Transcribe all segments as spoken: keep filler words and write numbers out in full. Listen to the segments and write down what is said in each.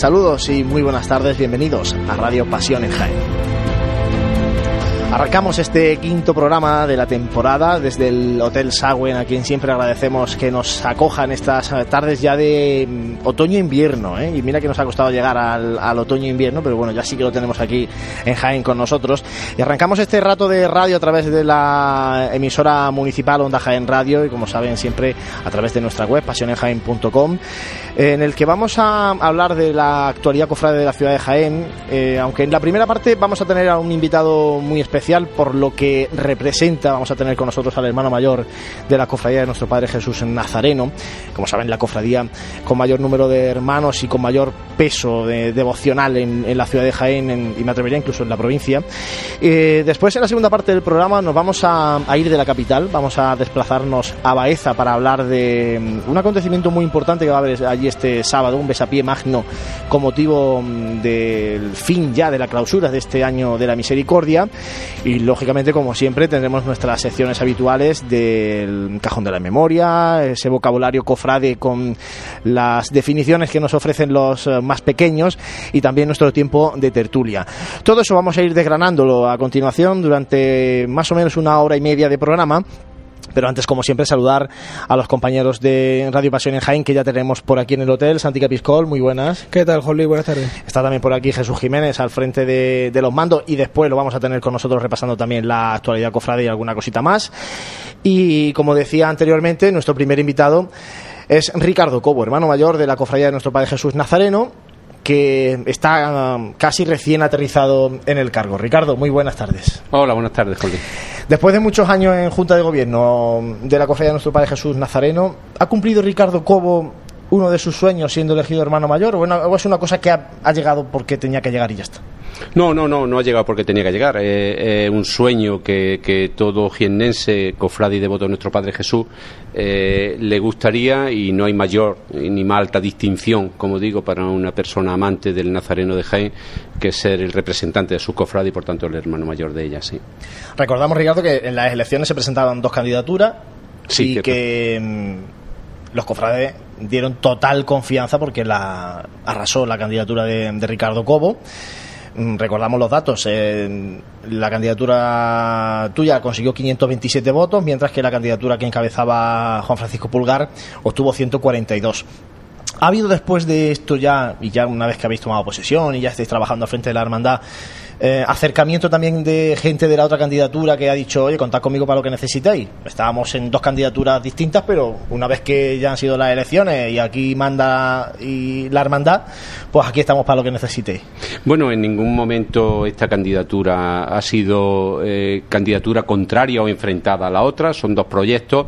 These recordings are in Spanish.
Saludos y muy buenas tardes, bienvenidos a Radio Pasión en Jaén. Arrancamos este quinto programa de la temporada desde el Hotel Sagüen, a quien siempre agradecemos que nos acojan estas tardes ya de otoño-invierno, ¿eh? Y mira que nos ha costado llegar al, al otoño-invierno, pero bueno, ya sí que lo tenemos aquí en Jaén con nosotros. Y arrancamos este rato de radio a través de la emisora municipal Onda Jaén Radio, y como saben siempre a través de nuestra web pasión en jaén punto com, en el que vamos a hablar de la actualidad cofrade de la ciudad de Jaén, eh, aunque en la primera parte vamos a tener a un invitado muy especial por lo que representa. Vamos a tener con nosotros al hermano mayor de la cofradía de nuestro Padre Jesús Nazareno, como saben, la cofradía con mayor número de hermanos y con mayor peso de, devocional en, en la ciudad de Jaén, en, y me atrevería incluso en la provincia. Eh, después, en la segunda parte del programa, nos vamos a, a ir de la capital, vamos a desplazarnos a Baeza para hablar de un acontecimiento muy importante que va a haber allí este sábado, un besapié magno con motivo del fin ya de la clausura de este año de la misericordia. Y lógicamente, como siempre, tendremos nuestras secciones habituales del Cajón de la Memoria, ese vocabulario cofrade con las definiciones que nos ofrecen los más pequeños, y también nuestro tiempo de tertulia. Todo eso vamos a ir desgranándolo a continuación durante más o menos una hora y media de programa. Pero antes, como siempre, saludar a los compañeros de Radio Pasión en Jaén, que ya tenemos por aquí en el hotel. Santi Capiscol, muy buenas. ¿Qué tal, Jolly? Buenas tardes. Está también por aquí Jesús Jiménez al frente de, de los mandos, y después lo vamos a tener con nosotros repasando también la actualidad cofrade y alguna cosita más. Y como decía anteriormente, nuestro primer invitado es Ricardo Cobo, hermano mayor de la cofradía de nuestro Padre Jesús Nazareno, que está um, casi recién aterrizado en el cargo. Ricardo, muy buenas tardes. Hola, buenas tardes, Jolly. Después de muchos años en Junta de Gobierno de la cofradía de nuestro Padre Jesús Nazareno, ¿ha cumplido Ricardo Cobo uno de sus sueños siendo elegido hermano mayor, o, una, o es una cosa que ha, ha llegado porque tenía que llegar y ya está? No, no, no, no ha llegado porque tenía que llegar. Es eh, eh, un sueño que, que todo jiennense, cofrade y devoto de nuestro Padre Jesús, eh, le gustaría, y no hay mayor ni más alta distinción, como digo, para una persona amante del Nazareno de Jaén, que ser el representante de su cofrade y por tanto el hermano mayor de ella, sí. Recordamos, Ricardo, que en las elecciones se presentaban dos candidaturas, sí, y cierto. que mmm, los cofrades dieron total confianza porque la arrasó la candidatura de, de Ricardo Cobo. Recordamos los datos. Eh, la candidatura tuya consiguió quinientos veintisiete votos, mientras que la candidatura que encabezaba Juan Francisco Pulgar obtuvo ciento cuarenta y dos. ¿Ha habido después de esto ya, y ya una vez que habéis tomado posesión y ya estáis trabajando al frente de la hermandad, eh, acercamiento también de gente de la otra candidatura que ha dicho, oye, contad conmigo para lo que necesitéis? Estábamos en dos candidaturas distintas, pero una vez que ya han sido las elecciones y aquí manda y la hermandad, pues aquí estamos para lo que necesitéis. Bueno, en ningún momento esta candidatura ha sido eh, candidatura contraria o enfrentada a la otra. Son dos proyectos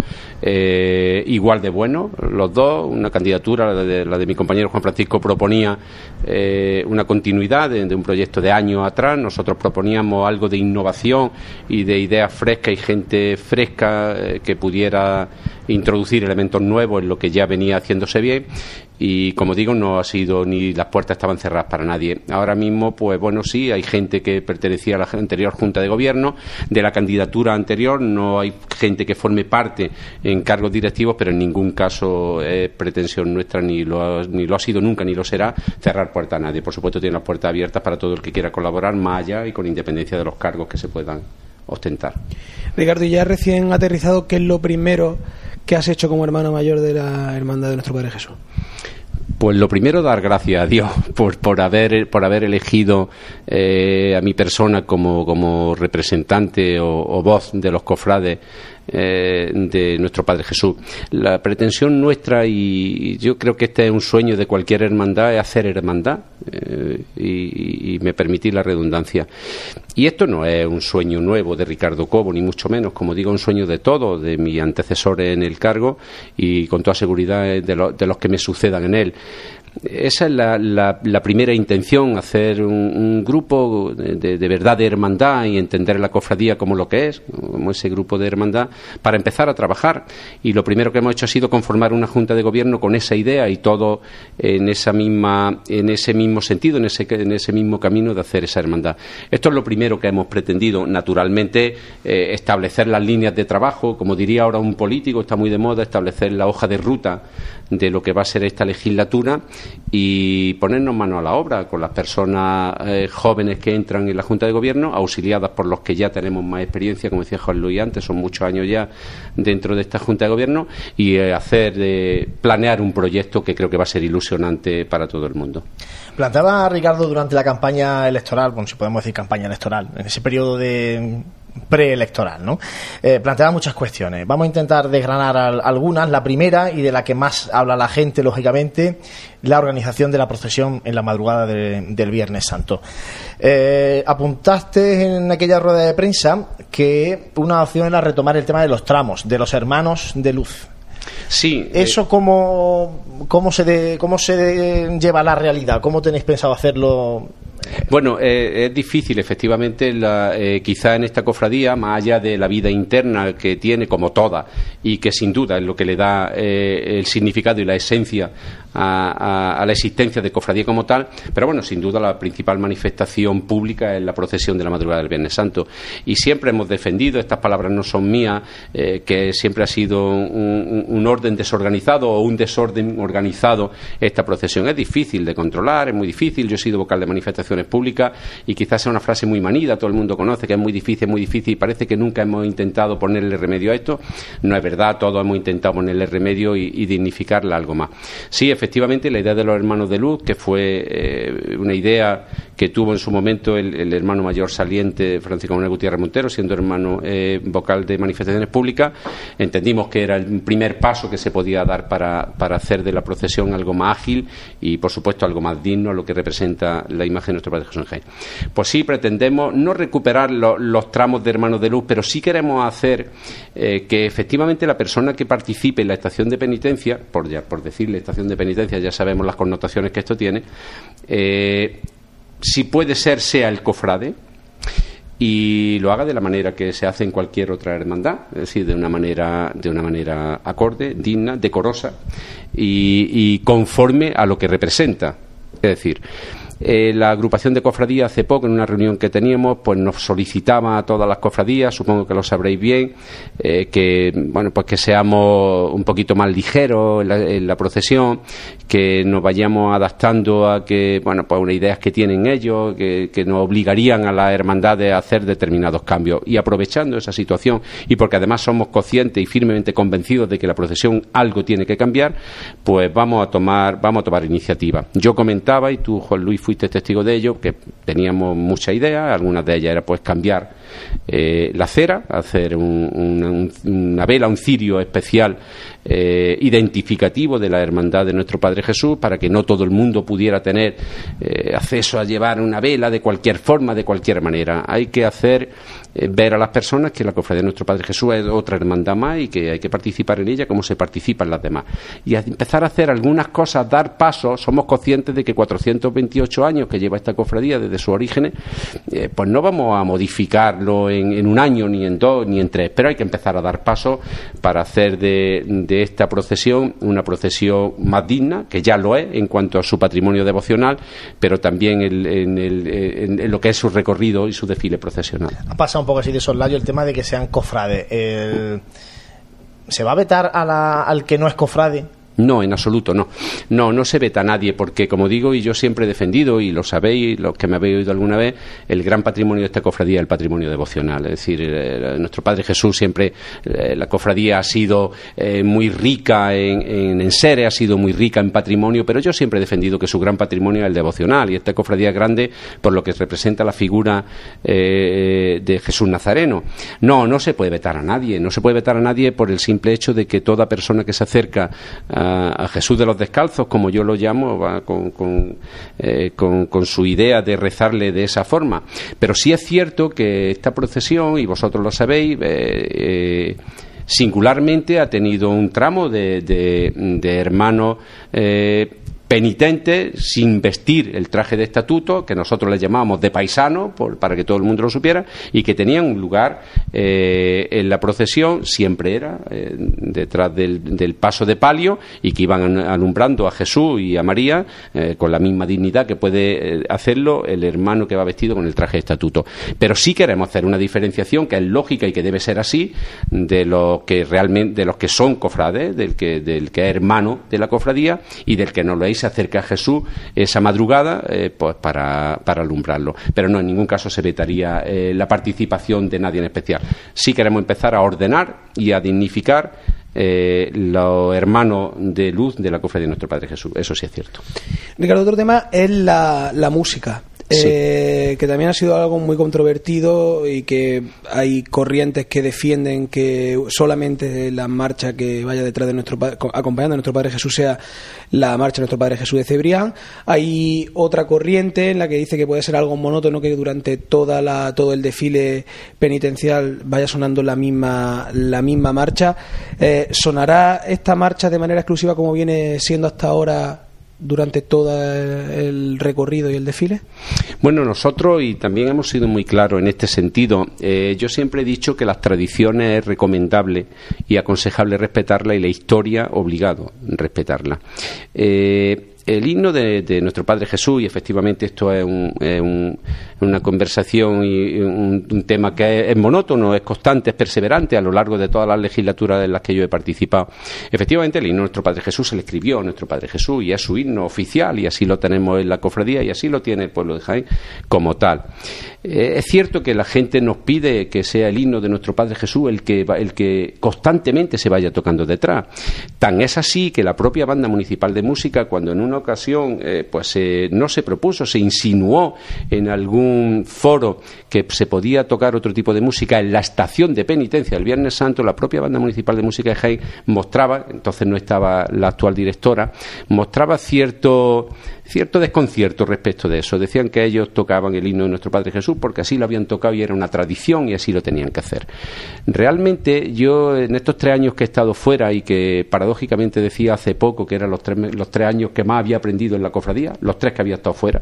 eh, igual de buenos, los dos. Una candidatura, la de, la de mi compañero Juan Francisco, proponía eh, una continuidad de, de un proyecto de años atrás. Nosotros proponíamos algo de innovación y de ideas frescas y gente fresca eh, que pudiera introducir elementos nuevos en lo que ya venía haciéndose bien. Y como digo, no ha sido, ni las puertas estaban cerradas para nadie. Ahora mismo, pues bueno, sí, hay gente que pertenecía a la anterior Junta de Gobierno, de la candidatura anterior, no hay gente que forme parte en cargos directivos, pero en ningún caso es pretensión nuestra, ni lo ha, ni lo ha sido nunca, ni lo será, cerrar puertas a nadie. Por supuesto, tiene las puertas abiertas para todo el que quiera colaborar, más allá y con independencia de los cargos que se puedan ostentar. Ricardo, y ya recién aterrizado, ¿qué es lo primero que has hecho como hermano mayor de la hermandad de nuestro Padre Jesús? Pues lo primero, dar gracias a Dios por, por haber por haber elegido eh, a mi persona como, como representante o, o voz de los cofrades eh, de nuestro Padre Jesús. La pretensión nuestra, y yo creo que este es un sueño de cualquier hermandad, es hacer hermandad, eh, y, y me permití la redundancia. Y esto no es un sueño nuevo de Ricardo Cobo, ni mucho menos, como digo, un sueño de todos, de mis antecesores en el cargo y con toda seguridad de, lo, de los que me sucedan en él. Esa es la, la, la primera intención, hacer un, un grupo de, de verdad de hermandad y entender la cofradía como lo que es, como ese grupo de hermandad, para empezar a trabajar. Y lo primero que hemos hecho ha sido conformar una junta de gobierno con esa idea y todo en esa misma, en ese mismo sentido, en ese, en ese mismo camino de hacer esa hermandad. Esto es lo primero que hemos pretendido. Naturalmente, eh, establecer las líneas de trabajo, como diría ahora un político, está muy de moda, establecer la hoja de ruta de lo que va a ser esta legislatura. y ponernos mano a la obra con las personas eh, jóvenes que entran en la Junta de Gobierno, auxiliadas por los que ya tenemos más experiencia, como decía Juan Luis antes, son muchos años ya dentro de esta Junta de Gobierno, y eh, hacer, eh, planear un proyecto que creo que va a ser ilusionante para todo el mundo. Planteaba Ricardo durante la campaña electoral, bueno, si podemos decir campaña electoral, en ese periodo de preelectoral, ¿no? Eh, planteaba muchas cuestiones. Vamos a intentar desgranar al, algunas. La primera, y de la que más habla la gente, lógicamente, la organización de la procesión en la madrugada de, del Viernes Santo. Eh, apuntaste en aquella rueda de prensa que una opción era retomar el tema de los tramos, de los hermanos de luz. Sí. ¿Eso eh... cómo, cómo, se de, cómo se de, lleva a la realidad? ¿Cómo tenéis pensado hacerlo? Bueno, eh, es difícil, efectivamente, la, eh, quizá en esta cofradía, más allá de la vida interna que tiene, como toda, y que sin duda es lo que le da eh, el significado y la esencia a, a, a la existencia de cofradía como tal, pero bueno, sin duda la principal manifestación pública es la procesión de la madrugada del Viernes Santo. Y siempre hemos defendido, estas palabras no son mías, eh, que siempre ha sido un, un orden desorganizado o un desorden organizado esta procesión. Es difícil de controlar, es muy difícil. Yo he sido vocal de manifestaciones públicas y quizás sea una frase muy manida, todo el mundo conoce que es muy difícil, muy difícil, y parece que nunca hemos intentado ponerle remedio a esto. No es verdad, todos hemos intentado ponerle remedio y, y dignificarla algo más. Sí, efectivamente, la idea de los hermanos de luz, que fue eh, una idea que tuvo en su momento el, el hermano mayor saliente Francisco Manuel Gutiérrez Montero, siendo hermano eh, vocal de manifestaciones públicas, entendimos que era el primer paso que se podía dar para, para hacer de la procesión algo más ágil y, por supuesto, algo más digno a lo que representa la imagen de nuestro Padre Jesús en Jaén. Pues sí, pretendemos no recuperar lo, los tramos de hermanos de luz, pero sí queremos hacer eh, que efectivamente la persona que participe en la estación de penitencia, por, ya, por decirle estación de penitencia, ya sabemos las connotaciones que esto tiene, eh, si puede ser, sea el cofrade, y lo haga de la manera que se hace en cualquier otra hermandad, es decir, de una manera, de una manera acorde, digna, decorosa y, y conforme a lo que representa. Es decir, Eh, la agrupación de cofradías hace poco, en una reunión que teníamos, pues nos solicitaba a todas las cofradías, supongo que lo sabréis bien, eh, que bueno, pues que seamos un poquito más ligeros en la, en la procesión, que nos vayamos adaptando a que, bueno, pues unas ideas que tienen ellos, que, que nos obligarían a las hermandades a hacer determinados cambios. Y aprovechando esa situación, y porque además somos conscientes y firmemente convencidos de que la procesión algo tiene que cambiar, pues vamos a tomar, vamos a tomar iniciativa. Yo comentaba, y tú, Juan Luis, fuiste testigo de ello, que teníamos muchas ideas. Algunas de ellas era pues cambiar eh, la cera, hacer un, un, una vela, un cirio especial eh, identificativo de la hermandad de nuestro Padre Jesús, para que no todo el mundo pudiera tener eh, acceso a llevar una vela de cualquier forma, de cualquier manera. Hay que hacer eh, ver a las personas que la cofradía de nuestro Padre Jesús es otra hermandad más y que hay que participar en ella como se participan las demás. Y a empezar a hacer algunas cosas, dar pasos. Somos conscientes de que cuatrocientos veintiocho años que lleva esta cofradía desde sus orígenes, eh, pues no vamos a modificarlo en, en un año, ni en dos, ni en tres, pero hay que empezar a dar pasos para hacer de, de esta procesión una procesión más digna, que ya lo es en cuanto a su patrimonio devocional, pero también el, en, el, en, en lo que es su recorrido y su desfile procesional. Ha pasado un poco así de soslayo el tema de que sean cofrades. El... ¿Se va a vetar a la, al que no es cofrade? No, en absoluto, no. No, no se veta a nadie, porque, como digo, y yo siempre he defendido, y lo sabéis, los que me habéis oído alguna vez, el gran patrimonio de esta cofradía es el patrimonio devocional. Es decir, eh, nuestro Padre Jesús siempre, eh, la cofradía ha sido eh, muy rica en, en, en seres, ha sido muy rica en patrimonio, pero yo siempre he defendido que su gran patrimonio es el devocional, y esta cofradía es grande por lo que representa la figura eh, de Jesús Nazareno. No, no se puede vetar a nadie, no se puede vetar a nadie por el simple hecho de que toda persona que se acerca a a Jesús de los Descalzos, como yo lo llamo, va con, con, eh, con, con su idea de rezarle de esa forma. Pero sí es cierto que esta procesión, y vosotros lo sabéis, eh, eh, singularmente ha tenido un tramo de, de, de hermanos eh, penitentes sin vestir el traje de estatuto, que nosotros les llamábamos de paisano, por, para que todo el mundo lo supiera, y que tenían un lugar eh, en la procesión, siempre era eh, detrás del, del paso de palio, y que iban alumbrando a Jesús y a María eh, con la misma dignidad que puede eh, hacerlo el hermano que va vestido con el traje de estatuto. Pero sí queremos hacer una diferenciación que es lógica y que debe ser así, de los que realmente, de los que son cofrades, del que, del que es hermano de la cofradía y del que no lo es, Ricardo, otro tema es la, la música. Sí. Eh, que también ha sido algo muy controvertido y que hay corrientes que defienden que solamente la marcha que vaya detrás de nuestro acompañando a nuestro Padre Jesús sea la marcha de nuestro Padre Jesús de Cebrián. Hay otra corriente en la que dice que puede ser algo monótono, que durante toda la todo el desfile penitencial vaya sonando la misma la misma marcha. Eh, ¿Sonará esta marcha de manera exclusiva como viene siendo hasta ahora durante todo el recorrido y el desfile? Bueno, nosotros, y también hemos sido muy claros en este sentido, eh, yo siempre he dicho que las tradiciones es recomendable y aconsejable respetarla, y la historia obligado respetarla. Eh, el himno de, de nuestro Padre Jesús, y efectivamente esto es, un, es un, una conversación y un, un tema que es, es monótono, es constante, es perseverante a lo largo de todas las legislaturas en las que yo he participado. Efectivamente, el himno de nuestro Padre Jesús se le escribió a nuestro Padre Jesús y es su himno oficial, y así lo tenemos en la cofradía y así lo tiene el pueblo de Jaén como tal. Eh, es cierto que la gente nos pide que sea el himno de nuestro Padre Jesús el que, el que constantemente se vaya tocando detrás. Tan es así que la propia Banda Municipal de Música, cuando en una ocasión eh, pues eh, no se propuso, se insinuó en algún foro que se podía tocar otro tipo de música en la estación de penitencia el Viernes Santo, la propia Banda Municipal de Música de Jaén mostraba, entonces no estaba la actual directora, mostraba cierto cierto desconcierto respecto de eso. Decían que ellos tocaban el himno de nuestro Padre Jesús porque así lo habían tocado y era una tradición y así lo tenían que hacer. Realmente yo en estos tres años que he estado fuera, y que paradójicamente decía hace poco que eran los tres, los tres años que más había aprendido en la cofradía, los tres que había estado fuera,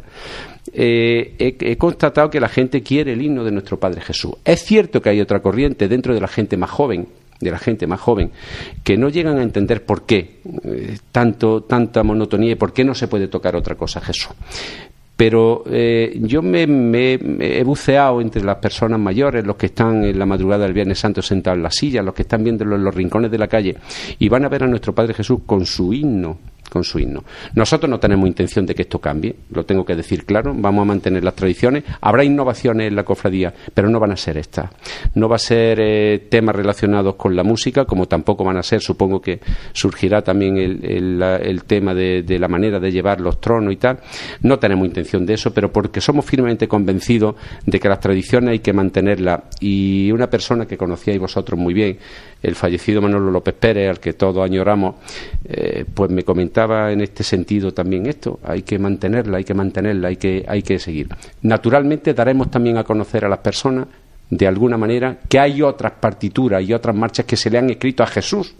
eh, he, he constatado que la gente quiere el himno de nuestro Padre Jesús. Es cierto que hay otra corriente dentro de la gente más joven, de la gente más joven, que no llegan a entender por qué eh, tanto tanta monotonía y por qué no se puede tocar otra cosa Jesús. Pero eh, yo me, me, me he buceado entre las personas mayores, los que están en la madrugada del Viernes Santo sentados en las sillas, los que están viéndolo en los rincones de la calle, y van a ver a nuestro Padre Jesús con su himno, con su himno. Nosotros no tenemos intención de que esto cambie, lo tengo que decir claro, vamos a mantener las tradiciones, habrá innovaciones en la cofradía, pero no van a ser estas. No va a ser eh, temas relacionados con la música, como tampoco van a ser, supongo que surgirá también el, el, el tema de, de la manera de llevar los tronos y tal. No tenemos intención de eso, pero porque somos firmemente convencidos de que las tradiciones hay que mantenerlas. Y una persona que conocíais vosotros muy bien, el fallecido Manolo López Pérez, al que todos añoramos, eh, pues me comentaba en este sentido también esto: hay que mantenerla, hay que mantenerla, hay que, hay que seguir. Naturalmente daremos también a conocer a las personas, de alguna manera, que hay otras partituras y otras marchas que se le han escrito a Jesús.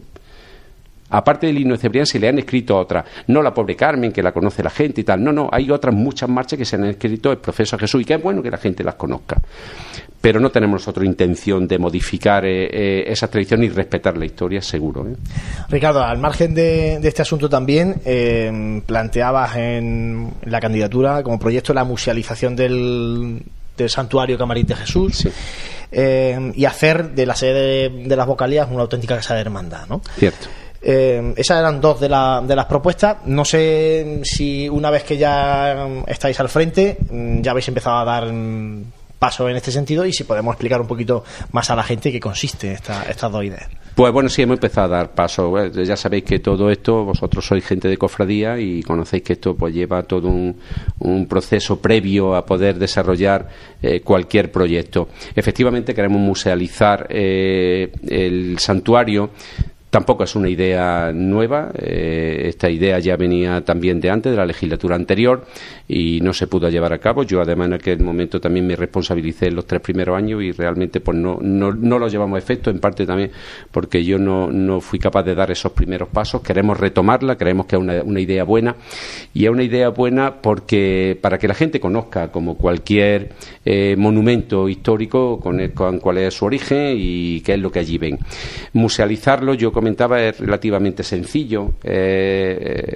Aparte del himno de Cebrián se le han escrito otras, no la pobre Carmen, que la conoce la gente y tal, no, no, hay otras muchas marchas que se han escrito el profeso a Jesús, y que es bueno que la gente las conozca. Pero no tenemos nosotros intención de modificar eh, eh, esas tradiciones y respetar la historia, seguro. ¿eh? Ricardo, al margen de, de este asunto también, eh, planteabas en la candidatura como proyecto la musealización del, del santuario Camarín de Jesús. Sí. Eh, y hacer de la sede de, de las vocalías una auténtica casa de hermandad, ¿no? Cierto. Eh, esas eran dos de, la, de las propuestas. No sé si una vez que ya estáis al frente ya habéis empezado a dar paso en este sentido, y si podemos explicar un poquito más a la gente qué consiste esta, estas dos ideas. Pues bueno, sí, hemos empezado a dar paso. Ya sabéis que todo esto, vosotros sois gente de cofradía y conocéis que esto pues lleva todo un, un proceso previo a poder desarrollar eh, cualquier proyecto. Efectivamente queremos musealizar eh, el santuario. Tampoco es una idea nueva, eh, esta idea ya venía también de antes, de la legislatura anterior, y no se pudo llevar a cabo. Yo además en aquel momento también me responsabilicé en los tres primeros años y realmente pues no, no, no lo llevamos a efecto, en parte también porque yo no, no fui capaz de dar esos primeros pasos. Queremos retomarla, creemos que es una, una idea buena, y es una idea buena porque para que la gente conozca, como cualquier eh, monumento histórico, con, el, con cuál es su origen y qué es lo que allí ven. Musealizarlo, yo comentaba, es relativamente sencillo. Eh,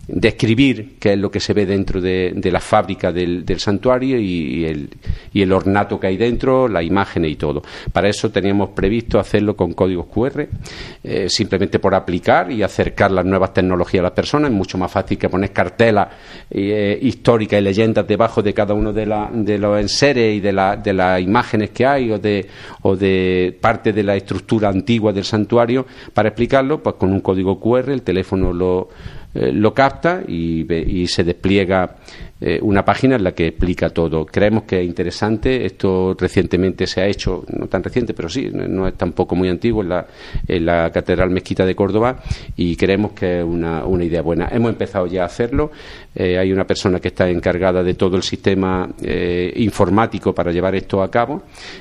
describir qué es lo que se ve dentro de, de la fábrica del, del santuario y, y, el, y el ornato que hay dentro, las imágenes y todo. Para eso teníamos previsto hacerlo con códigos cu erre, eh, simplemente por aplicar y acercar las nuevas tecnologías a las personas. Es mucho más fácil que poner cartelas eh, históricas y leyendas debajo de cada uno de, la, de los enseres y de, la, de las imágenes que hay o de, o de parte de la estructura antigua del santuario. Para explicarlo, pues con un código cu erre el teléfono lo Eh, lo capta y, y se despliega eh, una página en la que explica todo. Creemos que es interesante. Esto recientemente se ha hecho, no tan reciente, pero sí, no es tampoco muy antiguo, en la, en la Catedral Mezquita de Córdoba, y creemos que es una, una idea buena. Hemos empezado ya a hacerlo. Eh, hay una persona que está encargada de todo el sistema eh, informático para llevar esto a cabo,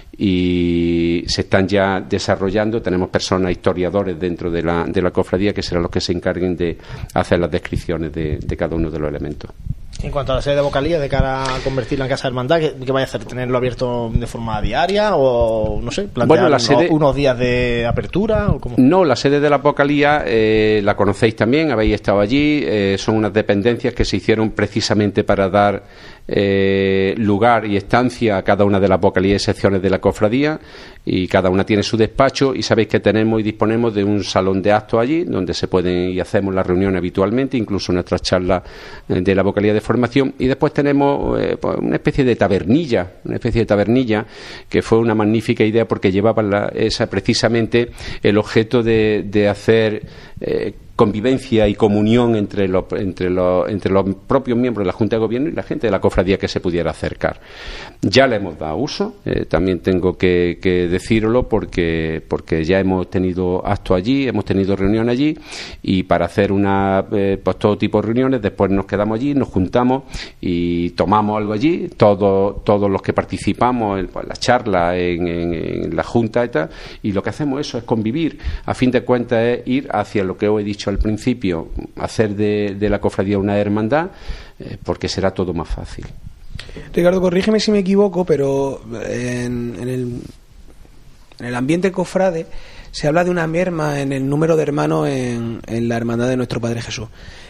y se están ya desarrollando. Tenemos personas, historiadores dentro de la, de la cofradía, que serán los que se encarguen de hacer las descripciones de, de cada uno de los elementos. En cuanto a la sede de vocalía, de cara a convertirla en casa de hermandad, ¿qué, qué vaya a hacer? ¿Tenerlo abierto de forma diaria o, no sé, plantear bueno, la sede... unos días de apertura? ¿O cómo? No, la sede de la vocalía eh, la conocéis también, habéis estado allí. Eh, son unas dependencias que se hicieron precisamente para dar eh, lugar y estancia a cada una de las vocalías y secciones de la cofradía, y cada una tiene su despacho, y sabéis que tenemos y disponemos de un salón de actos allí donde se pueden y hacemos las reuniones habitualmente, incluso nuestras charlas de la vocalía de formación. Y después tenemos eh, pues una especie de tabernilla, una especie de tabernilla que fue una magnífica idea, porque llevaba la, esa precisamente el objeto de, de hacer eh, convivencia y comunión entre los, entre, los, entre los propios miembros de la Junta de Gobierno y la gente de la cofradía que se pudiera acercar. Ya le hemos dado uso, eh, también tengo que, que decirlo, porque, porque ya hemos tenido actos allí, hemos tenido reuniones allí, y para hacer una, eh, pues todo tipo de reuniones, después nos quedamos allí, nos juntamos y tomamos algo allí, todos, todos los que participamos en pues, la charla, en, en, en la Junta y tal, y lo que hacemos eso es convivir. A fin de cuentas es ir hacia lo que os he dicho al principio, hacer de, de la cofradía una hermandad, eh, porque será todo más fácil. Ricardo, corrígeme si me equivoco, pero en, en, el, en el ambiente cofrade se habla de una merma en el número de hermanos en, en la hermandad de nuestro Padre Jesús.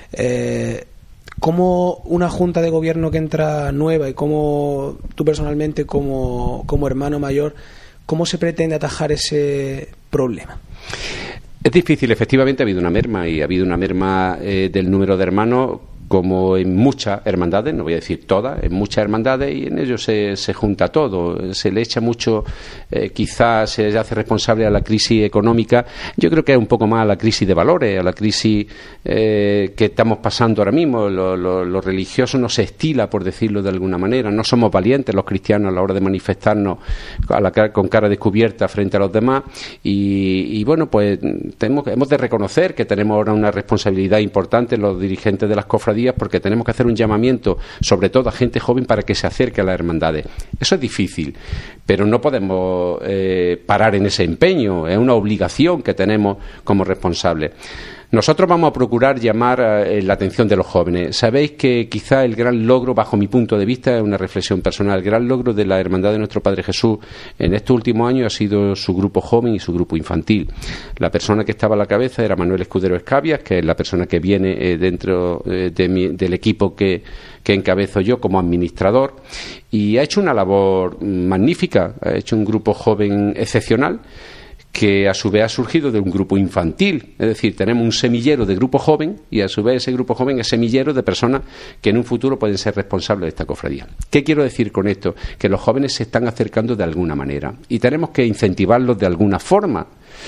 Eh, ¿Cómo una junta de gobierno que entra nueva, y cómo tú personalmente como, como hermano mayor, cómo se pretende atajar ese problema? Es difícil. Efectivamente ha habido una merma, y ha habido una merma eh, del número de hermanos, como en muchas hermandades, no voy a decir todas, en muchas hermandades, y en ello se, se junta todo. Se le echa mucho, eh, quizás se le hace responsable a la crisis económica. Yo creo que es un poco más a la crisis de valores, a la crisis eh, que estamos pasando ahora mismo. Lo, lo, lo religioso no se estila, por decirlo de alguna manera. No somos valientes los cristianos a la hora de manifestarnos a la, con cara descubierta frente a los demás, y, y bueno, pues tenemos, hemos de reconocer que tenemos ahora una responsabilidad importante los dirigentes de las cofradías, porque tenemos que hacer un llamamiento, sobre todo a gente joven, para que se acerque a las hermandades. Eso es difícil, pero no podemos eh, parar en ese empeño. Es una obligación que tenemos como responsables. Nosotros vamos a procurar llamar eh, la atención de los jóvenes. Sabéis que quizá el gran logro, bajo mi punto de vista, es una reflexión personal, el gran logro de la Hermandad de Nuestro Padre Jesús en estos últimos años ha sido su grupo joven y su grupo infantil. La persona que estaba a la cabeza era Manuel Escudero Escabias, que es la persona que viene eh, dentro eh, de mi, del equipo que, que encabezo yo como administrador, y ha hecho una labor magnífica. Ha hecho un grupo joven excepcional, que a su vez ha surgido de un grupo infantil. Es decir, tenemos un semillero de grupo joven, y a su vez ese grupo joven es semillero de personas que en un futuro pueden ser responsables de esta cofradía. ¿Qué quiero decir con esto? Que los jóvenes se están acercando de alguna manera, y tenemos que incentivarlos de alguna forma.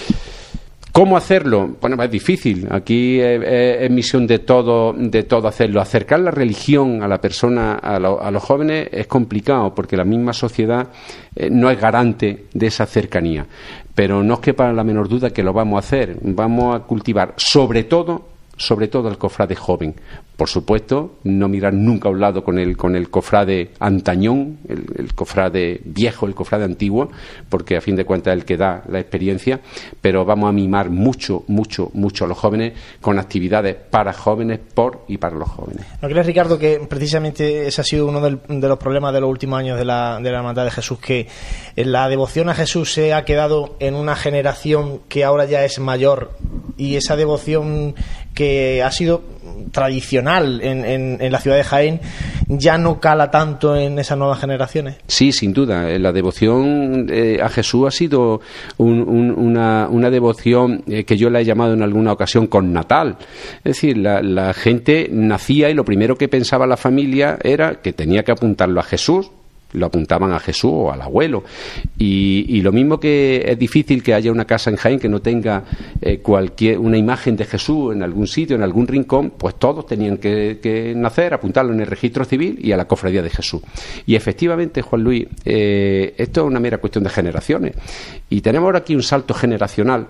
¿Cómo hacerlo? Bueno, es difícil. Aquí es, es misión de todo, de todo hacerlo. Acercar la religión a la persona, a, lo, a los jóvenes, es complicado, porque la misma sociedad eh, no es garante de esa cercanía. Pero no os quepa la menor duda que lo vamos a hacer. Vamos a cultivar, sobre todo, sobre todo al cofrade joven. Por supuesto, no mirar nunca a un lado con el, con el cofrade antañón, el, el cofrade viejo, el cofrade antiguo, porque a fin de cuentas es el que da la experiencia, pero vamos a mimar mucho, mucho, mucho a los jóvenes con actividades para jóvenes, por y para los jóvenes. ¿No crees, Ricardo, que precisamente ese ha sido uno del, de los problemas de los últimos años de la, de la Hermandad de Jesús, que la devoción a Jesús se ha quedado en una generación que ahora ya es mayor, y esa devoción que ha sido tradicional en, en, en la ciudad de Jaén, ya no cala tanto en esas nuevas generaciones? Sí, sin duda. La devoción eh, a Jesús ha sido un, un, una, una devoción eh, que yo la he llamado en alguna ocasión connatal. Es decir, la, la gente nacía y lo primero que pensaba la familia era que tenía que apuntarlo a Jesús. Lo apuntaban a Jesús o al abuelo. Y, y lo mismo que es difícil que haya una casa en Jaén que no tenga eh, cualquier una imagen de Jesús en algún sitio, en algún rincón, pues todos tenían que, que nacer, apuntarlo en el registro civil y a la cofradía de Jesús. Y efectivamente, Juan Luis, eh, esto es una mera cuestión de generaciones. Y tenemos ahora aquí un salto generacional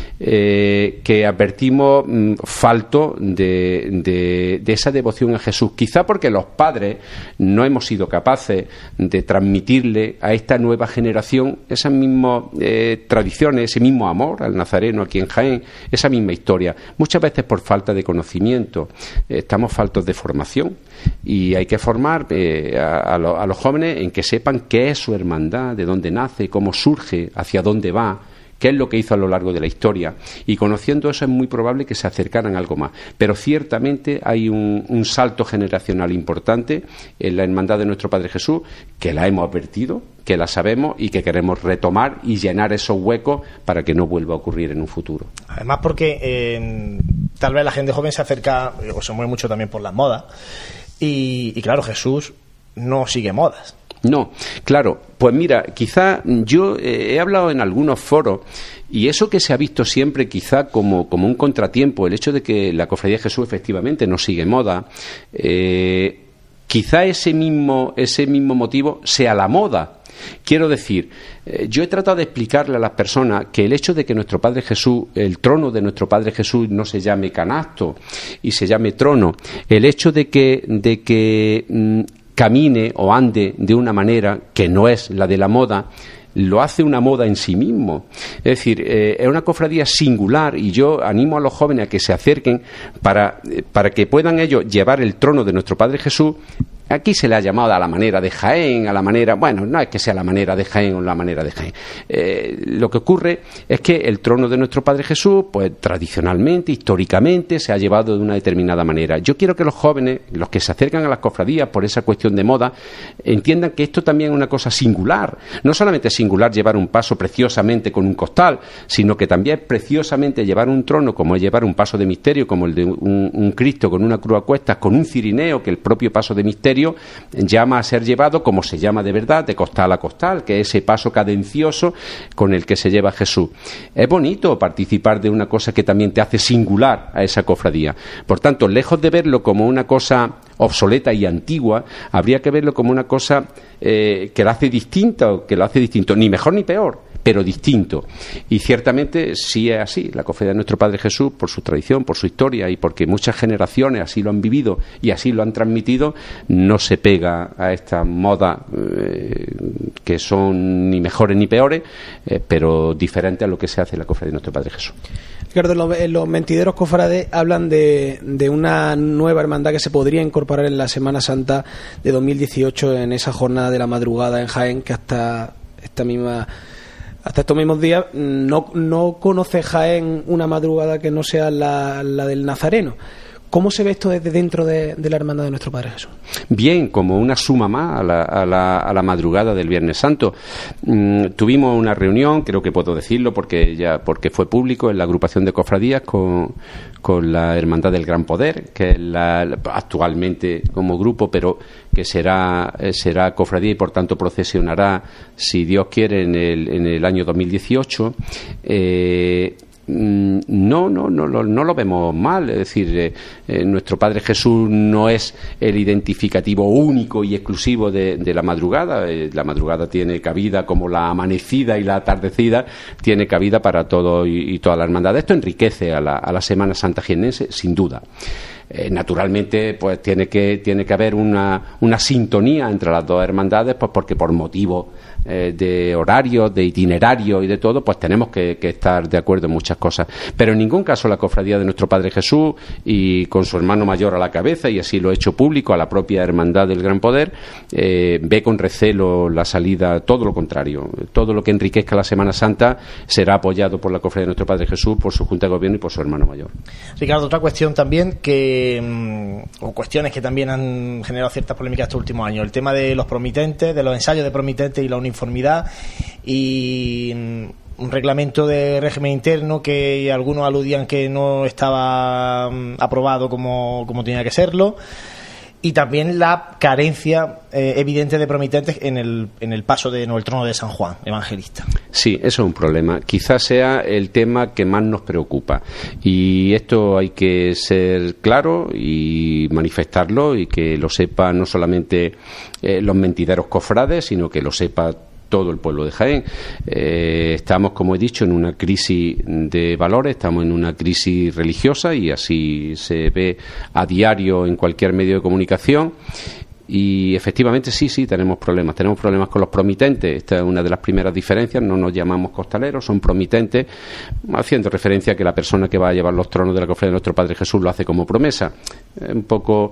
eh, que advertimos mm, falto de, de, de esa devoción a Jesús. Quizá porque los padres no hemos sido capaces de transmitirle a esta nueva generación esas mismas eh, tradiciones, ese mismo amor al nazareno aquí en Jaén, esa misma historia. Muchas veces por falta de conocimiento, eh, estamos faltos de formación y hay que formar eh, a, a, lo, a los jóvenes en que sepan qué es su hermandad, de dónde nace, cómo surge, hacia dónde va, qué es lo que hizo a lo largo de la historia, y conociendo eso es muy probable que se acercaran a algo más. Pero ciertamente hay un, un salto generacional importante en la hermandad de nuestro Padre Jesús, que la hemos advertido, que la sabemos y que queremos retomar y llenar esos huecos para que no vuelva a ocurrir en un futuro. Además porque eh, tal vez la gente joven se acerca o se mueve mucho también por las modas y, y claro, Jesús no sigue modas. No, claro, pues mira, quizá yo eh, he hablado en algunos foros y eso que se ha visto siempre quizá como, como un contratiempo, el hecho de que la Cofradía de Jesús efectivamente no sigue moda, eh, quizá ese mismo, ese mismo motivo sea la moda. Quiero decir, eh, yo he tratado de explicarle a las personas que el hecho de que nuestro Padre Jesús, el trono de nuestro Padre Jesús no se llame canasto y se llame trono, el hecho de que, de que mm, camine o ande de una manera que no es la de la moda, lo hace una moda en sí mismo. Es decir, eh, es una cofradía singular y yo animo a los jóvenes a que se acerquen para, eh, para que puedan ellos llevar el trono de nuestro Padre Jesús. Aquí se le ha llamado a la manera de Jaén, a la manera... Bueno, no es que sea la manera de Jaén o la manera de Jaén. Eh, lo que ocurre es que el trono de nuestro Padre Jesús, pues tradicionalmente, históricamente, se ha llevado de una determinada manera. Yo quiero que los jóvenes, los que se acercan a las cofradías por esa cuestión de moda, entiendan que esto también es una cosa singular. No solamente es singular llevar un paso preciosamente con un costal, sino que también es preciosamente llevar un trono, como es llevar un paso de misterio, como el de un, un Cristo con una cruz a cuestas, con un cirineo, que el propio paso de misterio llama a ser llevado, como se llama de verdad, de costal a costal, que es ese paso cadencioso con el que se lleva Jesús. Es bonito participar de una cosa que también te hace singular a esa cofradía. Por tanto, lejos de verlo como una cosa obsoleta y antigua, habría que verlo como una cosa eh, que la hace distinta, o que lo hace distinto, ni mejor ni peor, pero distinto. Y ciertamente sí es así. La cofradía de nuestro Padre Jesús, por su tradición, por su historia y porque muchas generaciones así lo han vivido y así lo han transmitido, no se pega a estas modas eh, que son ni mejores ni peores, eh, pero diferentes a lo que se hace en la cofradía de nuestro Padre Jesús. Ricardo, en los, en los mentideros cofrades hablan de, de una nueva hermandad que se podría incorporar en la Semana Santa de dos mil dieciocho, en esa jornada de la madrugada en Jaén, que hasta esta misma hasta estos mismos días no, no conoce Jaén una madrugada que no sea la, la del Nazareno. ¿Cómo se ve esto desde dentro de, de la hermandad de nuestro Padre Jesús? Bien, como una suma más a la, a la, a la madrugada del Viernes Santo. Mm, tuvimos una reunión, creo que puedo decirlo porque ya porque fue público, en la agrupación de cofradías con, con la Hermandad del Gran Poder, que es la, actualmente como grupo, pero que será, será cofradía y por tanto procesionará, si Dios quiere, en el, en el año dos mil dieciocho. Eh, No, no, no, no, no lo vemos mal. Es decir, eh, eh, nuestro Padre Jesús no es el identificativo único y exclusivo de, de la madrugada. Eh, la madrugada tiene cabida, como la amanecida y la atardecida, tiene cabida para todo y, y toda la hermandad. Esto enriquece a la, a la Semana Santa jiennense, sin duda. Eh, naturalmente, pues tiene que tiene que haber una, una sintonía entre las dos hermandades, pues porque por motivos eh, de horarios, de itinerarios y de todo, pues tenemos que, que estar de acuerdo en muchas cosas. Pero en ningún caso la Cofradía de Nuestro Padre Jesús, y con su hermano mayor a la cabeza, y así lo he hecho público, a la propia Hermandad del Gran Poder, eh, ve con recelo la salida, todo lo contrario. Todo lo que enriquezca la Semana Santa será apoyado por la Cofradía de Nuestro Padre Jesús, por su Junta de Gobierno y por su hermano mayor. Ricardo, otra cuestión también que, o cuestiones que también han generado ciertas polémicas estos últimos años, el tema de los promitentes, de los ensayos de promitentes y la uniformidad, y un reglamento de régimen interno que algunos aludían que no estaba aprobado como, como tenía que serlo, y también la carencia eh, evidente de promitentes en el, en el paso de no, el trono de San Juan Evangelista. Sí, eso es un problema. Quizás sea el tema que más nos preocupa. Y esto hay que ser claro y manifestarlo, y que lo sepa no solamente eh, los mentideros cofrades, sino que lo sepa todo el pueblo de Jaén. Eh, estamos, como he dicho, en una crisis de valores, estamos en una crisis religiosa, y así se ve a diario en cualquier medio de comunicación. Y efectivamente sí, sí, tenemos problemas. Tenemos problemas con los promitentes. Esta es una de las primeras diferencias. No nos llamamos costaleros, son promitentes, haciendo referencia a que la persona que va a llevar los tronos de la Cofradía de Nuestro Padre Jesús lo hace como promesa. Un poco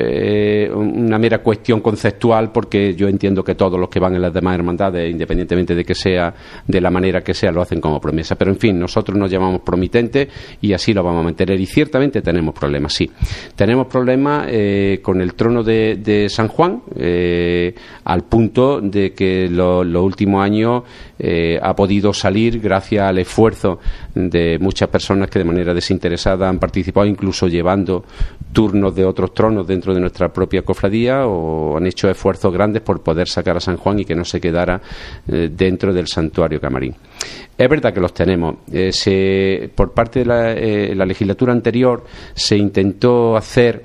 eh, una mera cuestión conceptual, porque yo entiendo que todos los que van en las demás hermandades, independientemente de que sea de la manera que sea, lo hacen como promesa. Pero en fin, nosotros nos llamamos promitentes y así lo vamos a mantener. Y ciertamente tenemos problemas, sí. Tenemos problemas eh, con el trono de, de San Juan, eh, al punto de que los lo últimos años eh, ha podido salir gracias al esfuerzo de muchas personas que de manera desinteresada han participado, incluso llevando turnos de otros tronos dentro de nuestra propia cofradía, o han hecho esfuerzos grandes por poder sacar a San Juan y que no se quedara eh, dentro del santuario camarín. Es verdad que los tenemos. Eh, se, por parte de la, eh, la legislatura anterior se intentó hacer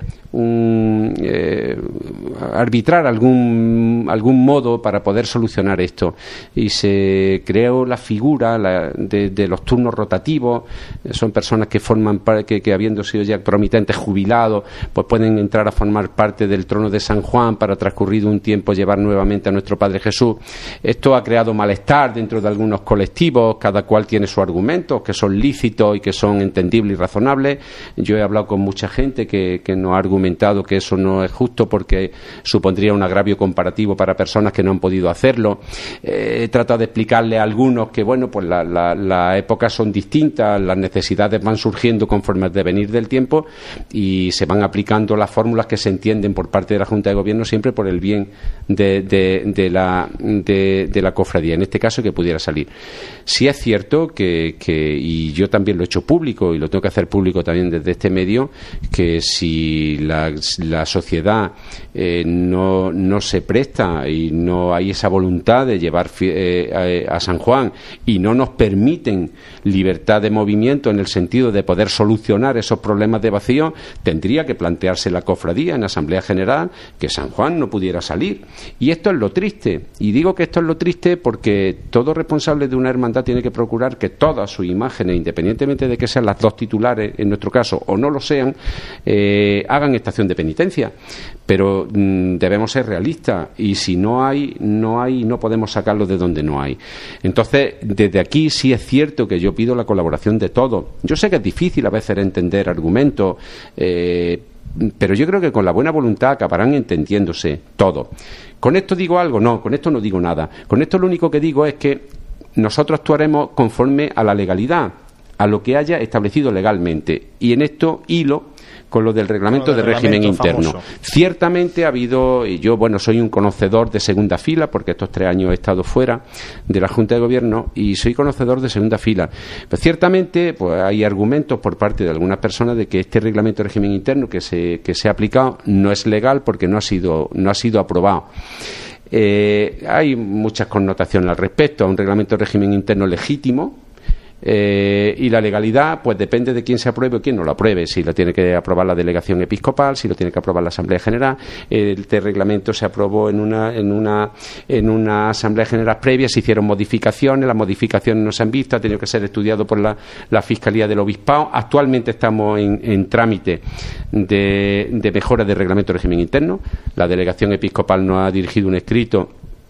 un, eh, arbitrar algún algún modo para poder solucionar esto, y se creó la figura la, de, de los turnos rotativos. Son personas que forman que, que habiendo sido ya promitentes jubilados, pues pueden entrar a formar parte del trono de San Juan para, transcurrido un tiempo, llevar nuevamente a Nuestro Padre Jesús. Esto ha creado malestar dentro de algunos colectivos. Cada cual tiene sus argumentos, que son lícitos y que son entendibles y razonables. Yo he hablado con mucha gente que, que nos ha argumentado que eso no es justo, porque supondría un agravio comparativo para personas que no han podido hacerlo. Eh, he tratado de explicarle a algunos que, bueno, pues las la, la épocas son distintas, las necesidades van surgiendo conforme al devenir del tiempo, y se van aplicando las fórmulas que se entienden por parte de la Junta de Gobierno, siempre por el bien de, de, de, la, de, de la cofradía, en este caso, que pudiera salir. Si es cierto que, que, y yo también lo he hecho público y lo tengo que hacer público también desde este medio, que si la, la sociedad eh, no, no se presta y no hay esa voluntad de llevar eh, a, a San Juan, y no nos permiten libertad de movimiento en el sentido de poder solucionar esos problemas de vacío, tendría que plantearse la cofradía en Asamblea General que San Juan no pudiera salir. Y esto es lo triste, y digo que esto es lo triste porque todo responsable de una hermandad tiene que procurar que todas sus imágenes, independientemente de que sean las dos titulares en nuestro caso o no lo sean, eh, hagan estación de penitencia. Pero mmm, debemos ser realistas, y si no hay, no hay, no podemos sacarlo de donde no hay. Entonces, desde aquí sí es cierto que yo pido la colaboración de todos. Yo sé que es difícil a veces entender argumentos, eh, pero yo creo que con la buena voluntad acabarán entendiéndose todo. ¿Con esto digo algo? No, con esto no digo nada. Con esto lo único que digo es que nosotros actuaremos conforme a la legalidad, a lo que haya establecido legalmente, y en esto hilo con lo del reglamento lo del de régimen interno. Famoso. Ciertamente ha habido, y yo, bueno, soy un conocedor de segunda fila, porque estos tres años he estado fuera de la Junta de Gobierno, y soy conocedor de segunda fila. Pero ciertamente pues hay argumentos por parte de algunas personas de que este reglamento de régimen interno que se, que se ha aplicado no es legal porque no ha sido, no ha sido aprobado. Eh, hay muchas connotaciones al respecto. A un reglamento de régimen interno legítimo, Eh, y la legalidad pues depende de quién se apruebe o quién no lo apruebe, si lo tiene que aprobar la delegación episcopal, si lo tiene que aprobar la Asamblea General. Este reglamento se aprobó en una en una en una Asamblea General previa, se hicieron modificaciones, las modificaciones no se han visto, ha tenido que ser estudiado por la, la Fiscalía del Obispado. Actualmente estamos en, en trámite de, de mejora del reglamento de régimen interno. La delegación episcopal nos ha dirigido un escrito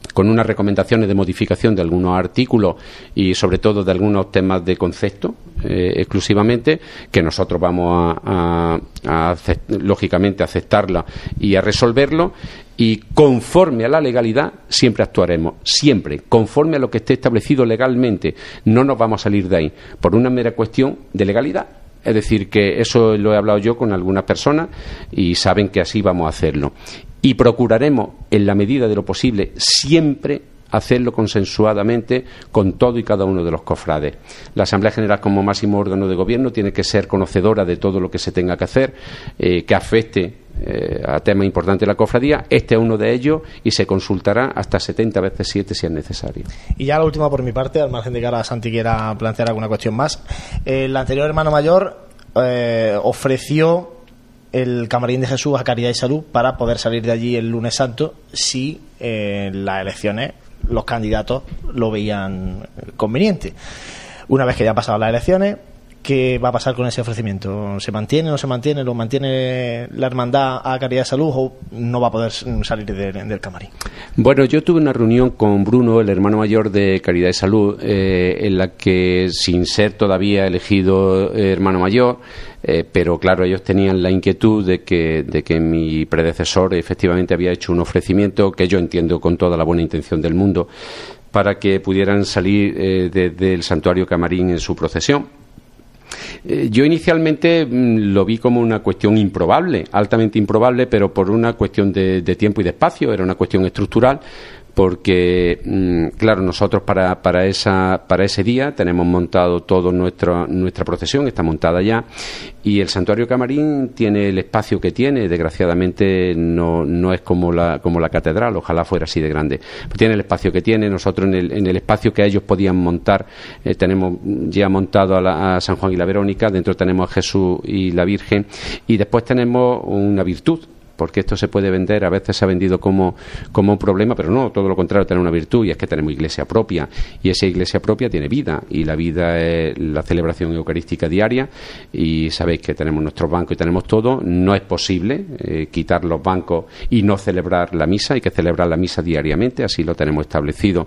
con unas recomendaciones de modificación de algunos artículos y sobre todo de algunos temas de concepto eh, exclusivamente, que nosotros vamos a, a, a lógicamente a aceptarla y a resolverlo, y conforme a la legalidad siempre actuaremos, siempre, conforme a lo que esté establecido legalmente. No nos vamos a salir de ahí por una mera cuestión de legalidad. Es decir, que eso lo he hablado yo con algunas personas y saben que así vamos a hacerlo. Y procuraremos, en la medida de lo posible, siempre hacerlo consensuadamente con todo y cada uno de los cofrades. La Asamblea General, como máximo órgano de gobierno, tiene que ser conocedora de todo lo que se tenga que hacer, eh, que afecte eh, a temas importantes de la cofradía. Este es uno de ellos y se consultará hasta setenta veces siete si es necesario. Y ya la última por mi parte, al margen de que ahora Santi quiera plantear alguna cuestión más. El anterior hermano mayor eh, ofreció el Camarín de Jesús a Caridad y Salud para poder salir de allí el lunes santo si eh, en las elecciones los candidatos lo veían conveniente. Una vez que ya han pasado las elecciones, ¿qué va a pasar con ese ofrecimiento? ¿Se mantiene o no se mantiene? ¿Lo mantiene la hermandad a Caridad y Salud o no va a poder salir de, del camarín? Bueno, yo tuve una reunión con Bruno, el hermano mayor de Caridad y Salud, eh, en la que, sin ser todavía elegido eh, hermano mayor, eh, pero claro, ellos tenían la inquietud de que, de que mi predecesor efectivamente había hecho un ofrecimiento que yo entiendo con toda la buena intención del mundo para que pudieran salir eh, desde el santuario Camarín en su procesión. Eh, yo inicialmente mmm, lo vi como una cuestión improbable, altamente improbable, pero por una cuestión de, de tiempo y de espacio, era una cuestión estructural, porque, mmm, claro, nosotros para, para, esa, para ese día tenemos montado toda nuestra, nuestra procesión, está montada ya, y el santuario Camarín tiene el espacio que tiene, desgraciadamente no, no es como la, como la catedral, ojalá fuera así de grande, pero tiene el espacio que tiene. Nosotros en el, en el espacio que ellos podían montar, eh, tenemos ya montado a, la, a San Juan y la Verónica, dentro tenemos a Jesús y la Virgen, y después tenemos una virtud, porque esto se puede vender, a veces se ha vendido como, como un problema, pero no, todo lo contrario, tiene una virtud, y es que tenemos iglesia propia, y esa iglesia propia tiene vida, y la vida es la celebración eucarística diaria, y sabéis que tenemos nuestros bancos y tenemos todo. No es posible eh, quitar los bancos y no celebrar la misa, hay que celebrar la misa diariamente, así lo tenemos establecido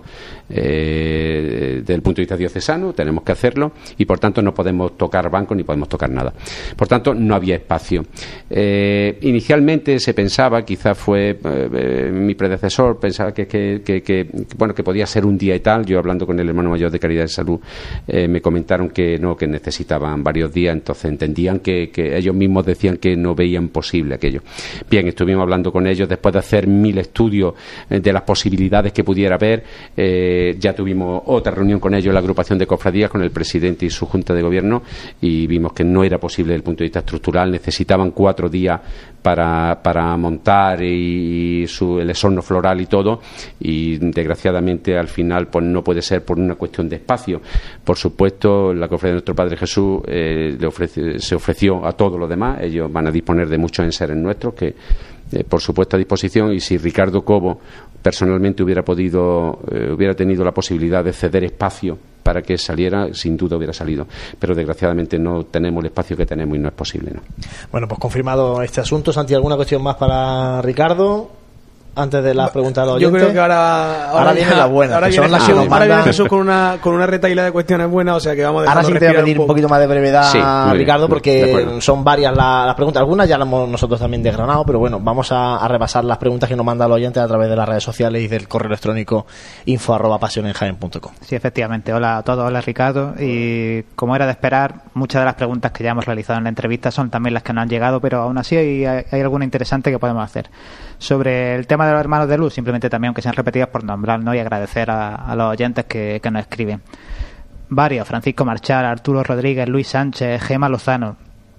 eh, desde el punto de vista diocesano, tenemos que hacerlo, y por tanto no podemos tocar bancos ni podemos tocar nada. Por tanto, no había espacio. Eh, inicialmente se pensaba, quizás fue eh, eh, mi predecesor, pensaba que, que, que, que, bueno, que podía ser un día y tal. Yo, hablando con el hermano mayor de Caridad y Salud, eh, me comentaron que no, que necesitaban varios días, entonces entendían que, que ellos mismos decían que no veían posible aquello. Bien, estuvimos hablando con ellos después de hacer mil estudios eh, de las posibilidades que pudiera haber. Eh, ya tuvimos otra reunión con ellos, la agrupación de cofradías, con el presidente y su junta de gobierno, y vimos que no era posible desde el punto de vista estructural. Necesitaban cuatro días para, para montar y, y su, el esorno floral y todo, y desgraciadamente al final pues no puede ser por una cuestión de espacio. Por supuesto, la cofradía de Nuestro Padre Jesús eh, le ofrece, se ofreció a todos los demás. Ellos van a disponer de muchos enseres nuestros que eh, por supuesto a disposición, y si Ricardo Cobo personalmente hubiera podido eh, hubiera tenido la posibilidad de ceder espacio para que saliera, sin duda hubiera salido, pero desgraciadamente no tenemos el espacio que tenemos y no es posible, ¿no? Bueno, pues confirmado este asunto. Santi, ¿alguna cuestión más para Ricardo antes de la pregunta de los oyentes? Yo creo que ahora ahora, ahora vienen las buenas, ahora que viene, son las ah, que nos ahora viene mandan. Jesús con una con una retaíla de cuestiones buenas, o sea que vamos a dejar. Ahora sí te voy a pedir un, un poquito más de brevedad, sí, a bien, Ricardo, porque de son varias las, las preguntas. Algunas ya las hemos nosotros también desgranado, pero bueno, vamos a, a repasar las preguntas que nos mandan los oyentes a través de las redes sociales y del correo electrónico info arroba pasionenjaen punto com. Sí, efectivamente. Hola a todos, hola Ricardo. Y como era de esperar, muchas de las preguntas que ya hemos realizado en la entrevista son también las que nos han llegado, pero aún así hay, hay alguna interesante que podemos hacer. Sobre el tema de los hermanos de luz, simplemente también, aunque sean repetidas, por nombrar, ¿no? Y agradecer a, a los oyentes que, que nos escriben. Varios: Francisco Marchal, Arturo Rodríguez, Luis Sánchez, Gema Lozano,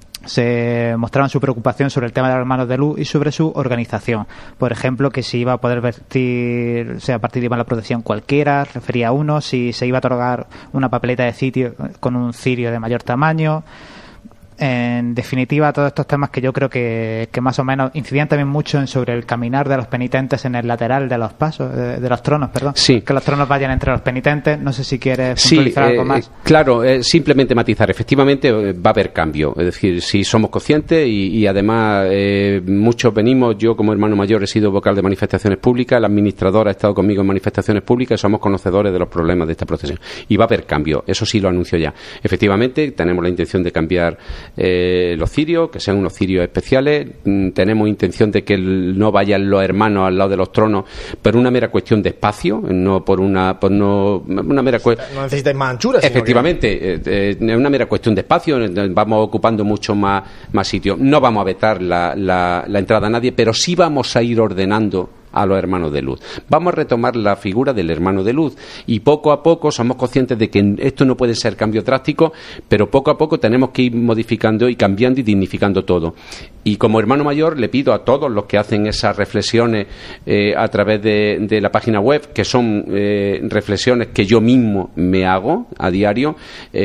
se mostraron su preocupación sobre el tema de los hermanos de luz y sobre su organización. Por ejemplo, que si iba a poder vestir, o sea, participar en la procesión cualquiera, refería a uno, si se iba a otorgar una papeleta de sitio con un cirio de mayor tamaño. en definitiva, todos estos temas que yo creo que, que más o menos incidían también mucho en sobre el caminar de los penitentes en el lateral de los pasos, de, de los tronos, perdón. Sí. Que los tronos vayan entre los penitentes. No sé si quieres Sí, puntualizar eh, algo más. Claro, eh, simplemente matizar. Efectivamente, eh, va a haber cambio. Es decir, si somos conscientes y, y además eh, muchos venimos, yo como hermano mayor he sido vocal de manifestaciones públicas, la administradora ha estado conmigo en manifestaciones públicas y somos conocedores de los problemas de esta procesión. Y va a haber cambio. Eso sí lo anuncio ya. Efectivamente, tenemos la intención de cambiar Eh, los cirios, que sean unos cirios especiales. Mm, tenemos intención de que el, no vayan los hermanos al lado de los tronos por una mera cuestión de espacio, no por una por no una mera cuestión. No necesitáis más anchuras. Efectivamente, es eh, eh, una mera cuestión de espacio. Vamos ocupando mucho más, más sitio. No vamos a vetar la, la, la entrada a nadie, pero sí vamos a ir ordenando a los hermanos de luz. Vamos a retomar la figura del hermano de luz y poco a poco somos conscientes de que esto no puede ser cambio drástico, pero poco a poco tenemos que ir modificando y cambiando y dignificando todo. Y como hermano mayor le pido a todos los que hacen esas reflexiones eh, a través de, de la página web, que son eh, reflexiones que yo mismo me hago a diario,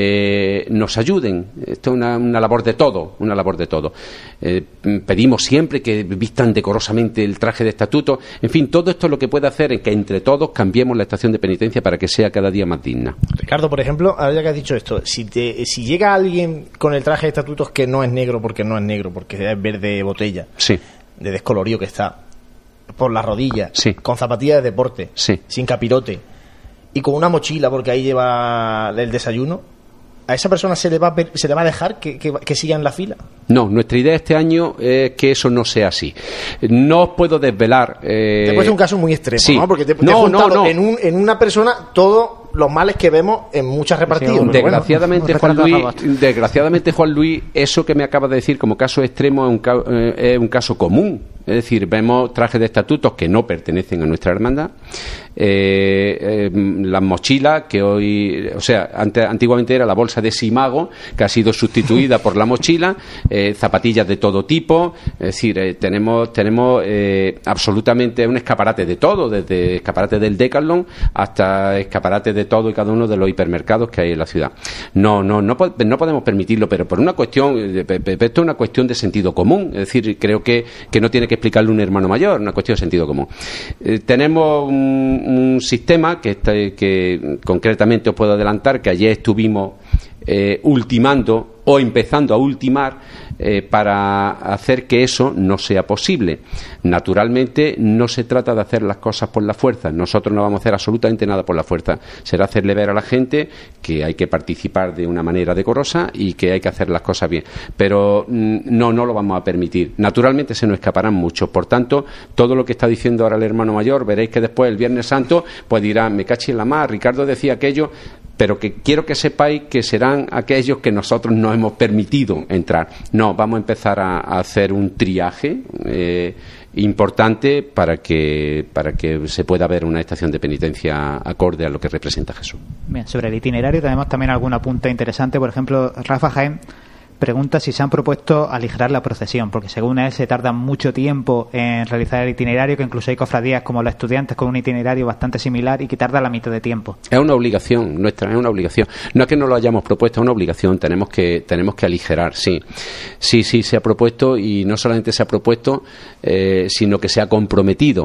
eh, nos ayuden. Esto es una, una labor de todo, una labor de todo. Eh, pedimos siempre que vistan decorosamente el traje de estatuto. En fin, todo esto lo que puede hacer es que entre todos cambiemos la estación de penitencia para que sea cada día más digna. Ricardo, por ejemplo, ahora ya que has dicho esto, si, te, si llega alguien con el traje de estatutos que no es negro porque no es negro, porque es verde botella, sí, de descolorido que está, por las rodillas, sí, con zapatillas de deporte, sí, sin capirote, y con una mochila porque ahí lleva el desayuno, ¿a esa persona se le va a, se le va a dejar que, que, que siga en la fila? No, nuestra idea este año es que eso no sea así. No os puedo desvelar... Eh... Te he puesto un caso muy extremo, sí. ¿no? Porque te, te no, he juntado no, no. En, un, en una persona todos los males que vemos en muchas repartidas. Sí, desgraciadamente, bueno, Juan Luis, desgraciadamente, Juan Luis, eso que me acaba de decir como caso extremo es un, ca eh, es un caso común. Es decir, vemos trajes de estatutos que no pertenecen a nuestra hermandad, eh, eh, las mochilas que hoy, o sea, antes, antiguamente era la bolsa de Simago, que ha sido sustituida por la mochila, eh, zapatillas de todo tipo. Es decir, eh, tenemos tenemos eh, absolutamente un escaparate de todo, desde escaparate del Decathlon hasta escaparate de todo y cada uno de los hipermercados que hay en la ciudad. No, no, no, no podemos permitirlo, pero por una cuestión, esto es una cuestión de sentido común. Es decir, creo que, que no tiene que explicarle un hermano mayor, una cuestión de sentido común. Eh, tenemos un, un sistema que, está, que concretamente os puedo adelantar, que ayer estuvimos eh, ultimando o empezando a ultimar eh, para hacer que eso no sea posible. Naturalmente no se trata de hacer las cosas por la fuerza. Nosotros no vamos a hacer absolutamente nada por la fuerza. Será hacerle ver a la gente que hay que participar de una manera decorosa y que hay que hacer las cosas bien. Pero no, no lo vamos a permitir. Naturalmente se nos escaparán muchos. Por tanto, todo lo que está diciendo ahora el hermano mayor, veréis que después el Viernes Santo pues dirán, me caché en la mar, Ricardo decía aquello, pero que quiero que sepáis que serán aquellos que nosotros no hemos permitido entrar. No, vamos a empezar a, a hacer un triaje eh, importante para que para que se pueda ver una estación de penitencia acorde a lo que representa Jesús. Bien, sobre el itinerario tenemos también algún apunte interesante. Por ejemplo, Rafa Jaén pregunta si se han propuesto aligerar la procesión, porque según él se tarda mucho tiempo en realizar el itinerario, que incluso hay cofradías como los estudiantes con un itinerario bastante similar y que tarda la mitad de tiempo. Es una obligación nuestra, es una obligación. No es que no lo hayamos propuesto, es una obligación, tenemos que tenemos que aligerar, sí. Sí, sí, se ha propuesto y no solamente se ha propuesto, eh, sino que se ha comprometido.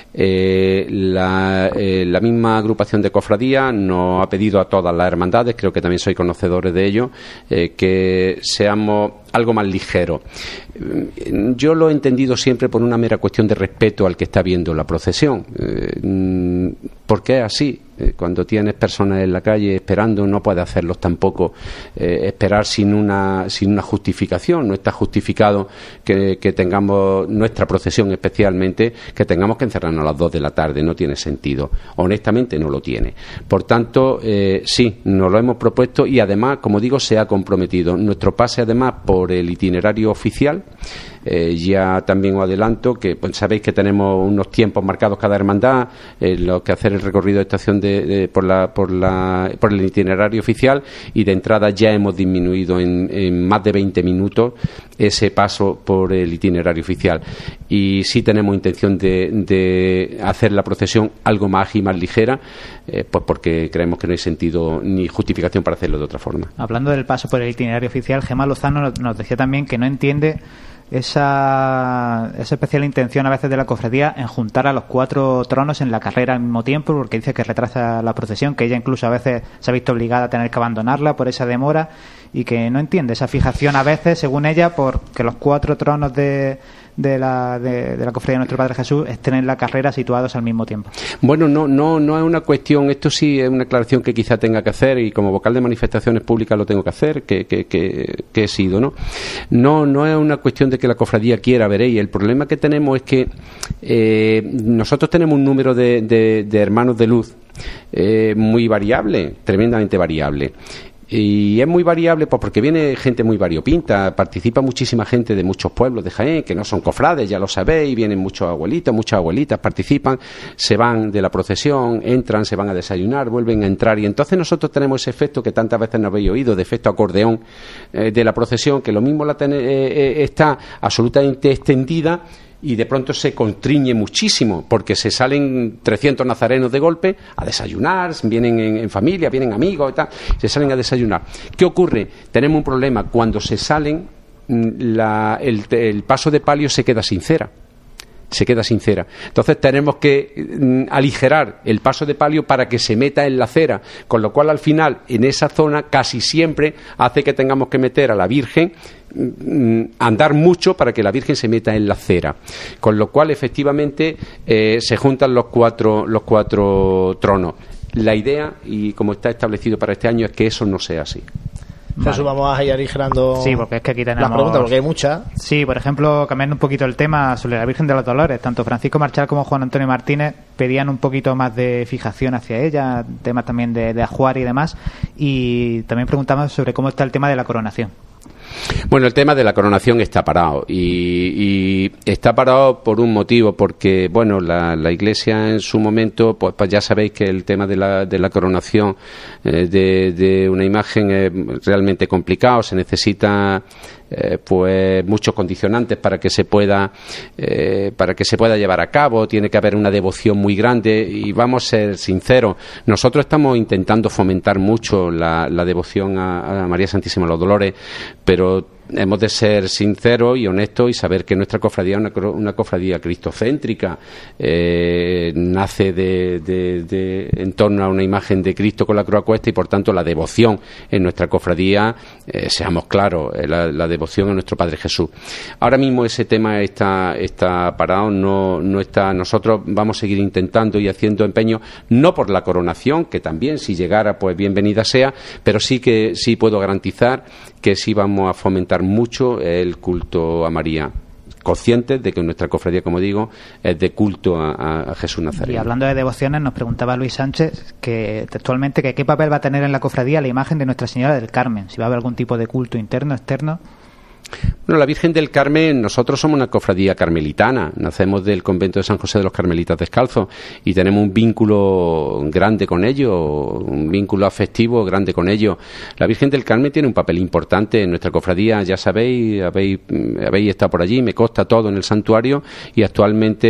Eh, la, eh, la misma agrupación de cofradías nos ha pedido a todas las hermandades, creo que también sois conocedores de ello, eh, que seamos algo más ligeros. Yo lo he entendido siempre por una mera cuestión de respeto al que está viendo la procesión, eh, porque es así. Cuando tienes personas en la calle esperando, no puedes hacerlos tampoco eh, esperar sin una sin una justificación. No está justificado que, que tengamos nuestra procesión, especialmente, que tengamos que encerrarnos a las dos de la tarde. No tiene sentido. Honestamente no lo tiene. Por tanto, eh, sí, nos lo hemos propuesto y además, como digo, se ha comprometido. Nuestro pase, además, por el itinerario oficial Eh, ya también os adelanto que pues, sabéis que tenemos unos tiempos marcados cada hermandad en los que hacer el recorrido de estación de, de, por, la, por, la, por el itinerario oficial, y de entrada ya hemos disminuido en, en más de veinte minutos ese paso por el itinerario oficial, y sí tenemos intención de, de hacer la procesión algo más ágil, más ligera, eh, pues porque creemos que no hay sentido ni justificación para hacerlo de otra forma. Hablando del paso por el itinerario oficial, Gemma Lozano nos decía también que no entiende esa, esa especial intención a veces de la cofradía en juntar a los cuatro tronos en la carrera al mismo tiempo, porque dice que retrasa la procesión, que ella incluso a veces se ha visto obligada a tener que abandonarla por esa demora, y que no entiende esa fijación a veces, según ella, por que los cuatro tronos de, de, la, de, de la cofradía de Nuestro Padre Jesús estén en la carrera situados al mismo tiempo. Bueno, no, no, no es una cuestión, esto sí es una aclaración que quizá tenga que hacer, y como vocal de manifestaciones públicas lo tengo que hacer, que, que, que, que he sido, ¿no? No, no es una cuestión de que la cofradía quiera, veréis, el problema que tenemos es que eh, nosotros tenemos un número de, de, de hermanos de luz eh, muy variable, tremendamente variable. Y es muy variable pues porque viene gente muy variopinta, participa muchísima gente de muchos pueblos de Jaén que no son cofrades, ya lo sabéis, vienen muchos abuelitos, muchas abuelitas, participan, se van de la procesión, entran, se van a desayunar, vuelven a entrar, y entonces nosotros tenemos ese efecto que tantas veces nos habéis oído, de efecto acordeón eh, de la procesión, que lo mismo la ten- eh, eh, está absolutamente extendida, y de pronto se constriñe muchísimo porque se salen trescientos nazarenos de golpe a desayunar, vienen en, en familia, vienen amigos y tal, se salen a desayunar. ¿Qué ocurre? Tenemos un problema, cuando se salen la, el, el paso de palio se queda sin cera. se queda sincera. Entonces tenemos que mm, aligerar el paso de palio para que se meta en la acera, con lo cual al final en esa zona casi siempre hace que tengamos que meter a la Virgen, mm, andar mucho para que la Virgen se meta en la acera, con lo cual efectivamente eh, se juntan los cuatro, los cuatro tronos. La idea, y como está establecido para este año, es que eso no sea así. Vale. Jesús, vamos a ir aligerando sí, porque es que aquí tenemos las preguntas, porque hay muchas. Sí, por ejemplo, cambiando un poquito el tema sobre la Virgen de los Dolores, tanto Francisco Marchal como Juan Antonio Martínez pedían un poquito más de fijación hacia ella, temas también de, de ajuar y demás, y también preguntamos sobre cómo está el tema de la coronación. Bueno, el tema de la coronación está parado y, y está parado por un motivo, porque bueno, la, la Iglesia en su momento, pues, pues ya sabéis que el tema de la, de la coronación eh, de, de una imagen es realmente complicado, se necesita eh, pues muchos condicionantes para que se pueda eh, para que se pueda llevar a cabo, tiene que haber una devoción muy grande y vamos a ser sinceros, nosotros estamos intentando fomentar mucho la, la devoción a, a María Santísima de los Dolores, pero hemos de ser sinceros y honestos y saber que nuestra cofradía es una, una cofradía cristocéntrica, eh, nace de, de, de, en torno a una imagen de Cristo con la cruz a cuesta, y por tanto la devoción en nuestra cofradía, eh, seamos claros, eh, la, la devoción a nuestro Padre Jesús. Ahora mismo ese tema está, está parado, no, no está. Nosotros vamos a seguir intentando y haciendo empeño, no por la coronación, que también si llegara pues bienvenida sea, pero sí que sí puedo garantizar que sí vamos a fomentar mucho el culto a María, conscientes de que nuestra cofradía, como digo, es de culto a, a Jesús Nazareno. Y hablando de devociones, nos preguntaba Luis Sánchez que textualmente que qué papel va a tener en la cofradía la imagen de Nuestra Señora del Carmen, si va a haber algún tipo de culto interno, externo. Bueno, la Virgen del Carmen, nosotros somos una cofradía carmelitana, nacemos del convento de San José de los Carmelitas Descalzos y tenemos un vínculo grande con ellos, un vínculo afectivo grande con ellos. La Virgen del Carmen tiene un papel importante en nuestra cofradía, ya sabéis, habéis, habéis estado por allí, me consta todo en el santuario, y actualmente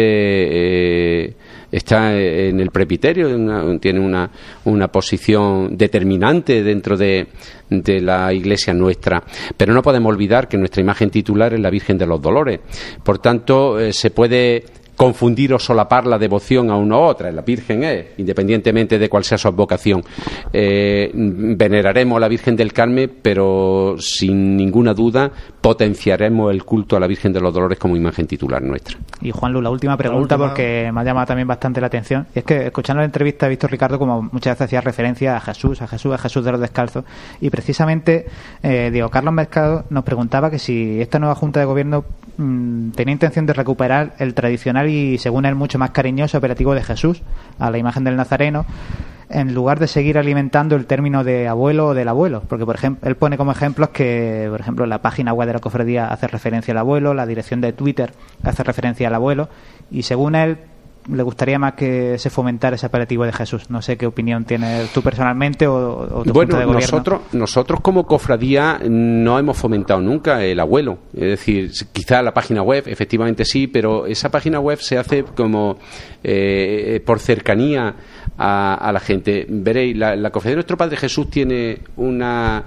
eh, está en el presbiterio, una, tiene una, una posición determinante dentro de, de la iglesia nuestra, pero no podemos olvidar que nuestra imagen titular es la Virgen de los Dolores, por tanto eh, se puede confundir o solapar la devoción a una u otra. La Virgen es, independientemente de cuál sea su advocación. Eh, veneraremos a la Virgen del Carmen, pero sin ninguna duda potenciaremos el culto a la Virgen de los Dolores como imagen titular nuestra. Y Juanlu, la última pregunta, la última... porque me ha llamado también bastante la atención, y es que escuchando la entrevista he visto, Ricardo, como muchas veces hacía referencia a Jesús, a Jesús, a Jesús de los Descalzos, y precisamente eh, Diego Carlos Mercado nos preguntaba que si esta nueva Junta de Gobierno mmm, tenía intención de recuperar el tradicional y, según él, mucho más cariñoso operativo de Jesús a la imagen del Nazareno, en lugar de seguir alimentando el término de abuelo o del abuelo, porque por ejemplo él pone como ejemplos que, por ejemplo, la página web de la cofradía hace referencia al abuelo, la dirección de Twitter hace referencia al abuelo, y según él le gustaría más que se fomentara ese apelativo de Jesús. No sé qué opinión tienes tú personalmente o, o tu bueno, punto de gobierno. Nosotros, nosotros como cofradía no hemos fomentado nunca el abuelo. Es decir, quizá la página web, efectivamente sí, pero esa página web se hace como eh, por cercanía a, a la gente. Veréis, la, la cofradía de Nuestro Padre Jesús tiene una,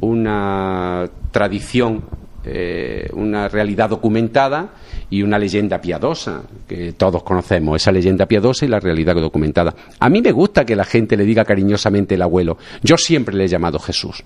una tradición, eh, una realidad documentada y una leyenda piadosa que todos conocemos, esa leyenda piadosa y la realidad documentada. A mí me gusta que la gente le diga cariñosamente el abuelo. Yo siempre le he llamado Jesús.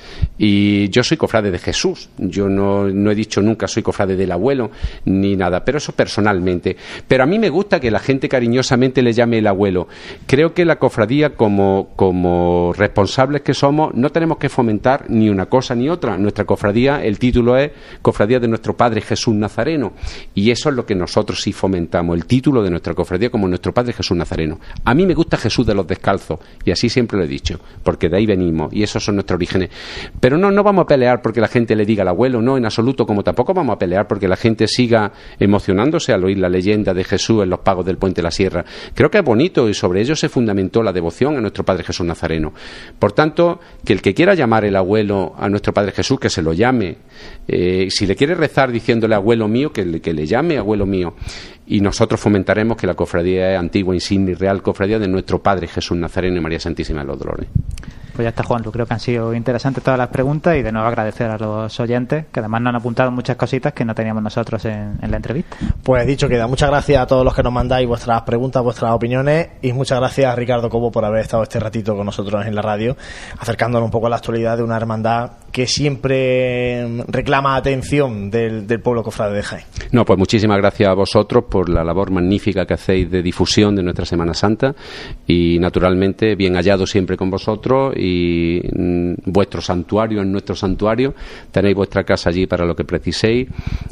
Y yo soy cofrade de Jesús. Yo no, no he dicho nunca soy cofrade del abuelo ni nada, pero eso personalmente. Pero a mí me gusta que la gente cariñosamente le llame el abuelo. Creo que la cofradía, como, como responsables que somos, no tenemos que fomentar ni una cosa ni otra. Nuestra cofradía, el título es Cofradía de Nuestro Padre Jesús Nazareno, y eso es lo que nosotros sí fomentamos, el título de nuestra cofradía como Nuestro Padre Jesús Nazareno. A mí me gusta Jesús de los Descalzos, y así siempre lo he dicho, porque de ahí venimos y esos son nuestros orígenes. Pero no, no vamos a pelear porque la gente le diga al abuelo, no, en absoluto, como tampoco vamos a pelear porque la gente siga emocionándose al oír la leyenda de Jesús en los pagos del Puente de la Sierra. Creo que es bonito y sobre ello se fundamentó la devoción a nuestro Padre Jesús Nazareno. Por tanto, que el que quiera llamar el abuelo a nuestro Padre Jesús, que se lo llame. Eh, si le quiere rezar diciéndole abuelo mío, que le, que le llame abuelo mío. Y nosotros fomentaremos que la cofradía es antigua, insignia y real cofradía de nuestro Padre Jesús Nazareno y María Santísima de los Dolores. Pues ya está, Juan. Yo creo que han sido interesantes todas las preguntas y de nuevo agradecer a los oyentes que además nos han apuntado muchas cositas que no teníamos nosotros en, en la entrevista. Pues dicho queda. Muchas gracias a todos los que nos mandáis vuestras preguntas, vuestras opiniones, y muchas gracias a Ricardo Cobo por haber estado este ratito con nosotros en la radio, acercándonos un poco a la actualidad de una hermandad que siempre reclama atención del, del pueblo cofrade de Jaén. No, pues muchísimas gracias a vosotros por la labor magnífica que hacéis de difusión de nuestra Semana Santa, y naturalmente bien hallado siempre con vosotros, y mm, vuestro santuario es nuestro santuario, tenéis vuestra casa allí para lo que preciséis,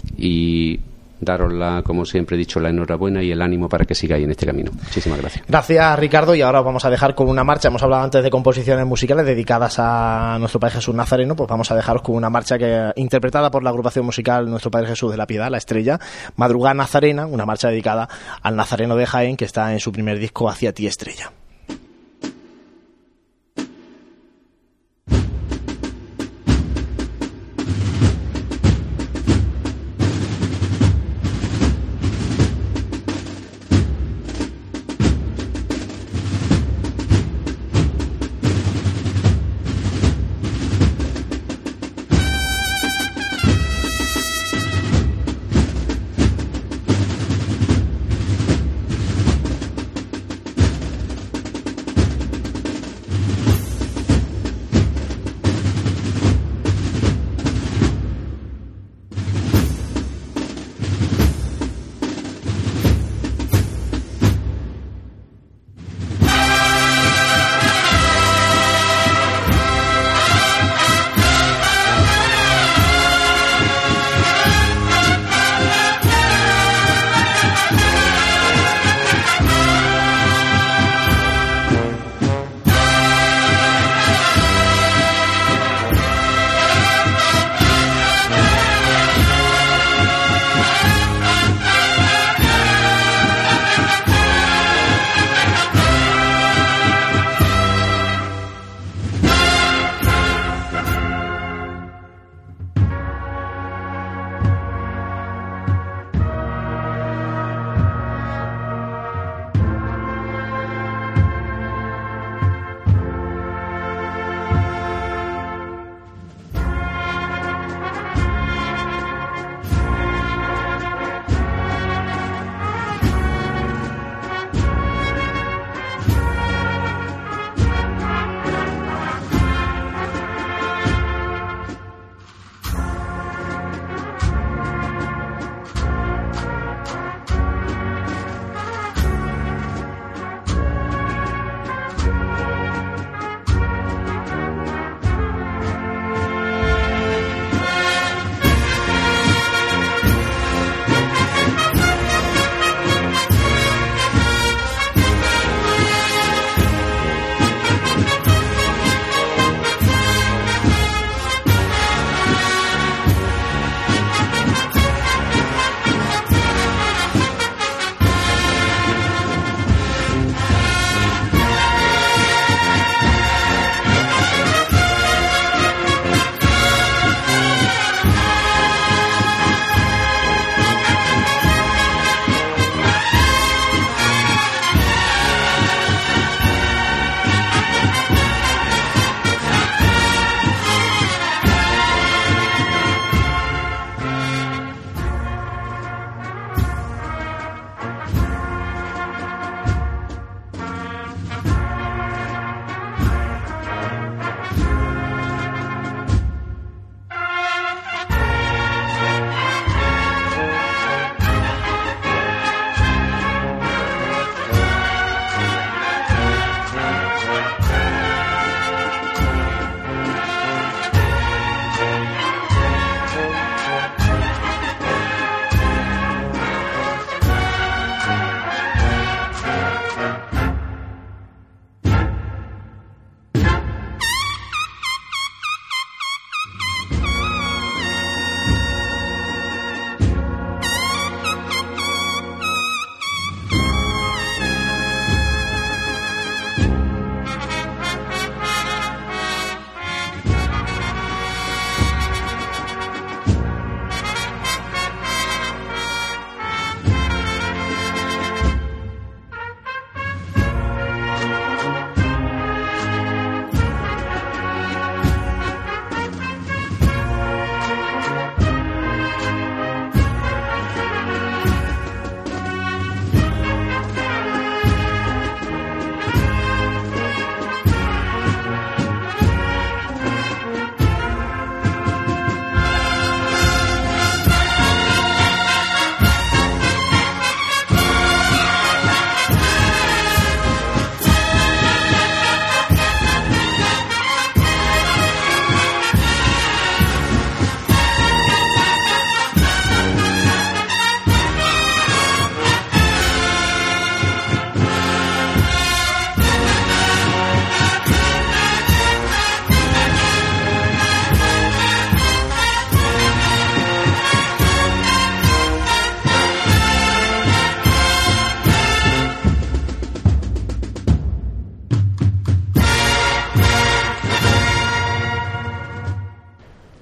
y daros la, como siempre he dicho, la enhorabuena y el ánimo para que sigáis en este camino. Muchísimas gracias. Gracias, Ricardo, y ahora os vamos a dejar con una marcha. Hemos hablado antes de composiciones musicales dedicadas a nuestro Padre Jesús Nazareno, pues vamos a dejaros con una marcha que interpretada por la agrupación musical Nuestro Padre Jesús de la Piedad, La Estrella, Madrugada Nazarena, una marcha dedicada al Nazareno de Jaén, que está en su primer disco Hacia ti, Estrella.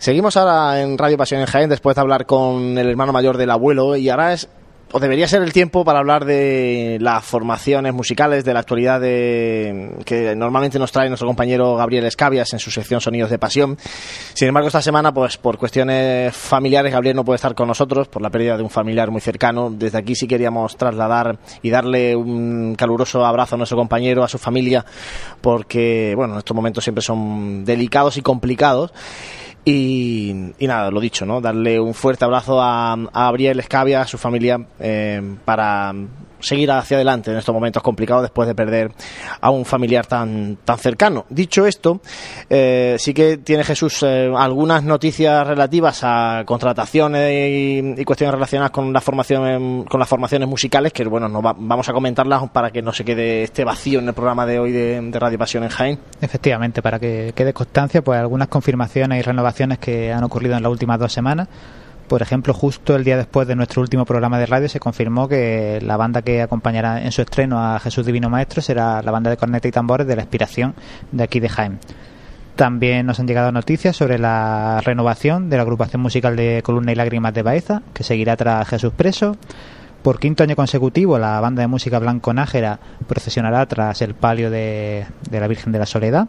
Seguimos ahora en Radio Pasión en Jaén después de hablar con el hermano mayor del abuelo, y ahora es o debería ser el tiempo para hablar de las formaciones musicales, de la actualidad de, que normalmente nos trae nuestro compañero Gabriel Escabias en su sección Sonidos de Pasión. Sin embargo, esta semana, pues por cuestiones familiares, Gabriel no puede estar con nosotros por la pérdida de un familiar muy cercano. Desde aquí sí queríamos trasladar y darle un caluroso abrazo a nuestro compañero, a su familia, porque, bueno, estos momentos siempre son delicados y complicados. Y, y nada, lo dicho, ¿no? Darle un fuerte abrazo a, a Gabriel Escabia, a su familia, eh, para seguir hacia adelante en estos momentos complicados después de perder a un familiar tan tan cercano. Dicho esto, eh, sí que tiene Jesús eh, algunas noticias relativas a contrataciones y, y cuestiones relacionadas con la formación, con las formaciones musicales, que bueno, nos va, vamos a comentarlas para que no se quede este vacío en el programa de hoy de, de Radio Pasión en Jaén. Efectivamente, para que quede constancia, pues algunas confirmaciones y renovaciones que han ocurrido en las últimas dos semanas. Por ejemplo, justo el día después de nuestro último programa de radio se confirmó que la banda que acompañará en su estreno a Jesús Divino Maestro será la banda de corneta y tambores de La Inspiración de aquí de Jaén. También nos han llegado noticias sobre la renovación de la agrupación musical de Columna y Lágrimas de Baeza, que seguirá tras Jesús Preso. Por quinto año consecutivo, la banda de música Blanco Nájera procesionará tras el palio de, de la Virgen de la Soledad.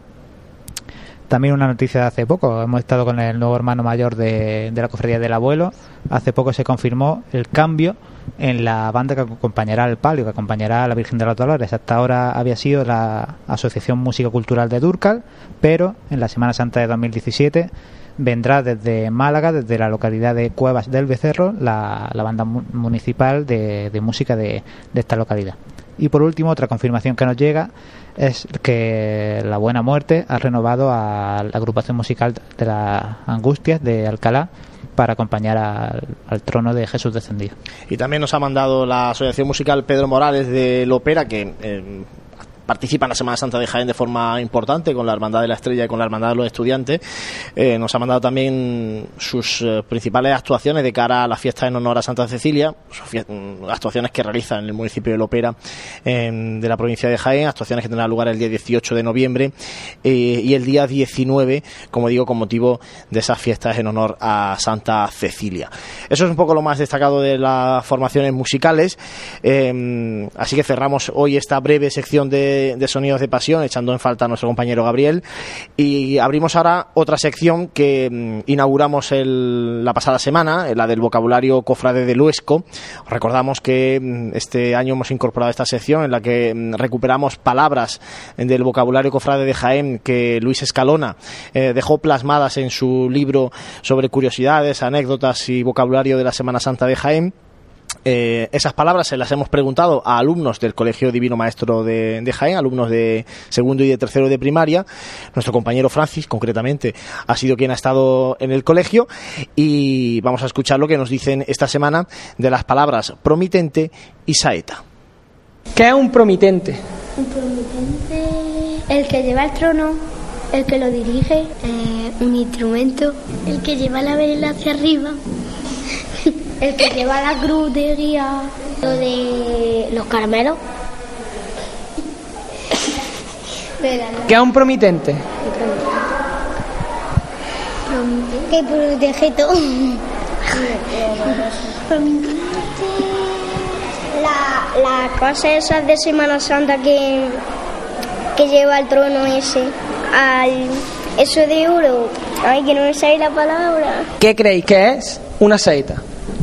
También una noticia de hace poco, hemos estado con el nuevo hermano mayor de, de la Cofradía del Abuelo. Hace poco se confirmó el cambio en la banda que acompañará al palio, que acompañará a la Virgen de los Dolores. Hasta ahora había sido la Asociación Música Cultural de Dúrcal, pero en la Semana Santa de dos mil diecisiete vendrá desde Málaga, desde la localidad de Cuevas del Becerro, la, la banda mu- municipal de, de música de, de esta localidad. Y por último, otra confirmación que nos llega es que La Buena Muerte ha renovado a la agrupación musical de las Angustias de Alcalá para acompañar al, al trono de Jesús descendido. Y también nos ha mandado la Asociación Musical Pedro Morales de Lopera, que eh, participa en la Semana Santa de Jaén de forma importante con la Hermandad de la Estrella y con la Hermandad de los Estudiantes. Eh, nos ha mandado también sus eh, principales actuaciones de cara a la fiesta en honor a Santa Cecilia, fiest- actuaciones que realiza en el municipio de Lopera, eh, de la provincia de Jaén, actuaciones que tendrán lugar el día dieciocho de noviembre eh, y el día diecinueve, como digo, con motivo de esas fiestas en honor a Santa Cecilia. Eso es un poco lo más destacado de las formaciones musicales. Eh, así que cerramos hoy esta breve sección de de Sonidos de Pasión, echando en falta a nuestro compañero Gabriel, y abrimos ahora otra sección que mm, inauguramos el, la pasada semana, la del vocabulario cofrade de Luesco. Recordamos que mm, este año hemos incorporado esta sección en la que mm, recuperamos palabras del vocabulario cofrade de Jaén que Luis Escalona eh, dejó plasmadas en su libro sobre curiosidades, anécdotas y vocabulario de la Semana Santa de Jaén. Eh, esas palabras se las hemos preguntado a alumnos del Colegio Divino Maestro de, de Jaén, alumnos de segundo y de tercero de primaria. Nuestro compañero Francis, concretamente, ha sido quien ha estado en el colegio, y vamos a escuchar lo que nos dicen esta semana de las palabras promitente y saeta. ¿Qué es un promitente? Un promitente, el que lleva el trono, el que lo dirige, eh, un instrumento, el que lleva la vela hacia arriba. El que lleva la cruz de guía, lo de los caramelos. ¿Qué es un promitente? Que protege todo. La, la cosa esa de Semana Santa que, que lleva el trono ese, al, eso de oro. Ay, que no me sale la palabra. ¿Qué creéis que es una saeta?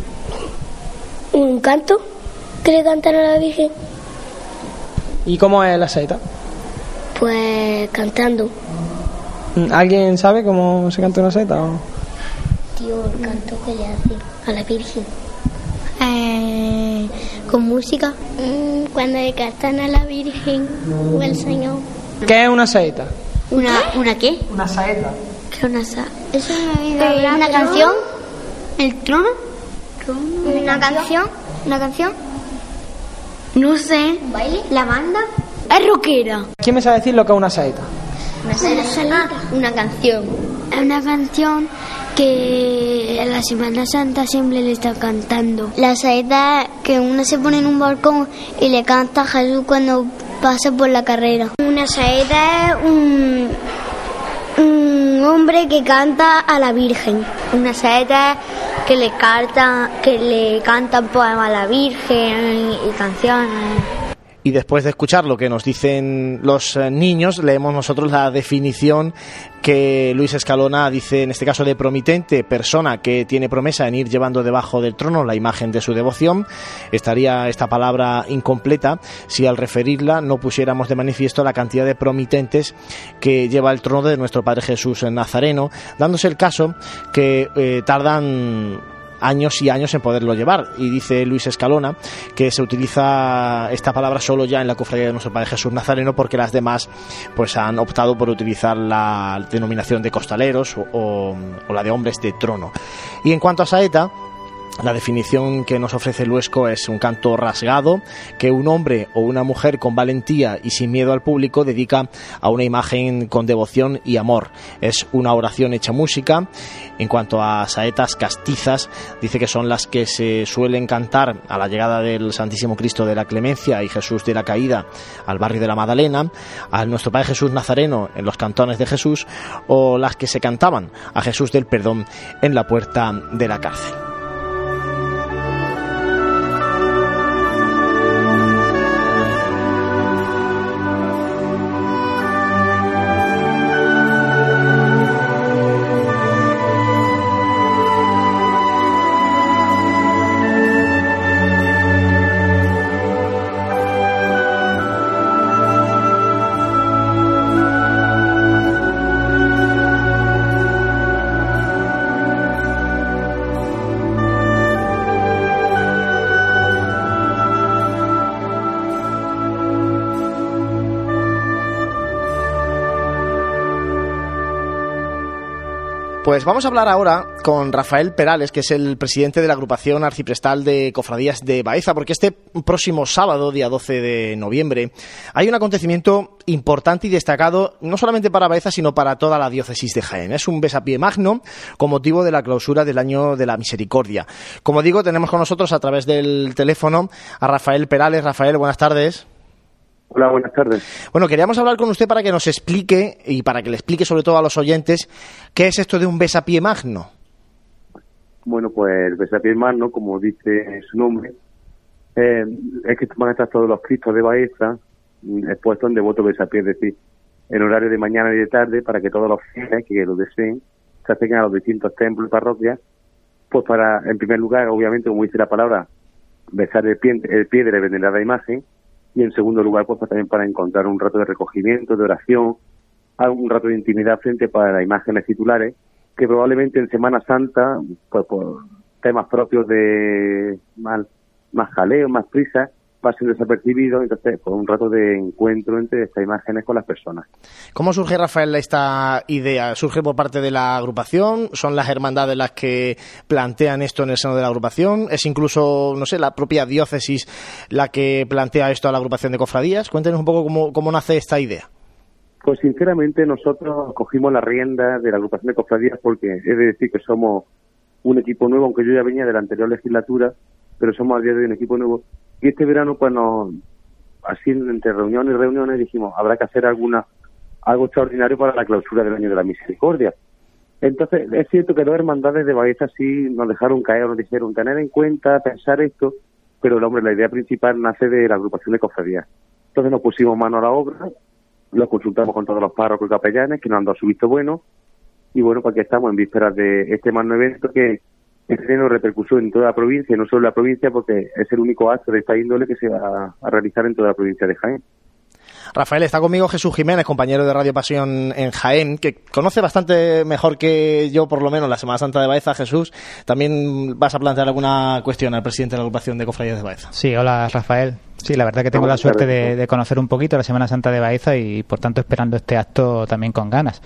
Un canto que le cantan a la Virgen. ¿Y cómo es la saeta? Pues cantando. ¿Alguien sabe cómo se canta una saeta? ¿O? Tío, el canto que le hacen a la Virgen. Eh, con música. Mm, cuando le cantan a la Virgen o al Señor. ¿Qué es una saeta? ¿Una, ¿una qué? Una saeta. ¿Qué es una saeta? Eso me viene ¿Una canción? ¿El trono? ¿Una canción? ¿Una canción? No sé. ¿Un baile? ¿La banda? Es rockera. ¿Quién me sabe decir lo que es una saeta? Una saeta. Una canción. Es una canción que en la Semana Santa siempre le está cantando. La saeta que uno se pone en un balcón y le canta a Jesús cuando pasa por la carrera. Una saeta es un, un hombre que canta a la Virgen, unas saetas que le cantan, que le cantan poemas a la Virgen y canciones. Y después de escuchar lo que nos dicen los niños, leemos nosotros la definición que Luis Escalona dice, en este caso de promitente, persona que tiene promesa en ir llevando debajo del trono la imagen de su devoción. Estaría esta palabra incompleta si al referirla no pusiéramos de manifiesto la cantidad de promitentes que lleva el trono de nuestro Padre Jesús Nazareno, dándose el caso que eh, tardan años y años en poderlo llevar, y dice Luis Escalona que se utiliza esta palabra solo ya en la cofradía de nuestro Padre Jesús Nazareno, porque las demás pues han optado por utilizar la denominación de costaleros o, o, o la de hombres de trono. Y en cuanto a saeta, la definición que nos ofrece Luesco es un canto rasgado que un hombre o una mujer con valentía y sin miedo al público dedica a una imagen con devoción y amor. Es una oración hecha música. En cuanto a saetas castizas, dice que son las que se suelen cantar a la llegada del Santísimo Cristo de la Clemencia y Jesús de la Caída al barrio de la Magdalena, a nuestro Padre Jesús Nazareno en los cantones de Jesús, o las que se cantaban a Jesús del Perdón en la puerta de la cárcel. Pues vamos a hablar ahora con Rafael Perales, que es el presidente de la agrupación arciprestal de Cofradías de Baeza, porque este próximo sábado, día doce de noviembre, hay un acontecimiento importante y destacado, no solamente para Baeza, sino para toda la diócesis de Jaén. Es un besapié magno con motivo de la clausura del Año de la Misericordia. Como digo, tenemos con nosotros a través del teléfono a Rafael Perales. Rafael, buenas tardes. Hola, buenas tardes. Bueno, queríamos hablar con usted para que nos explique, y para que le explique sobre todo a los oyentes, qué es esto de un besapié magno. Bueno, pues el besapié magno, como dice su nombre, eh, es que van a estar todos los Cristos de Baeza expuestos en devoto besapié, es decir, en horario de mañana y de tarde, para que todos los fieles que lo deseen se acerquen a los distintos templos y parroquias, pues para, en primer lugar, obviamente, como dice la palabra, besar el pie, el pie de la venerada imagen, y en segundo lugar, pues también para encontrar un rato de recogimiento, de oración, un rato de intimidad frente para las imágenes titulares, que probablemente en Semana Santa, pues por temas propios de más, más jaleo, más prisa, pasen desapercibidos. Entonces, pues un rato de encuentro entre estas imágenes con las personas. ¿Cómo surge, Rafael, esta idea? ¿Surge por parte de la agrupación? ¿Son las hermandades las que plantean esto en el seno de la agrupación? ¿Es incluso, no sé, la propia diócesis la que plantea esto a la agrupación de cofradías? Cuéntenos un poco cómo, cómo nace esta idea. Pues sinceramente nosotros cogimos la rienda de la agrupación de cofradías porque he de decir que somos un equipo nuevo, aunque yo ya venía de la anterior legislatura, pero somos a día de hoy un equipo nuevo. Y este verano, pues nos, así entre reuniones y reuniones, dijimos, habrá que hacer alguna algo extraordinario para la clausura del Año de la Misericordia. Entonces, es cierto que dos hermandades de Baeza sí nos dejaron caer, nos dijeron tener en cuenta, pensar esto, pero hombre, la idea principal nace de la agrupación de cofradías. Entonces nos pusimos mano a la obra, lo consultamos con todos los párrocos y capellanes, que nos han dado su visto bueno, y bueno, pues aquí estamos en vísperas de este magno evento que tiene repercusión en toda la provincia, no solo en la provincia, porque es el único acto de esta índole que se va a realizar en toda la provincia de Jaén. Rafael, está conmigo Jesús Jiménez, compañero de Radio Pasión en Jaén, que conoce bastante mejor que yo, por lo menos, la Semana Santa de Baeza. Jesús, ¿también vas a plantear alguna cuestión al presidente de la agrupación de cofradías de Baeza? Sí, hola Rafael. Sí, la verdad que tengo la suerte de, de conocer un poquito la Semana Santa de Baeza y, por tanto, esperando este acto también con ganas.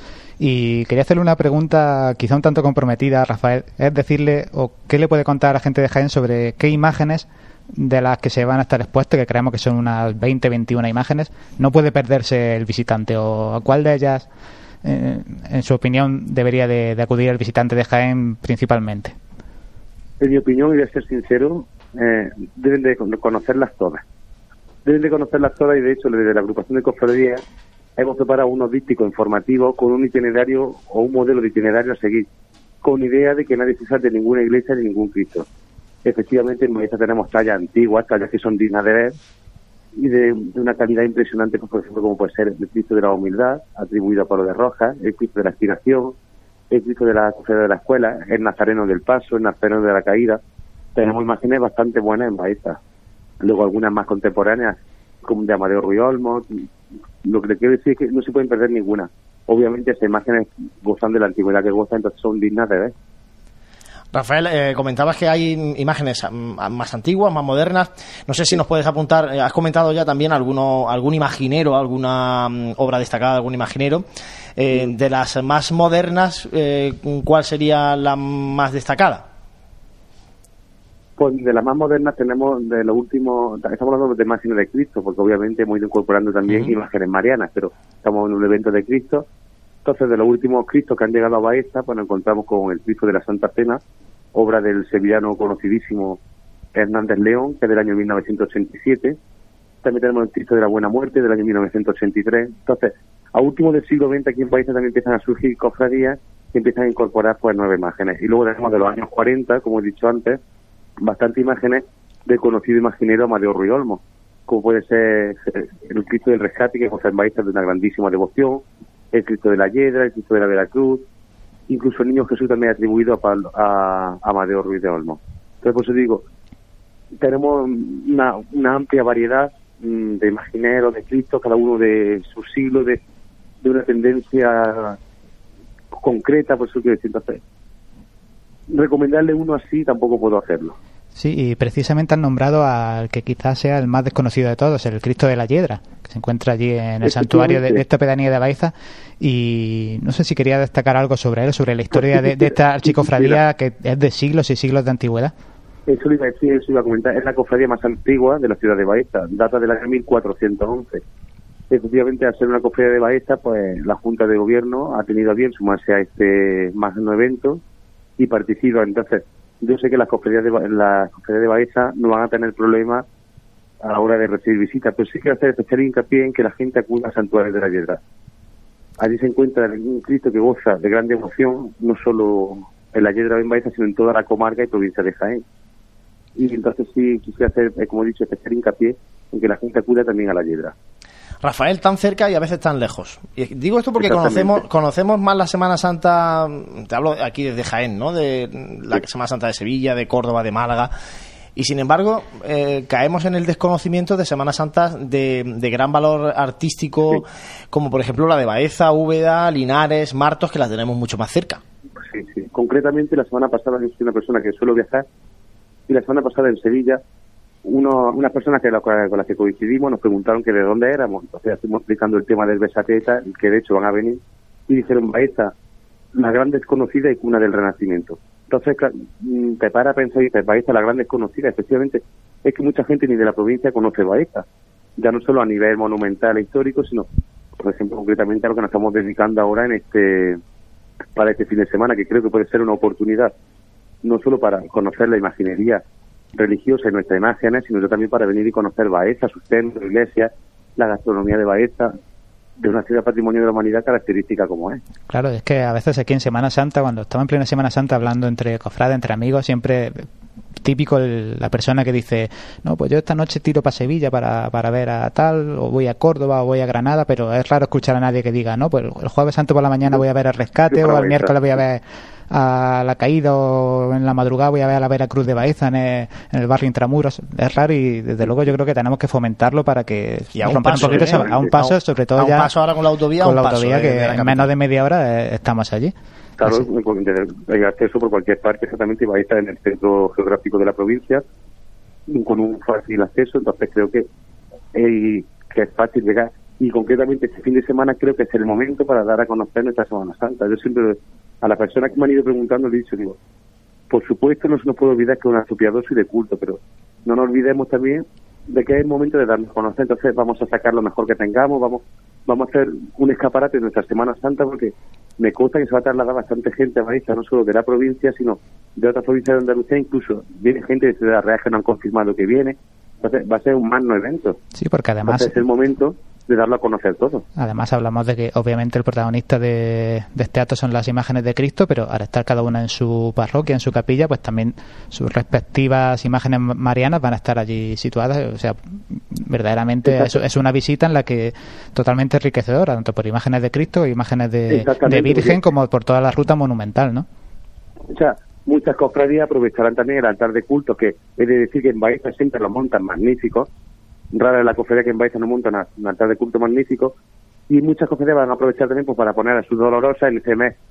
Y quería hacerle una pregunta quizá un tanto comprometida, Rafael, es decirle, o qué le puede contar a la gente de Jaén sobre qué imágenes de las que se van a estar expuestas, que creemos que son unas veinte, veintiuna imágenes, no puede perderse el visitante, o a cuál de ellas, eh, en su opinión, debería de, de acudir el visitante de Jaén principalmente. En mi opinión, y voy a ser sincero, eh, deben de conocerlas todas. Deben de conocerlas todas y, de hecho, desde la agrupación de cofradías hemos preparado unos dípticos informativos con un itinerario o un modelo de itinerario a seguir, con idea de que nadie se salte de ninguna iglesia ni ningún Cristo. Efectivamente, en Baeza tenemos tallas antiguas, tallas que son dignas de ver y de, de una calidad impresionante, pues, por ejemplo, como puede ser el Cristo de la Humildad, atribuido a Pablo de Rojas, el Cristo de la Aspiración, el Cristo de la Cofradía de la Escuela, el Nazareno del Paso, el Nazareno de la Caída. Tenemos imágenes bastante buenas en Baeza. Luego algunas más contemporáneas, como de Amadeo Ruiz Olmos. Lo que le quiero decir es que no se pueden perder ninguna. Obviamente esas imágenes gozan de la antigüedad que gozan, entonces son dignas de ver. Rafael, eh, comentabas que hay imágenes más antiguas, más modernas. No sé si nos puedes apuntar, eh, has comentado ya también alguno, algún imaginero, alguna um, obra destacada de algún imaginero. Eh, de las más modernas, eh, ¿cuál sería la más destacada? Pues de las más modernas tenemos de los últimos, estamos hablando de imágenes de Cristo, porque obviamente hemos ido incorporando también uh-huh. imágenes marianas, pero estamos en un evento de Cristo. Entonces, de los últimos Cristos que han llegado a Baeza, pues nos encontramos con el Cristo de la Santa Cena, obra del sevillano conocidísimo Hernández León, que es del año mil novecientos ochenta y siete. También tenemos el Cristo de la Buena Muerte, del año mil novecientos ochenta y tres. Entonces, a último del siglo veinte aquí en Baeza también empiezan a surgir cofradías que empiezan a incorporar pues nueve imágenes. Y luego tenemos de los años cuarenta, como he dicho antes, bastantes imágenes del conocido imaginero Amadeo Ruiz Olmos, como puede ser el Cristo del Rescate, que José Baeza de una grandísima devoción, el Cristo de la Hiedra, el Cristo de la Veracruz, incluso el Niño Jesús también atribuido a, Pablo, a, a Amadeo Ruiz de Olmos. Entonces, por eso digo, tenemos una, una amplia variedad mmm, de imagineros, de Cristo, cada uno de su siglo, de, de una tendencia concreta, por eso quiero decir, entonces, recomendarle uno así tampoco puedo hacerlo. Sí, y precisamente han nombrado al que quizás sea el más desconocido de todos, el Cristo de la Hiedra, que se encuentra allí en el santuario de, de esta pedanía de Baeza, y no sé si quería destacar algo sobre él, sobre la historia de, de esta archicofradía que es de siglos y siglos de antigüedad. Eso lo iba a decir, eso iba a comentar, es la cofradía más antigua de la ciudad de Baeza, data del año mil cuatrocientos once. Efectivamente, al ser una cofradía de Baeza, pues la Junta de Gobierno ha tenido a bien sumarse a este magno evento y participa. Entonces, yo sé que las cofradías de, las cofradías de Baeza no van a tener problemas a la hora de recibir visitas, pero sí quiero hacer especial hincapié en que la gente acuda al santuario de la Hiedra. Allí se encuentra un Cristo que goza de gran devoción, no solo en la Hiedra o en Baeza, sino en toda la comarca y provincia de Jaén. Y entonces sí quisiera hacer, como he dicho, especial hincapié en que la gente acuda también a la Hiedra. Rafael, tan cerca y a veces tan lejos. Y digo esto porque conocemos conocemos más la Semana Santa, te hablo aquí desde Jaén, ¿no? De la sí. Semana Santa de Sevilla, de Córdoba, de Málaga. Y sin embargo, eh, caemos en el desconocimiento de Semanas Santas de, de gran valor artístico, sí. como por ejemplo la de Baeza, Úbeda, Linares, Martos, que las tenemos mucho más cerca. Sí, sí. Concretamente, la semana pasada yo soy una persona que suelo viajar, y la semana pasada en Sevilla, Uno, unas personas que la, con las que coincidimos nos preguntaron que de dónde éramos. Entonces estuvimos explicando el tema del Besateta, que de hecho van a venir, y dijeron Baeza, la gran desconocida y cuna del Renacimiento. Entonces te para a pensar y dices, Baeza, la gran desconocida. Efectivamente, es que mucha gente ni de la provincia conoce Baeza, ya no solo a nivel monumental e histórico, sino, por ejemplo, concretamente a lo que nos estamos dedicando ahora en este para este fin de semana, que creo que puede ser una oportunidad no solo para conocer la imaginería religiosa y nuestras imágenes, sino también para venir y conocer Baeza, sus templos, iglesias, la gastronomía de Baeza, de una ciudad patrimonio de la humanidad característica como es. Claro, es que a veces aquí en Semana Santa, cuando estamos en plena Semana Santa hablando entre cofrades, entre amigos, siempre típico el, la persona que dice, no, pues yo esta noche tiro para Sevilla para, para ver a tal, o voy a Córdoba, o voy a Granada, pero es raro escuchar a nadie que diga, no, pues el Jueves Santo por la mañana voy a ver el Rescate, o el miércoles voy a ver a la Caída, o en la madrugada voy a ver a la Veracruz de Baeza en el, en el barrio Intramuros. Es raro y desde luego yo creo que tenemos que fomentarlo para que y a un paso, un poquito, ¿eh? a un paso, sobre todo a un ya paso ahora con la autovía, con un la paso autovía de, que de en menos de media hora eh, estamos allí. Claro, hay acceso por cualquier parte, exactamente, va a estar en el centro geográfico de la provincia, con un fácil acceso, entonces creo que, eh, que es fácil llegar. Y concretamente este fin de semana creo que es el momento para dar a conocer nuestra Semana Santa. Yo siempre, a las personas que me han ido preguntando, le he dicho, digo, por supuesto no se nos puede olvidar que es un acto piadoso y de culto, pero no nos olvidemos también de que es el momento de darnos a conocer, entonces vamos a sacar lo mejor que tengamos, vamos vamos a hacer un escaparate de nuestra Semana Santa, porque me consta que se va a trasladar bastante gente a Baeza, no solo de la provincia, sino de otras provincias de Andalucía, incluso viene gente de Ciudad Real que no han confirmado que viene, entonces va a ser un magno evento. Sí, porque además entonces es el momento de darlo a conocer todo. Además hablamos de que obviamente el protagonista de, de este acto son las imágenes de Cristo, pero al estar cada una en su parroquia, en su capilla, pues también sus respectivas imágenes marianas van a estar allí situadas. O sea, verdaderamente es, es una visita en la que totalmente enriquecedora, tanto por imágenes de Cristo, imágenes de, de Virgen, como por toda la ruta monumental, ¿no? O sea, muchas cofradías aprovecharán también el altar de culto, que es de decir que en Baeza siempre lo montan magníficos. Rara es la cofradía que en Baeza no montan un altar de culto magnífico, y muchas cofradías van a aprovechar también pues, para poner a su dolorosa en ese mes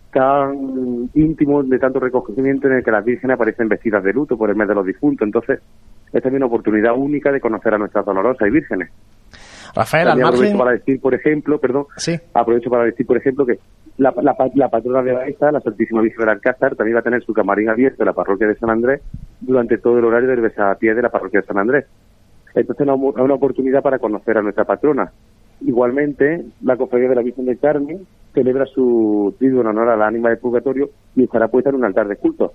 tan íntimo de tanto recogimiento en el que las vírgenes aparecen vestidas de luto por el mes de los difuntos. Entonces es también una oportunidad única de conocer a nuestras dolorosas y vírgenes. Rafael, también al margen... aprovecho para decir, por ejemplo, perdón, sí. aprovecho para decir, por ejemplo, que la, la, la patrona de Baeza, la Santísima Virgen del Alcázar, también va a tener su camarín abierto en la parroquia de San Andrés durante todo el horario del besapié de la parroquia de San Andrés. Entonces, es una, una oportunidad para conocer a nuestra patrona. Igualmente, la Cofradía de la Virgen del Carmen celebra su triduo en honor a la ánima del purgatorio y estará puesta en un altar de culto.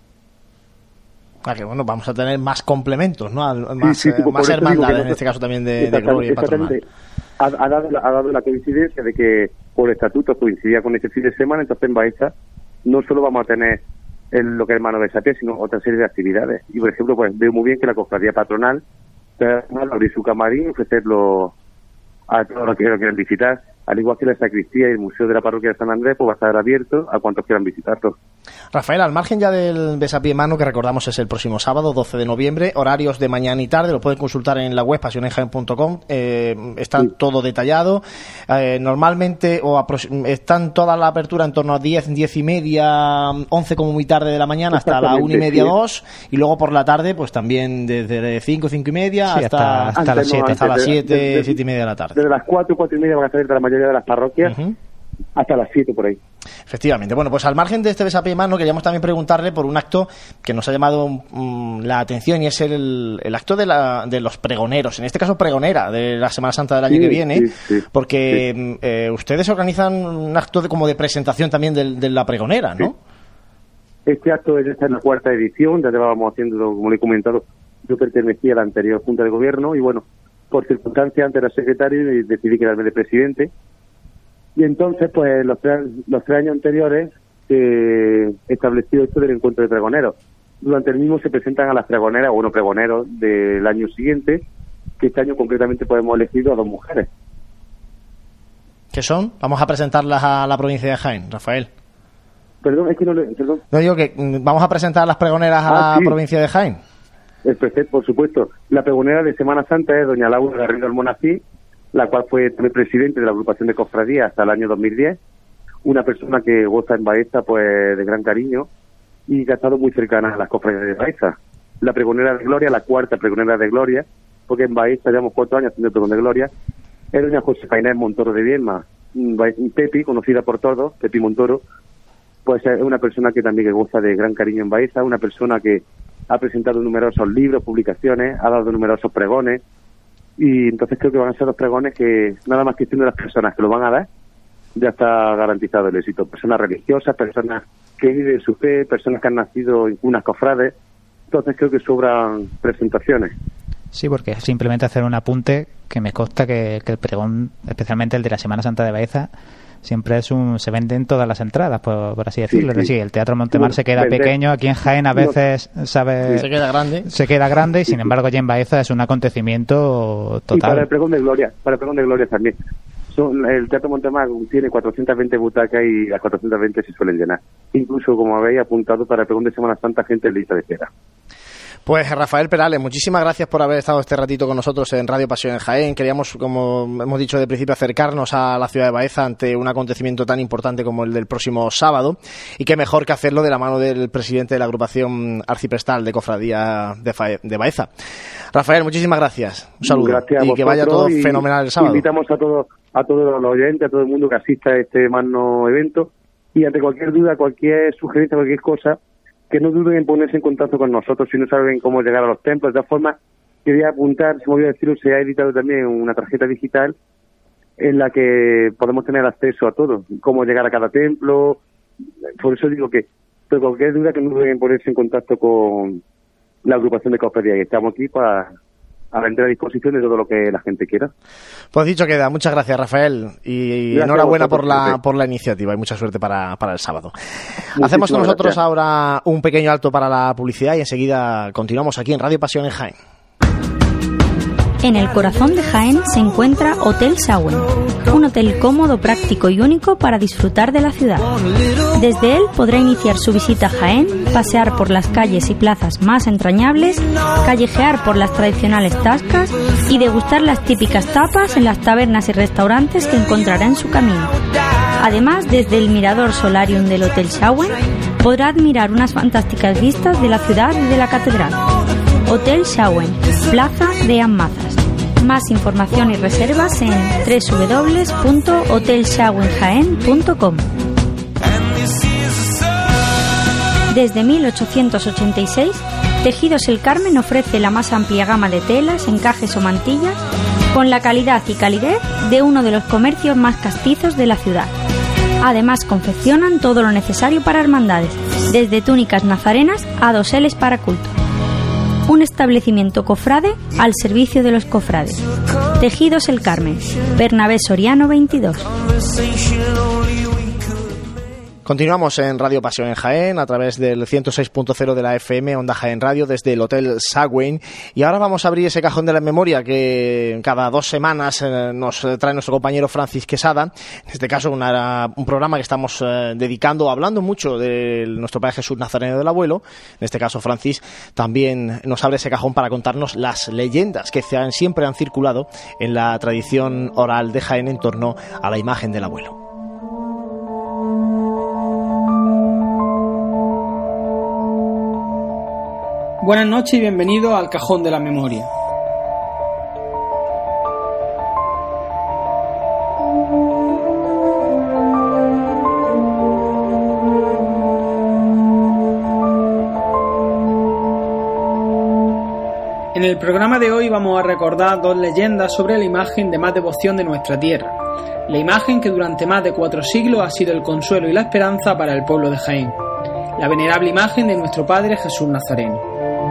Ah, que bueno, vamos a tener más complementos, ¿no? Más, sí, sí, eh, más hermandades, en no, este caso también de, de gloria y patronal. Ha, ha, dado la, ha dado la coincidencia de que por estatuto coincidía con ese fin de semana, entonces en Baeza no solo vamos a tener el, lo que es el mano de besapié, sino otra serie de actividades. Y por ejemplo, pues veo muy bien que la Cofradía Patronal abrir su camarín y ofrecerlo a todos los que lo quieran visitar, al igual que la sacristía y el Museo de la Parroquia de San Andrés, pues va a estar abierto a cuantos quieran visitarlo. Rafael, al margen ya del besapié mano, que recordamos es el próximo sábado, doce de noviembre, horarios de mañana y tarde, lo pueden consultar en la web pasión en jaén punto com, eh, está sí. todo detallado, eh, normalmente o apro- están toda la apertura en torno a diez, diez y media, once como muy tarde de la mañana hasta la una y media, sí. dos, y luego por la tarde pues también desde cinco, cinco y media sí, hasta, hasta, hasta las siete, no, hasta las siete, siete y media de la tarde. Desde las cuatro, cuatro y media van a salir de la mayoría de las parroquias. Uh-huh. Hasta las siete por ahí. Efectivamente. Bueno, pues al margen de este besapié mano, queríamos también preguntarle por un acto que nos ha llamado um, la atención, y es el, el acto de, la, de los pregoneros, en este caso pregonera de la Semana Santa del año sí, que viene, sí, sí, porque sí. Eh, ustedes organizan un acto de, como de presentación también de, de la pregonera, ¿no? Sí. Este acto es esta es la cuarta edición, ya llevábamos haciendo, como le he comentado, yo pertenecía a la anterior Junta de Gobierno y bueno, por circunstancias antes era secretario y decidí quedarme de presidente. Y entonces, pues, los tres, los tres años anteriores se estableció esto del encuentro de pregoneros. Durante el mismo se presentan a las pregoneras, o bueno, pregoneros del año siguiente, que este año concretamente pues hemos elegido a dos mujeres. ¿Qué son? Vamos a presentarlas a la provincia de Jaén, Rafael. Perdón, es que no le... Perdón. No, digo que vamos a presentar a las pregoneras a ah, la sí. provincia de Jaén. El prefecto, por supuesto. La pregonera de Semana Santa es doña Laura Garrido Almonací, la cual fue también presidente de la agrupación de cofradías hasta el año dos mil diez, una persona que goza en Baeza pues de gran cariño y que ha estado muy cercana a las cofradías de Baeza. La pregonera de Gloria, la cuarta pregonera de Gloria, porque en Baeza llevamos cuatro años haciendo el pregón de Gloria, es doña Josefa Inés Montoro de Viedma, Pepi, conocida por todos, Pepi Montoro, pues es una persona que también que goza de gran cariño en Baeza, una persona que ha presentado numerosos libros, publicaciones, ha dado numerosos pregones, y entonces creo que van a ser dos pregones que nada más que siendo las personas que lo van a dar ya está garantizado el éxito. Personas religiosas, personas que viven su fe, personas que han nacido en cunas cofrades, entonces creo que sobran presentaciones. Sí, porque simplemente hacer un apunte que me consta que, que el pregón, especialmente el de la Semana Santa de Baeza, siempre es un se venden todas las entradas, por, por así decirlo. Sí, sí. Es decir, el Teatro Montemar bueno, se queda vender. pequeño, aquí en Jaén a veces no, sabe se queda grande, se queda grande y sin sí, embargo allí en Baeza es un acontecimiento total. Y para el pregón de Gloria, para el pregón de Gloria también. Son, el Teatro Montemar tiene cuatrocientas veinte butacas y las cuatrocientas veinte se suelen llenar. Incluso, como habéis apuntado, para el pregón de Semana Santa gente en lista de espera. Pues Rafael Perales, muchísimas gracias por haber estado este ratito con nosotros en Radio Pasión en Jaén. Queríamos, como hemos dicho de principio, acercarnos a la ciudad de Baeza ante un acontecimiento tan importante como el del próximo sábado, y qué mejor que hacerlo de la mano del presidente de la agrupación arciprestal de Cofradía de, Fa- de Baeza. Rafael, muchísimas gracias. Un saludo. Gracias y que vaya todo fenomenal el sábado. Invitamos a todos a todos los oyentes, a todo el mundo que asista a este magno evento, y ante cualquier duda, cualquier sugerencia, cualquier cosa, que no duden en ponerse en contacto con nosotros si no saben cómo llegar a los templos. De todas formas, quería apuntar, se me olvidó decirlo, se ha editado también una tarjeta digital en la que podemos tener acceso a todo, cómo llegar a cada templo. Por eso digo que, pero cualquier duda que no duden en ponerse en contacto con la agrupación de cofradía, y estamos aquí para a la entera disposición de todo lo que la gente quiera. Pues dicho queda, muchas gracias, Rafael, y gracias enhorabuena por la por la iniciativa y mucha suerte para, para el sábado. Muchísimas Hacemos nosotros gracias. Ahora un pequeño alto para la publicidad y enseguida continuamos aquí en Radio Pasión en Jaén. En el corazón de Jaén se encuentra Hotel Sagüen, un hotel cómodo, práctico y único para disfrutar de la ciudad. Desde él podrá iniciar su visita a Jaén, pasear por las calles y plazas más entrañables, callejear por las tradicionales tascas y degustar las típicas tapas en las tabernas y restaurantes que encontrará en su camino. Además, desde el mirador Solarium del Hotel Sagüen podrá admirar unas fantásticas vistas de la ciudad y de la catedral. Hotel Sagüen, Plaza de Amazas. Más información y reservas en doble u doble u doble u punto hotel sagüen jaén punto com. Desde mil ochocientos ochenta y seis, Tejidos El Carmen ofrece la más amplia gama de telas, encajes o mantillas con la calidad y calidez de uno de los comercios más castizos de la ciudad. Además, confeccionan todo lo necesario para hermandades, desde túnicas nazarenas a doseles para culto. Un establecimiento cofrade al servicio de los cofrades. Tejidos El Carmen, Bernabé Soriano veintidós. Continuamos en Radio Pasión en Jaén a través del ciento seis punto cero de la F M, Onda Jaén Radio, desde el Hotel Sagüen. Y ahora vamos a abrir ese cajón de la memoria que cada dos semanas eh, nos trae nuestro compañero Francis Quesada. En este caso, una, un programa que estamos eh, dedicando, hablando mucho de nuestro Padre Jesús Nazareno del Abuelo. En este caso, Francis también nos abre ese cajón para contarnos las leyendas que se han, siempre han circulado en la tradición oral de Jaén en torno a la imagen del Abuelo. Buenas noches y bienvenido al Cajón de la Memoria. En el programa de hoy vamos a recordar dos leyendas sobre la imagen de más devoción de nuestra tierra, la imagen que durante más de cuatro siglos ha sido el consuelo y la esperanza para el pueblo de Jaén, la venerable imagen de nuestro Padre Jesús Nazareno.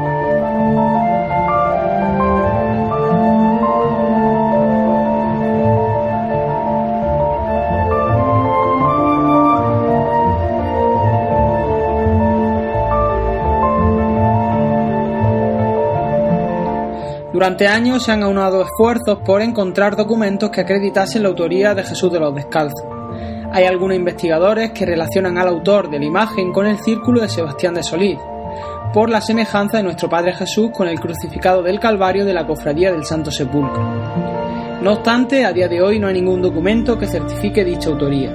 Durante años se han aunado esfuerzos por encontrar documentos que acreditasen la autoría de Jesús de los Descalzos. Hay algunos investigadores que relacionan al autor de la imagen con el círculo de Sebastián de Solís, por la semejanza de nuestro Padre Jesús con el crucificado del Calvario de la Cofradía del Santo Sepulcro. No obstante, a día de hoy no hay ningún documento que certifique dicha autoría.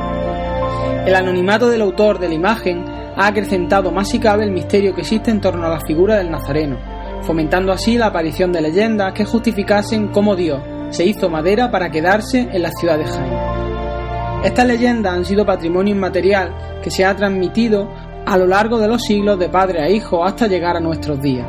El anonimato del autor de la imagen ha acrecentado más si cabe el misterio que existe en torno a la figura del Nazareno, fomentando así la aparición de leyendas que justificasen cómo Dios se hizo madera para quedarse en la ciudad de Jaén. Estas leyendas han sido patrimonio inmaterial que se ha transmitido a lo largo de los siglos de padre a hijo hasta llegar a nuestros días.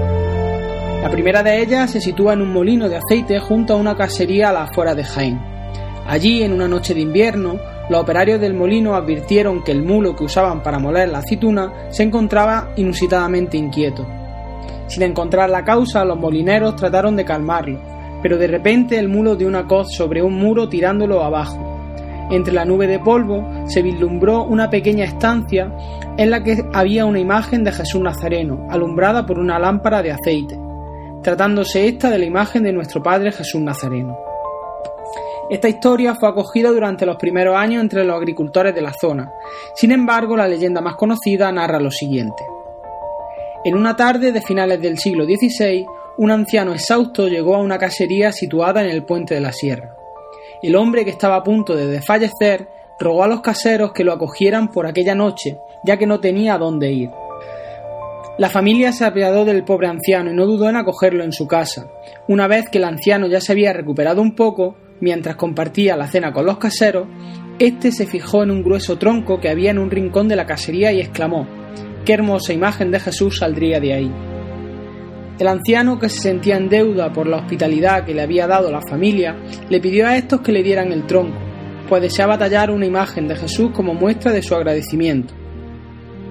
La primera de ellas se sitúa en un molino de aceite junto a una casería a las afueras de Jaén. Allí, en una noche de invierno, los operarios del molino advirtieron que el mulo que usaban para moler la aceituna se encontraba inusitadamente inquieto. Sin encontrar la causa, los molineros trataron de calmarlo, pero de repente el mulo dio una coz sobre un muro tirándolo abajo. Entre la nube de polvo se vislumbró una pequeña estancia en la que había una imagen de Jesús Nazareno, alumbrada por una lámpara de aceite, tratándose esta de la imagen de nuestro Padre Jesús Nazareno. Esta historia fue acogida durante los primeros años entre los agricultores de la zona. Sin embargo, la leyenda más conocida narra lo siguiente. En una tarde de finales del siglo dieciséis, un anciano exhausto llegó a una casería situada en el puente de la sierra. El hombre, que estaba a punto de desfallecer, rogó a los caseros que lo acogieran por aquella noche, ya que no tenía a dónde ir. La familia se apiadó del pobre anciano y no dudó en acogerlo en su casa. Una vez que el anciano ya se había recuperado un poco, mientras compartía la cena con los caseros, este se fijó en un grueso tronco que había en un rincón de la casería y exclamó: «¡Qué hermosa imagen de Jesús saldría de ahí!». El anciano, que se sentía en deuda por la hospitalidad que le había dado la familia, le pidió a estos que le dieran el tronco, pues deseaba tallar una imagen de Jesús como muestra de su agradecimiento.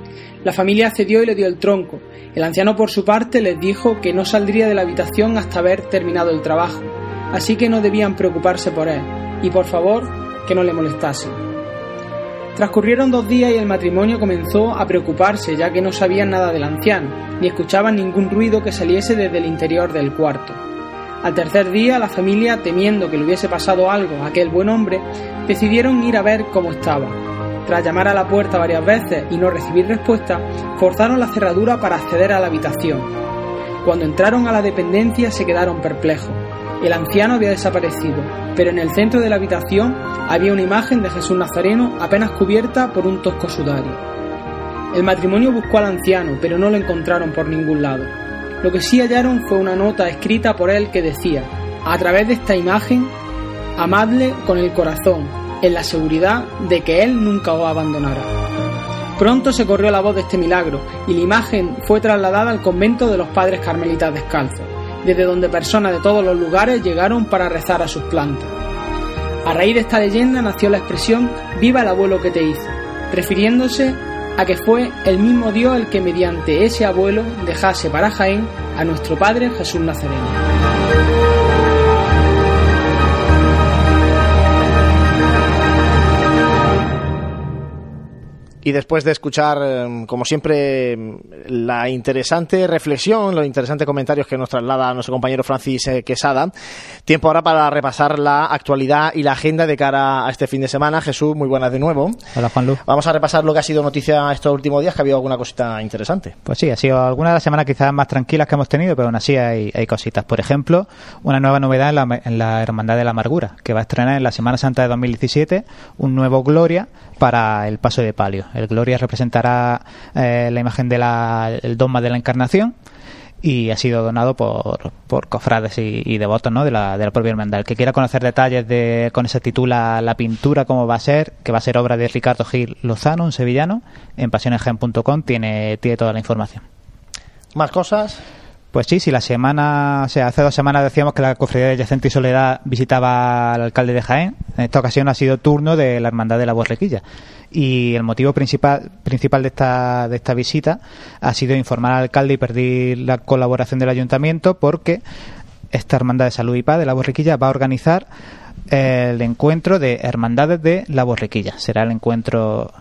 La familia accedió y le dio el tronco. El anciano, por su parte, les dijo que no saldría de la habitación hasta haber terminado el trabajo, así que no debían preocuparse por él, y por favor, que no le molestasen. Transcurrieron dos días y el matrimonio comenzó a preocuparse, ya que no sabían nada del anciano, ni escuchaban ningún ruido que saliese desde el interior del cuarto. Al tercer día, la familia, temiendo que le hubiese pasado algo a aquel buen hombre, decidieron ir a ver cómo estaba. Tras llamar a la puerta varias veces y no recibir respuesta, forzaron la cerradura para acceder a la habitación. Cuando entraron a la dependencia se quedaron perplejos. El anciano había desaparecido, pero en el centro de la habitación había una imagen de Jesús Nazareno apenas cubierta por un tosco sudario. El matrimonio buscó al anciano, pero no lo encontraron por ningún lado. Lo que sí hallaron fue una nota escrita por él que decía: a través de esta imagen, amadle con el corazón, en la seguridad de que él nunca os abandonará. Pronto se corrió la voz de este milagro y la imagen fue trasladada al convento de los padres carmelitas descalzos, desde donde personas de todos los lugares llegaron para rezar a sus plantas. A raíz de esta leyenda nació la expresión «Viva el abuelo que te hizo», refiriéndose a que fue el mismo Dios el que mediante ese abuelo dejase para Jaén a nuestro Padre Jesús Nazareno. Y después de escuchar, como siempre, la interesante reflexión, los interesantes comentarios que nos traslada nuestro compañero Francis Quesada, tiempo ahora para repasar la actualidad y la agenda de cara a este fin de semana. Jesús, muy buenas de nuevo. Hola, Juanlu. Vamos a repasar lo que ha sido noticia estos últimos días, que ha habido alguna cosita interesante. Pues sí, ha sido alguna de las semanas quizás más tranquilas que hemos tenido, pero aún así hay, hay cositas. Por ejemplo, una nueva novedad en la, en la Hermandad de la Amargura, que va a estrenar en la Semana Santa de dos mil diecisiete un nuevo Gloria para el Paso de Palio. El Gloria representará eh, la imagen del de dogma de la Encarnación y ha sido donado por, por cofrades y, y devotos, ¿no?, de la, de la propia hermandad. El que quiera conocer detalles de con esa titula La pintura, cómo va a ser, que va a ser obra de Ricardo Gil Lozano, un sevillano, en pasiones gen punto com tiene, tiene toda la información. ¿Más cosas? Pues sí, si la semana, o sea, hace dos semanas decíamos que la Cofradía de Yacente y Soledad visitaba al alcalde de Jaén. En esta ocasión ha sido turno de la Hermandad de la Borriquilla. Y el motivo principal principal de esta de esta visita ha sido informar al alcalde y pedir la colaboración del ayuntamiento, porque esta Hermandad de Salud y Paz de la Borriquilla va a organizar el encuentro de Hermandades de la Borriquilla. Será el encuentro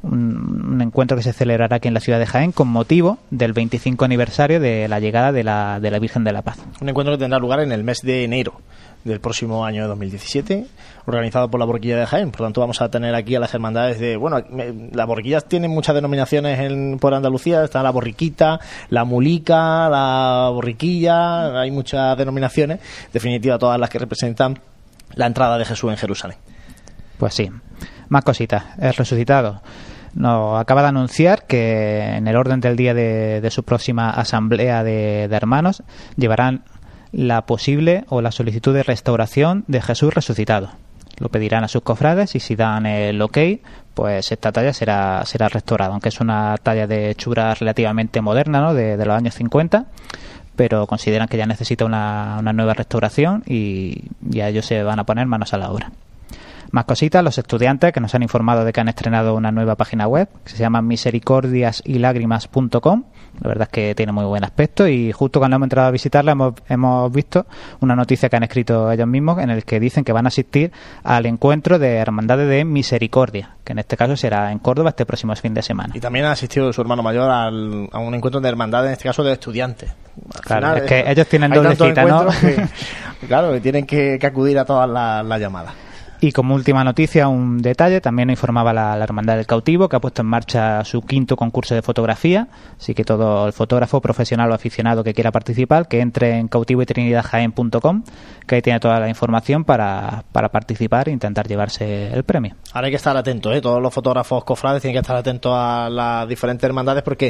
un, un encuentro que se celebrará aquí en la ciudad de Jaén con motivo del veinticinco aniversario de la llegada de la, de la Virgen de la Paz. Un encuentro que tendrá lugar en el mes de enero del próximo año de dos mil diecisiete, organizado por la Borriquilla de Jaén. Por lo tanto, vamos a tener aquí a las hermandades de... Bueno, las borriquillas tienen muchas denominaciones en, por Andalucía. Está la borriquita, la mulica, la borriquilla. Hay muchas denominaciones. En definitiva, todas las que representan la entrada de Jesús en Jerusalén. Pues sí. Más cositas. El resucitado nos acaba de anunciar que en el orden del día de, de su próxima asamblea de, de hermanos llevarán la posible o la solicitud de restauración de Jesús resucitado. Lo pedirán a sus cofrades y si dan el ok, pues esta talla será será restaurada, aunque es una talla de hechura relativamente moderna, ¿no?, de, de los años cincuenta, pero consideran que ya necesita una, una nueva restauración y, y a ellos se van a poner manos a la obra. Más cositas, los estudiantes que nos han informado de que han estrenado una nueva página web que se llama misericordias y lágrimas punto com. La verdad es que tiene muy buen aspecto y justo cuando hemos entrado a visitarla hemos, hemos visto una noticia que han escrito ellos mismos en el que dicen que van a asistir al encuentro de Hermandades de Misericordia, que en este caso será en Córdoba este próximo fin de semana. Y también ha asistido su hermano mayor al, a un encuentro de hermandades, en este caso de estudiantes. Al claro, final, es que ellos tienen doble cita, ¿no? Que, claro, que tienen que, que acudir a todas las la llamadas. Y como última noticia, un detalle, también informaba la, la Hermandad del Cautivo, que ha puesto en marcha su quinto concurso de fotografía, así que todo el fotógrafo profesional o aficionado que quiera participar, que entre en cautivo y trinidad jaén punto com, que ahí tiene toda la información para, para participar e intentar llevarse el premio. Ahora hay que estar atentos, ¿eh? Todos los fotógrafos cofrades tienen que estar atentos a las diferentes hermandades porque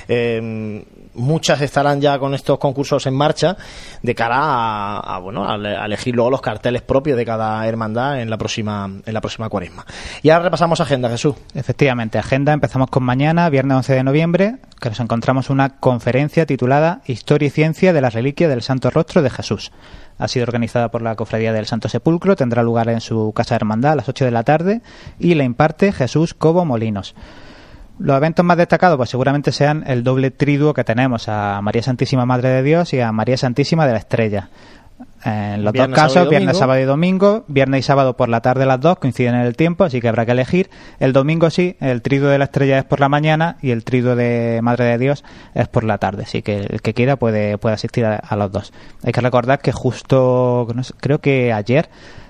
eh, muchas estarán ya con estos concursos en marcha de cara a, a bueno a, a elegir luego los carteles propios de cada hermandad en la próxima en la próxima cuaresma. Y ahora repasamos agenda, Jesús. Efectivamente, agenda. Empezamos con mañana, viernes once de noviembre, que nos encontramos una conferencia titulada Historia y Ciencia de la Reliquia del Santo Rostro de Jesús. Ha sido organizada por la Cofradía del Santo Sepulcro, tendrá lugar en su casa de hermandad a las ocho de la tarde y la imparte Jesús Cobo Molinos. Los eventos más destacados pues seguramente sean el doble triduo que tenemos a María Santísima Madre de Dios y a María Santísima de la Estrella. En los viernes, dos casos, viernes, sábado y domingo, viernes y sábado por la tarde las dos coinciden en el tiempo, así que habrá que elegir. El domingo sí, el triduo de la Estrella es por la mañana y el triduo de Madre de Dios es por la tarde, así que el que quiera puede, puede asistir a, a los dos. Hay que recordar que justo, no sé, creo que ayer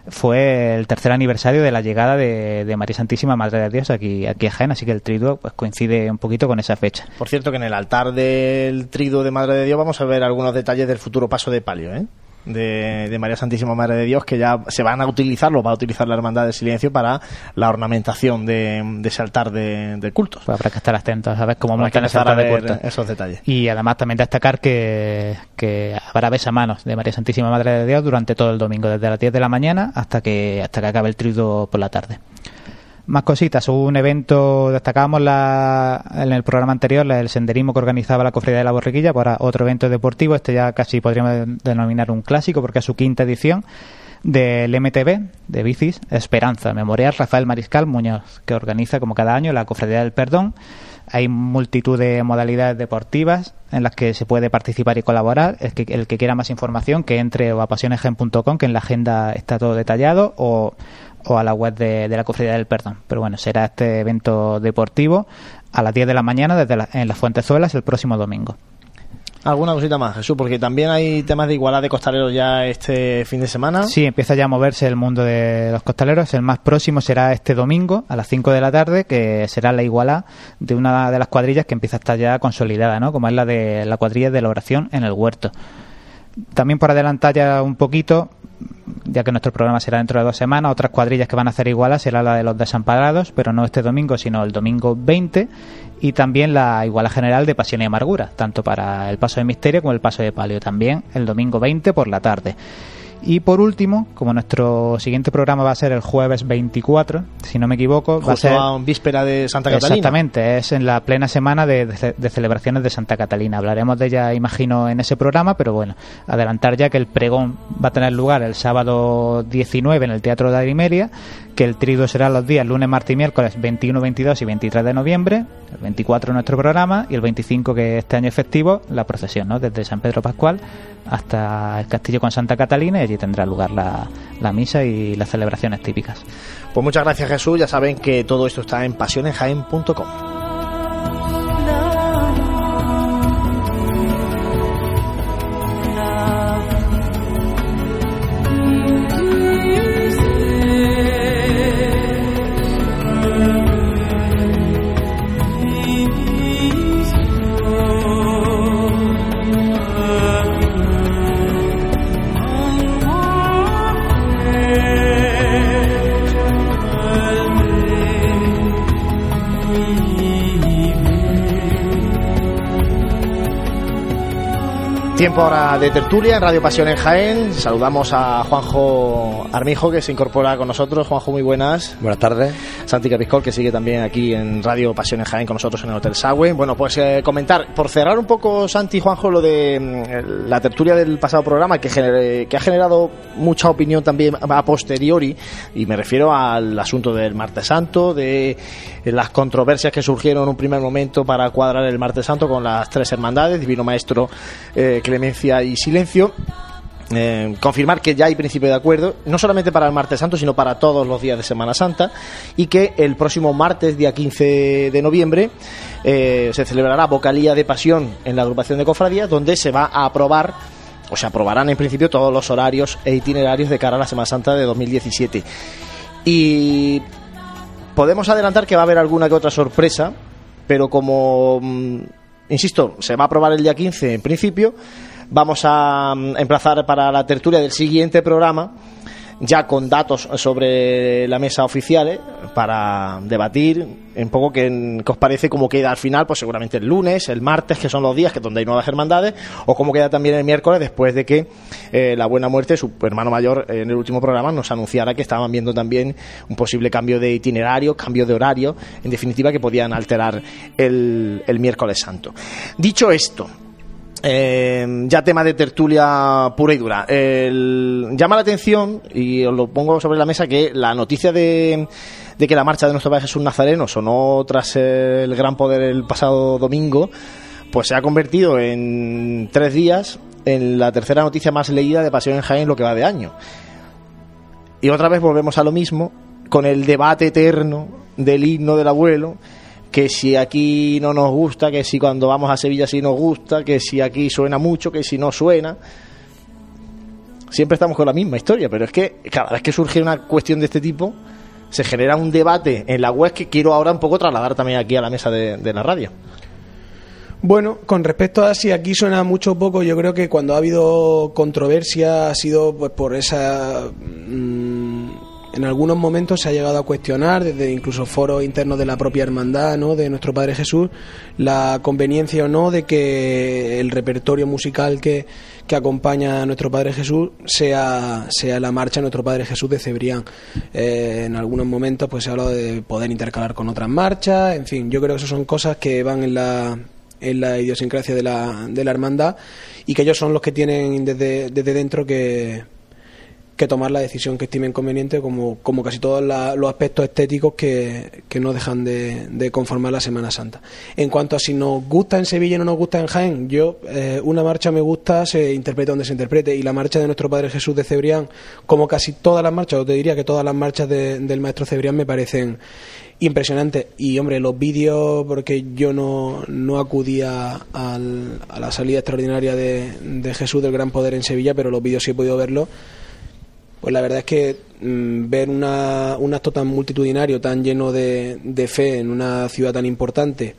fue el tercer aniversario de la llegada de, de María Santísima Madre de Dios aquí, aquí a Jaén, así que el triduo pues coincide un poquito con esa fecha. Por cierto que en el altar del triduo de Madre de Dios vamos a ver algunos detalles del futuro paso de palio, ¿eh? De, de María Santísima Madre de Dios, que ya se van a utilizar, lo va a utilizar la Hermandad del Silencio para la ornamentación de, de ese altar de, de cultos. Pues habrá que estar atentos a ver cómo montan ese altar de cultos. Esos detalles. Y además también destacar que, que habrá besamanos de María Santísima Madre de Dios durante todo el domingo, desde las diez de la mañana hasta que hasta que acabe el triduo por la tarde. Más cositas, hubo un evento, destacábamos la, en el programa anterior, el senderismo que organizaba la Cofradía de la Borriquilla, para otro evento deportivo, este ya casi podríamos denominar un clásico porque es su quinta edición, del M T B de bicis Esperanza Memorial Rafael Mariscal Muñoz, que organiza como cada año la Cofradía del Perdón. Hay multitud de modalidades deportivas en las que se puede participar y colaborar. El que, el que quiera más información, que entre o a pasiones gen punto com, que en la agenda está todo detallado, o, o a la web de, de la Cofradía del Perdón. Pero bueno, será este evento deportivo a las diez de la mañana desde la, en las Fuentezuelas el próximo domingo. ¿Alguna cosita más, Jesús? Porque también hay temas de igualdad de costaleros ya este fin de semana. Sí, empieza ya a moverse el mundo de los costaleros. El más próximo será este domingo a las cinco de la tarde, que será la igualdad de una de las cuadrillas que empieza a estar ya consolidada, ¿no? Como es la de la cuadrilla de la oración en el huerto. También por adelantar ya un poquito, ya que nuestro programa será dentro de dos semanas, otras cuadrillas que van a hacer iguala será la de los desamparados, pero no este domingo, sino el domingo veinte, y también la iguala general de Pasión y Amargura, tanto para el paso de misterio como el paso de palio, también el domingo veinte por la tarde. Y por último, como nuestro siguiente programa va a ser el jueves veinticuatro, si no me equivoco, justo va a ser a víspera de Santa Catalina. Exactamente, es en la plena semana de, de, de celebraciones de Santa Catalina. Hablaremos de ella, imagino, en ese programa, pero bueno, adelantar ya que el pregón va a tener lugar el sábado diecinueve en el Teatro de Arimeria, que el triduo será los días lunes, martes y miércoles veintiuno, veintidós y veintitrés de noviembre, el veinticuatro nuestro programa y el veinticinco, que este año es festivo, la procesión, ¿no? Desde San Pedro Pascual hasta el Castillo con Santa Catalina, y allí tendrá lugar la, la misa y las celebraciones típicas. Pues muchas gracias, Jesús. Ya saben que todo esto está en pasiones jaén punto com. Tiempo ahora de tertulia en Radio Pasión en Jaén. Saludamos a Juanjo Armijo, que se incorpora con nosotros. Juanjo, muy buenas. Buenas tardes. Santi Capiscol, que sigue también aquí en Radio Pasión en Jaén con nosotros en el Hotel Sagüe. Bueno, pues eh, comentar, por cerrar un poco, Santi y Juanjo, lo de eh, la tertulia del pasado programa, que, gener, que ha generado mucha opinión también a posteriori, y me refiero al asunto del Martes Santo, de eh, las controversias que surgieron en un primer momento para cuadrar el Martes Santo con las tres hermandades, Divino Maestro, eh, Clemencia y Silencio. Eh, confirmar que ya hay principio de acuerdo, no solamente para el Martes Santo, sino para todos los días de Semana Santa, y que el próximo martes, día quince de noviembre, eh, se celebrará Vocalía de Pasión en la agrupación de cofradías, donde se va a aprobar, o se aprobarán en principio todos los horarios e itinerarios de cara a la Semana Santa de dos mil diecisiete. Y podemos adelantar que va a haber alguna que otra sorpresa, pero como, insisto, se va a aprobar el día quince en principio, vamos a emplazar para la tertulia del siguiente programa, ya con datos sobre la mesa oficiales, para debatir un poco qué, qué os parece, cómo queda al final, pues seguramente el lunes, el martes, que son los días que donde hay nuevas hermandades, o cómo queda también el miércoles, después de que eh, la Buena Muerte, su hermano mayor, eh, en el último programa nos anunciara que estaban viendo también un posible cambio de itinerario, cambio de horario, en definitiva, que podían alterar el, el miércoles santo. Dicho esto, Eh, ya tema de tertulia pura y dura, el, llama la atención, y os lo pongo sobre la mesa, que la noticia de, de que la marcha de nuestro Padre Jesús Nazareno sonó tras el Gran Poder el pasado domingo, pues se ha convertido en tres días en la tercera noticia más leída de Pasión en Jaén lo que va de año. Y otra vez volvemos a lo mismo, con el debate eterno del himno del abuelo, que si aquí no nos gusta, que si cuando vamos a Sevilla sí nos gusta, que si aquí suena mucho, que si no suena. Siempre estamos con la misma historia, pero es que cada vez que surge una cuestión de este tipo, se genera un debate en la web que quiero ahora un poco trasladar también aquí a la mesa de, de la radio. Bueno, con respecto a si aquí suena mucho o poco, yo creo que cuando ha habido controversia ha sido pues por esa... Mmm, en algunos momentos se ha llegado a cuestionar, desde incluso foros internos de la propia hermandad, ¿no?, de nuestro Padre Jesús, la conveniencia o no de que el repertorio musical que, que acompaña a nuestro Padre Jesús sea, sea la marcha de nuestro Padre Jesús de Cebrián. Eh, en algunos momentos pues se ha hablado de poder intercalar con otras marchas, en fin, yo creo que eso son cosas que van en la... en la idiosincrasia de la, de la hermandad, y que ellos son los que tienen desde, desde dentro que, que tomar la decisión que estimen conveniente, como, como casi todos la, los aspectos estéticos que, que no dejan de, de conformar la Semana Santa. En cuanto a si nos gusta en Sevilla y no nos gusta en Jaén, yo eh, una marcha me gusta, se interprete donde se interprete, y la marcha de nuestro Padre Jesús de Cebrián, como casi todas las marchas, o te diría que todas las marchas de, del maestro Cebrián me parecen impresionante. Y hombre, los vídeos, porque yo no, no acudía al, a la salida extraordinaria de, de Jesús del Gran Poder en Sevilla, pero los vídeos sí he podido verlos. Pues la verdad es que mmm, ver una, un acto tan multitudinario, tan lleno de, de fe en una ciudad tan importante,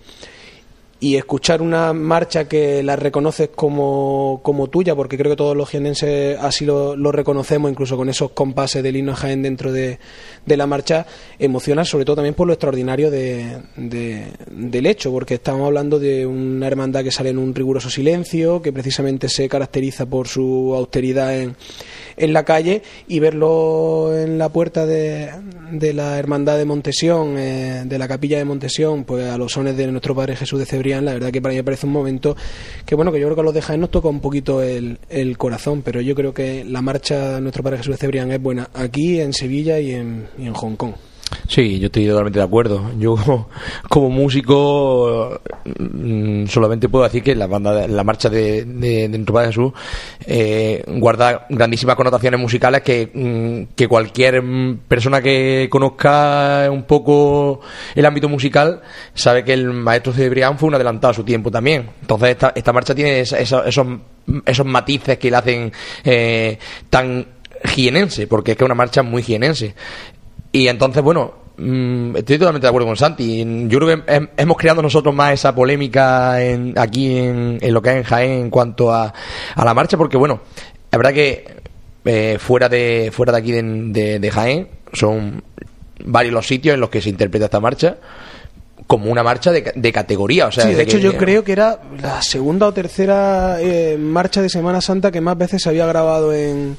y escuchar una marcha que la reconoces como, como tuya, porque creo que todos los jienenses así lo, lo reconocemos, incluso con esos compases del himno a Jaén dentro de, de la marcha, emociona, sobre todo también por lo extraordinario de, de, del hecho, porque estamos hablando de una hermandad que sale en un riguroso silencio, que precisamente se caracteriza por su austeridad en, en la calle, y verlo en la puerta de, de la hermandad de Montesión, eh, de la capilla de Montesión, pues a los sones de nuestro Padre Jesús de Cebrián. La verdad que para mí me parece un momento que, bueno, que yo creo que a los de Jaén nos toca un poquito el, el corazón, pero yo creo que la marcha de nuestro Padre Jesús de Cebrián es buena aquí, en Sevilla y en, y en Hong Kong. Sí, yo estoy totalmente de acuerdo. Yo como, como músico mmm, solamente puedo decir que la banda, la marcha de, de, de nuestro Padre Jesús eh, guarda grandísimas connotaciones musicales que, mmm, que cualquier persona que conozca un poco el ámbito musical sabe que el maestro Cebrián fue un adelantado a su tiempo también. Entonces esta, esta marcha tiene esa, esa, esos, esos matices que la hacen eh, tan jienense, porque es que es una marcha muy jienense. Y entonces, bueno, mmm, estoy totalmente de acuerdo con Santi. Yo creo que he, hemos creado nosotros más esa polémica en, aquí en, en lo que es en Jaén en cuanto a, a la marcha, porque, bueno, la verdad que eh, fuera de fuera de aquí de, de, de Jaén son varios los sitios en los que se interpreta esta marcha como una marcha de, de categoría. O sea, sí, de, de hecho que, yo creo que era la segunda o tercera eh, marcha de Semana Santa que más veces se había grabado en...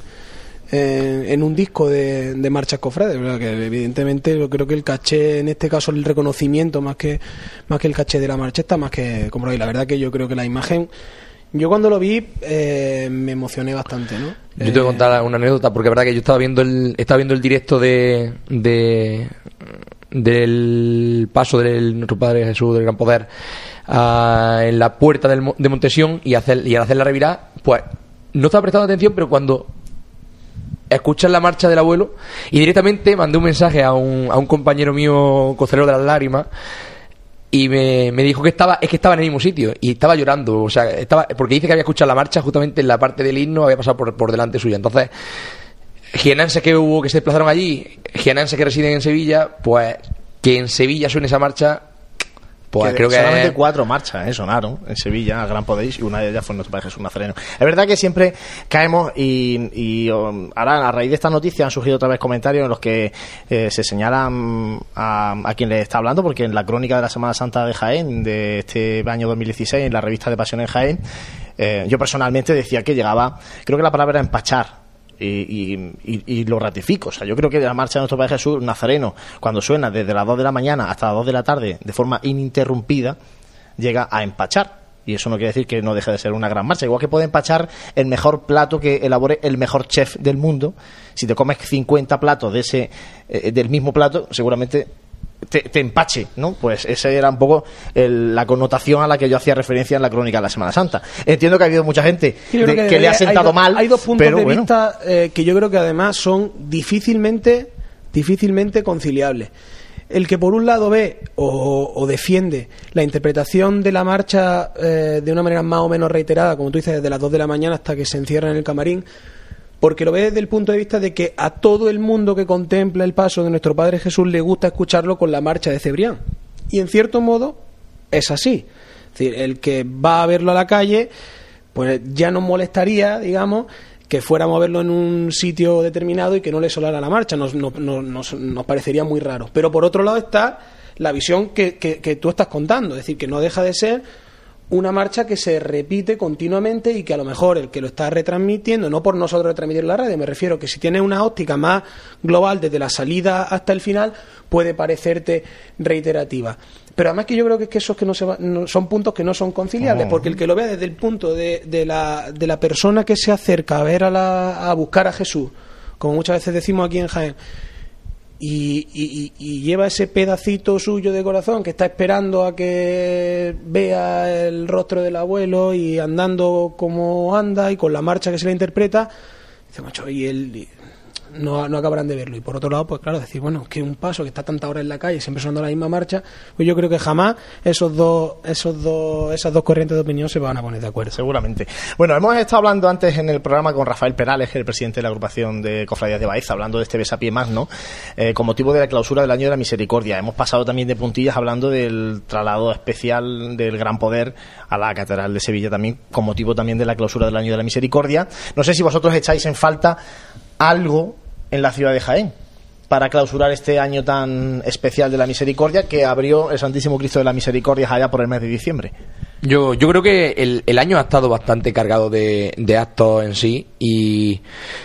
En, en un disco de, de marchas cofrades, ¿verdad? Que evidentemente yo creo que el caché, en este caso el reconocimiento más que más que el caché de la marcha está más que como ahí. La verdad que yo creo que la imagen, yo cuando lo vi eh, me emocioné bastante, ¿no? Yo te voy a contar una anécdota, porque es verdad que yo estaba viendo el estaba viendo el directo de, de del paso de nuestro Padre Jesús del Gran Poder a, en la puerta del, de Montesión, y hacer y al hacer la revirada, pues no estaba prestando atención, pero cuando escuchar la marcha del abuelo, y directamente mandé un mensaje a un, a un compañero mío, Cocelero de las Lágrimas, y me, me dijo que estaba es que estaba en el mismo sitio y estaba llorando, o sea, estaba porque dice que había escuchado la marcha justamente en la parte del himno, había pasado por, por delante suya. Entonces, jienenses que hubo que se desplazaron allí, jienenses que residen en Sevilla, pues que en Sevilla suene esa marcha, pues que creo que solamente es... cuatro marchas eh, sonaron en Sevilla, a Gran Poder, y una de ellas fue nuestro Padre Jesús Nazareno. Es verdad que siempre caemos y, y um, ahora a raíz de esta noticia han surgido otra vez comentarios en los que eh, se señalan a, a quien le está hablando, porque en la crónica de la Semana Santa de Jaén de este año dos mil dieciséis, en la revista de Pasión en Jaén, eh, yo personalmente decía que llegaba, creo que la palabra era empachar. Y, y, y, y lo ratifico. O sea, yo creo que la marcha de nuestro Padre Jesús Nazareno, cuando suena desde las dos de la mañana hasta las dos de la tarde de forma ininterrumpida, llega a empachar. y eso no quiere decir que no deje de ser una gran marcha. Igual que puede empachar el mejor plato que elabore el mejor chef del mundo, si te comes cincuenta platos de ese eh, del mismo plato, seguramente te, te empache, ¿no? Pues esa era un poco el, la connotación a la que yo hacía referencia en la crónica de la Semana Santa. Entiendo que ha habido mucha gente de, que, que le ha sentado hay mal, do, hay dos puntos pero de bueno. vista eh, que yo creo que además son difícilmente difícilmente conciliables. El que por un lado ve o, o defiende la interpretación de la marcha eh, de una manera más o menos reiterada, como tú dices, desde las dos de la mañana hasta que se encierra en el camarín, porque lo ve desde el punto de vista de que a todo el mundo que contempla el paso de nuestro Padre Jesús le gusta escucharlo con la marcha de Cebrián. Y en cierto modo es así. Es decir, el que va a verlo a la calle, pues ya nos molestaría, digamos, que fuéramos a verlo en un sitio determinado y que no le solara la marcha, nos, nos, nos, nos parecería muy raro. Pero por otro lado está la visión que, que, que tú estás contando, es decir, que no deja de ser una marcha que se repite continuamente y que a lo mejor el que lo está retransmitiendo, no por nosotros retransmitir la radio, me refiero que si tienes una óptica más global desde la salida hasta el final, puede parecerte reiterativa. Pero además que yo creo que, es que esos que no se va, no, son puntos que no son conciliables, oh. porque el que lo vea desde el punto de, de, la, de la persona que se acerca a ver a, la, a buscar a Jesús, como muchas veces decimos aquí en Jaén, y, y, y lleva ese pedacito suyo de corazón que está esperando a que vea el rostro del abuelo y andando como anda y con la marcha que se le interpreta, dice, macho, y él no, no acabarán de verlo. Y por otro lado, pues claro, decir, bueno, que un paso que está tanta hora en la calle siempre sonando la misma marcha, pues yo creo que jamás esos dos, esos dos, esas dos corrientes de opinión se van a poner de acuerdo. Seguramente. Bueno, hemos estado hablando antes en el programa con Rafael Perales, el presidente de la agrupación de Cofradías de Baeza, hablando de este besapié magno, eh, con motivo de la clausura del Año de la Misericordia. Hemos pasado también de puntillas hablando del traslado especial del Gran Poder a la Catedral de Sevilla también, con motivo también de la clausura del Año de la Misericordia. No sé si vosotros echáis en falta algo en la ciudad de Jaén para clausurar este año tan especial de la Misericordia que abrió el Santísimo Cristo de la Misericordia allá por el mes de diciembre. Yo, yo creo que el, el año ha estado bastante cargado de, de actos en sí y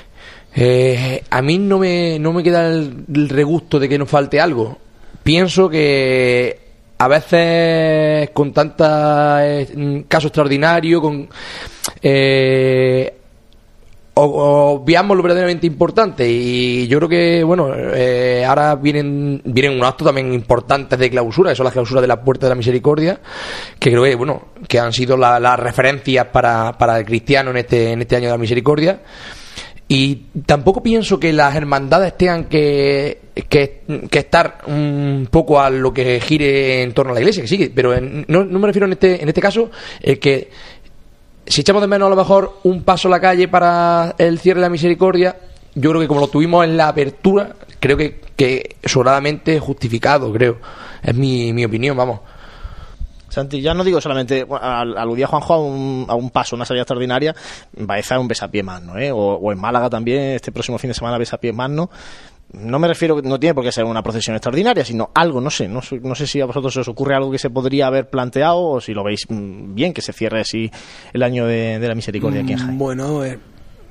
eh, a mí no me, no me queda el, el regusto de que nos falte algo. Pienso que a veces con tantos eh, casos extraordinarios, con eh, obviamos lo verdaderamente importante y yo creo que bueno eh, ahora vienen vienen unos actos también importantes de clausura, que son las clausuras de la Puerta de la Misericordia, que creo que bueno que han sido las la referencias para, para el cristiano en este en este año de la Misericordia. Y tampoco pienso que las hermandades tengan que, que, que estar un poco a lo que gire en torno a la Iglesia, que sí, pero en, no, no me refiero en este en este caso el que si echamos de menos a lo mejor un paso a la calle para el cierre de la Misericordia, yo creo que como lo tuvimos en la apertura, creo que, que sobradamente justificado, creo. Es mi, mi opinión, vamos. Santi, ya no digo solamente, aludía Juanjo a un, a un paso, una salida extraordinaria, Baeza es un besapié magno, ¿eh? O, o en Málaga también, este próximo fin de semana besapié magno. No me refiero, no tiene por qué ser una procesión extraordinaria, sino algo, no sé, no, no sé si a vosotros se os ocurre algo que se podría haber planteado o si lo veis bien, que se cierre así el año de, de la Misericordia aquí en Jaén. Bueno, eh,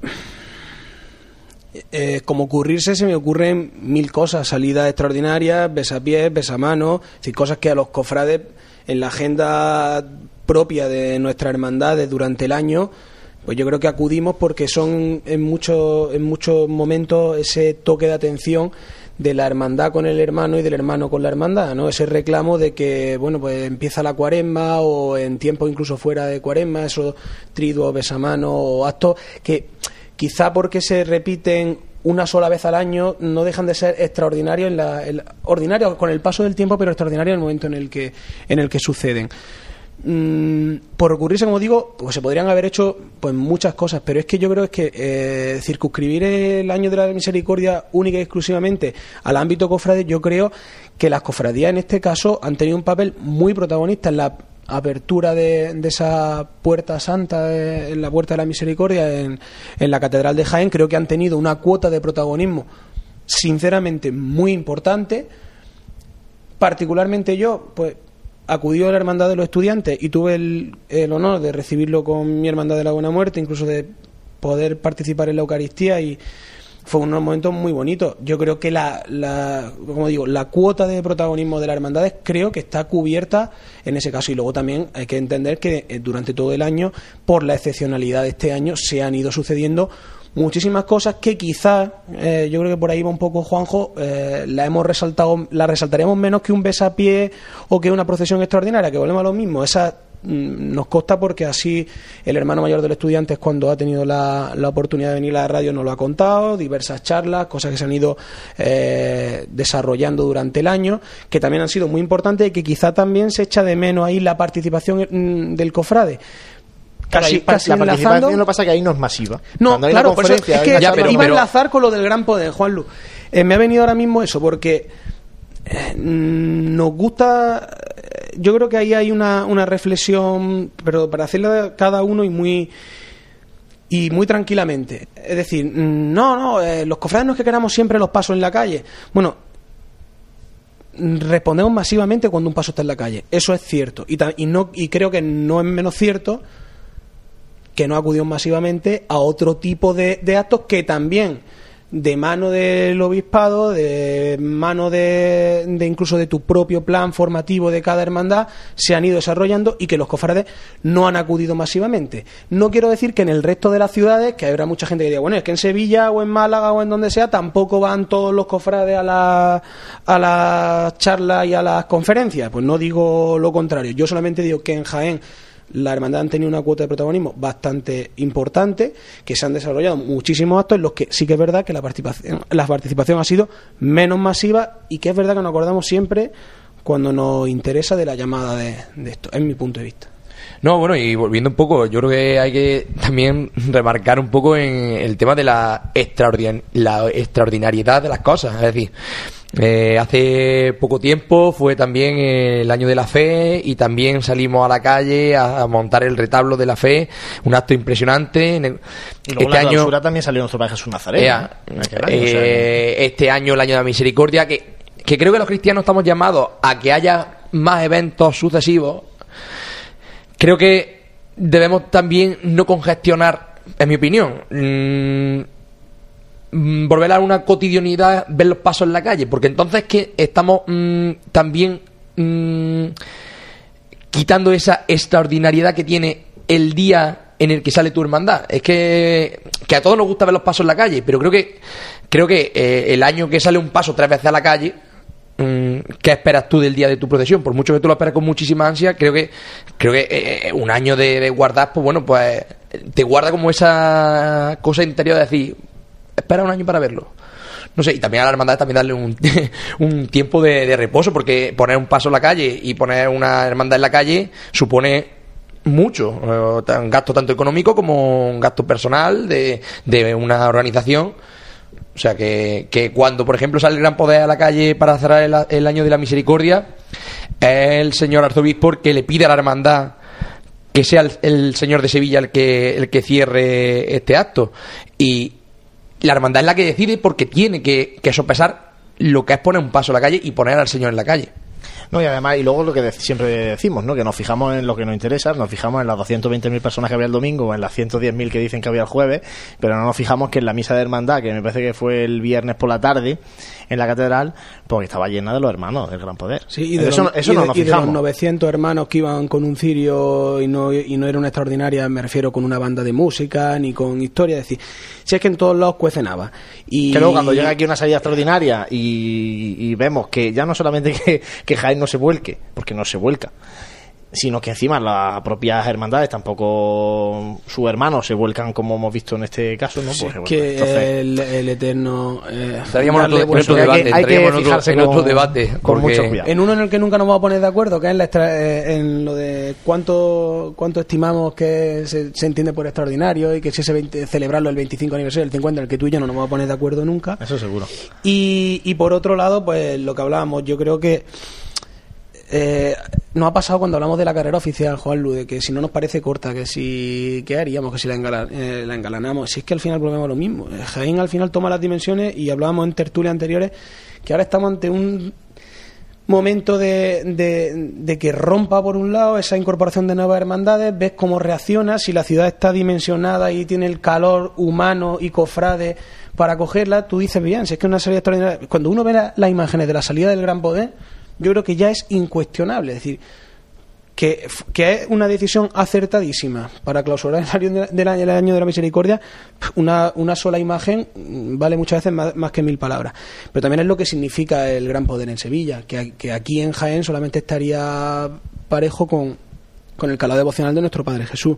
eh, como ocurrirse se me ocurren mil cosas, salidas extraordinarias, besapiés, besamanos, es decir, cosas que a los cofrades en la agenda propia de nuestras hermandades durante el año, pues yo creo que acudimos porque son en muchos en muchos momentos ese toque de atención de la hermandad con el hermano y del hermano con la hermandad, ¿no? Ese reclamo de que, bueno, pues empieza la cuaresma o en tiempo incluso fuera de cuaresma, esos triduos, besamanos o actos que quizá porque se repiten una sola vez al año no dejan de ser extraordinarios en la, en la, ordinarios con el paso del tiempo, pero extraordinarios en el momento en el que en el que suceden. Mm, por ocurrirse, como digo, pues se podrían haber hecho pues muchas cosas, pero es que yo creo es que eh, circunscribir el año de la Misericordia única y exclusivamente al ámbito cofrade, yo creo que las cofradías en este caso han tenido un papel muy protagonista en la apertura de, de esa puerta santa, de, en la Puerta de la Misericordia en, en la Catedral de Jaén. Creo que han tenido una cuota de protagonismo sinceramente muy importante. Particularmente yo, pues acudió a la Hermandad de los Estudiantes y tuve el, el honor de recibirlo con mi Hermandad de la Buena Muerte, incluso de poder participar en la Eucaristía y, fue unos momentos muy bonitos. Yo creo que la, la como digo, la cuota de protagonismo de las hermandades creo que está cubierta en ese caso. Y luego también hay que entender que eh, durante todo el año, por la excepcionalidad de este año, se han ido sucediendo muchísimas cosas que quizás, eh, yo creo que por ahí va un poco Juanjo, eh, la hemos resaltado, la resaltaríamos menos que un besapié o que una procesión extraordinaria, que volvemos a lo mismo. Esa mm, nos consta porque así el hermano mayor del estudiante, cuando ha tenido la, la oportunidad de venir a la radio, nos lo ha contado, diversas charlas, cosas que se han ido eh, desarrollando durante el año, que también han sido muy importantes y que quizá también se echa de menos ahí la participación mm, del cofrade. Casi, casi la participación, enlazando. Lo que pasa es que ahí no es masiva. No, Cuando hay claro, una por eso es conferencia, que hay ya, una pero, charla, iba a pero- enlazar con lo del gran poder, Juanlu. Eh, me ha venido ahora mismo eso, porque eh, nos gusta. eh, Yo creo que ahí hay una, una reflexión, pero para hacerla cada uno y muy y muy tranquilamente. Es decir, mm, no, no, eh, los cofrades no es que queramos siempre los pasos en la calle. Bueno, respondemos masivamente cuando un paso está en la calle. Eso es cierto. Y, ta- y, no, y creo que no es menos cierto que no acudimos masivamente a otro tipo de, de actos que también, de mano del obispado, de mano de, de incluso de tu propio plan formativo de cada hermandad, se han ido desarrollando y que los cofrades no han acudido masivamente. No quiero decir que en el resto de las ciudades, que habrá mucha gente que diga, bueno, es que en Sevilla o en Málaga o en donde sea, tampoco van todos los cofrades a la, a las charlas y a las conferencias. Pues no digo lo contrario. Yo solamente digo que en Jaén la hermandad han tenido una cuota de protagonismo bastante importante, que se han desarrollado muchísimos actos en los que sí que es verdad que la participación, la participación ha sido menos masiva y que es verdad que nos acordamos siempre cuando nos interesa de la llamada de, de esto, es mi punto de vista. No, bueno, y volviendo un poco, yo creo que hay que también remarcar un poco en el tema de la, extraordin- la extraordinariedad de las cosas. Es decir, eh, hace poco tiempo fue también el año de la fe y también salimos a la calle a, a montar el retablo de la fe, un acto impresionante. En el, Y luego este la año clausura también salió nuestro Padre Jesús Nazareno. Ea, ¿eh? En aquel año, o sea, eh, este año, el año de la misericordia, que, que creo que los cristianos estamos llamados a que haya más eventos sucesivos. Creo que debemos también no congestionar, en mi opinión, mmm, mmm, volver a una cotidianidad, ver los pasos en la calle, porque entonces que estamos mmm, también mmm, quitando esa extraordinariedad que tiene el día en el que sale tu hermandad. Es que, que a todos nos gusta ver los pasos en la calle, pero creo que creo que eh, el año que sale un paso tres veces a la calle, ¿qué esperas tú del día de tu procesión? Por mucho que tú lo esperes con muchísima ansia, creo que creo que eh, un año de, de guardar, pues bueno, pues te guarda como esa cosa interior de decir, espera un año para verlo. No sé, y también a la hermandad también darle un, un tiempo de, de reposo, porque poner un paso en la calle y poner una hermandad en la calle supone mucho, eh, un gasto tanto económico como un gasto personal de, de una organización. O sea, que, que cuando, por ejemplo, sale el Gran Poder a la calle para cerrar el, el año de la misericordia, es el señor arzobispo que le pide a la hermandad que sea el, el señor de Sevilla el que, el que cierre este acto. Y la hermandad es la que decide, porque tiene que, que sopesar lo que es poner un paso a la calle y poner al señor en la calle. No, y además, y luego lo que de- siempre decimos, ¿no? Que nos fijamos en lo que nos interesa, nos fijamos en las doscientas veinte mil personas que había el domingo o en las ciento diez mil que dicen que había el jueves, pero no nos fijamos que en la misa de hermandad, que me parece que fue el viernes por la tarde en la catedral, porque estaba llena de los hermanos del Gran Poder. Sí, y de, eso los, eso y no de- nos y de los fijamos. novecientos hermanos que iban con un cirio y no, y no era una extraordinaria, me refiero con una banda de música ni con historia. Es decir, si es que en todos lados cuecen habas. Y Que luego cuando llega aquí una salida extraordinaria y, y vemos que ya no solamente que, que Jaén no se vuelque, porque no se vuelca, sino que encima las propias hermandades tampoco sus hermanos se vuelcan, como hemos visto en este caso, ¿no? Sí, Pues, bueno, que entonces, el, el eterno eh, Estaríamos en darle otro, en buen otro sonido. debate, hay que- hay que entraríamos en otro, fijarse en otro con- debate. con porque- mucho cuidado. En uno en el que nunca nos vamos a poner de acuerdo, que es la extra- eh, en lo de cuánto cuánto estimamos que se, se entiende por extraordinario y que si ese veinte, celebrarlo el veinticinco aniversario, el cincuenta, en el que tú y yo no nos vamos a poner de acuerdo nunca. eso seguro. Y, y por otro lado, pues lo que hablábamos, yo creo que eh, nos ha pasado cuando hablamos de la carrera oficial, Juanlu, de que si no nos parece corta, que si ¿qué haríamos? Que si la, engala- eh, la engalanamos. Si es que al final volvemos a lo mismo. Eh, Jaén al final toma las dimensiones, y hablábamos en tertulias anteriores que ahora estamos ante un momento de, de, de que rompa por un lado esa incorporación de nuevas hermandades, ves cómo reacciona, si la ciudad está dimensionada y tiene el calor humano y cofrade para cogerla, tú dices bien, si es que es una salida extraordinaria. Cuando uno ve la, las imágenes de la salida del Gran Poder, yo creo que ya es incuestionable, es decir, que, que es una decisión acertadísima para clausurar el año, de, del, año, del año de la misericordia. Una, una sola imagen vale muchas veces más, más que mil palabras, pero también es lo que significa el Gran Poder en Sevilla, que, que aquí en Jaén solamente estaría parejo con, con el calado devocional de nuestro Padre Jesús.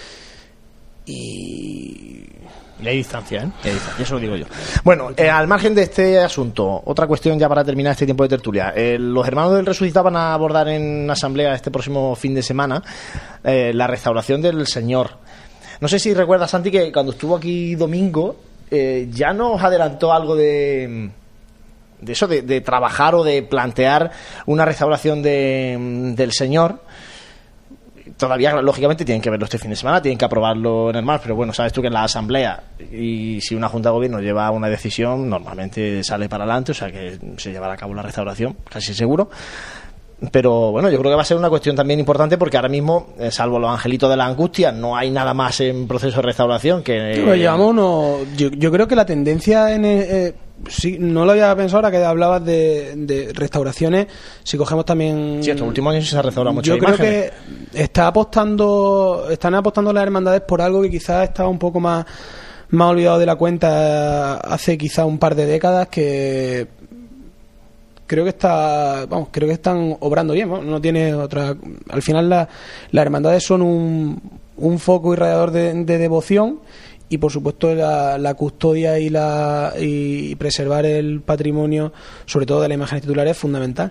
Y... Y hay distancia, ¿eh? Y hay distancia, eso lo digo yo. Bueno, eh, al margen de este asunto, otra cuestión ya para terminar este tiempo de tertulia. Eh, los hermanos del Resucitado van a abordar en asamblea este próximo fin de semana eh, la restauración del Señor. No sé si recuerdas, Santi, que cuando estuvo aquí Domingo eh, ya nos adelantó algo de... de eso, de, de trabajar o de plantear una restauración de, del Señor. Todavía, lógicamente, tienen que verlo este fin de semana, tienen que aprobarlo en el mar, pero bueno, sabes tú que en la asamblea, y si una junta de gobierno lleva una decisión, normalmente sale para adelante, o sea que se llevará a cabo la restauración, casi seguro. Pero bueno, yo creo que va a ser una cuestión también importante, porque ahora mismo, eh, salvo los angelitos de la angustia, no hay nada más en proceso de restauración que... Lo llevamos, no, yo, yo creo que la tendencia en el, eh, sí, no lo había pensado ahora que hablabas de, de restauraciones. Si cogemos también... Sí, estos últimos años se ha restaurado mucho. Yo creo imágenes. que está apostando, están apostando las hermandades por algo que quizás estaba un poco más, más olvidado de la cuenta hace quizás un par de décadas, que creo que está, vamos, creo que están obrando bien, ¿no? No tiene otra. Al final la, las hermandades son un, un foco irradiador de, de devoción. Y por supuesto la, la custodia y la y preservar el patrimonio, sobre todo de las imágenes titulares, es fundamental.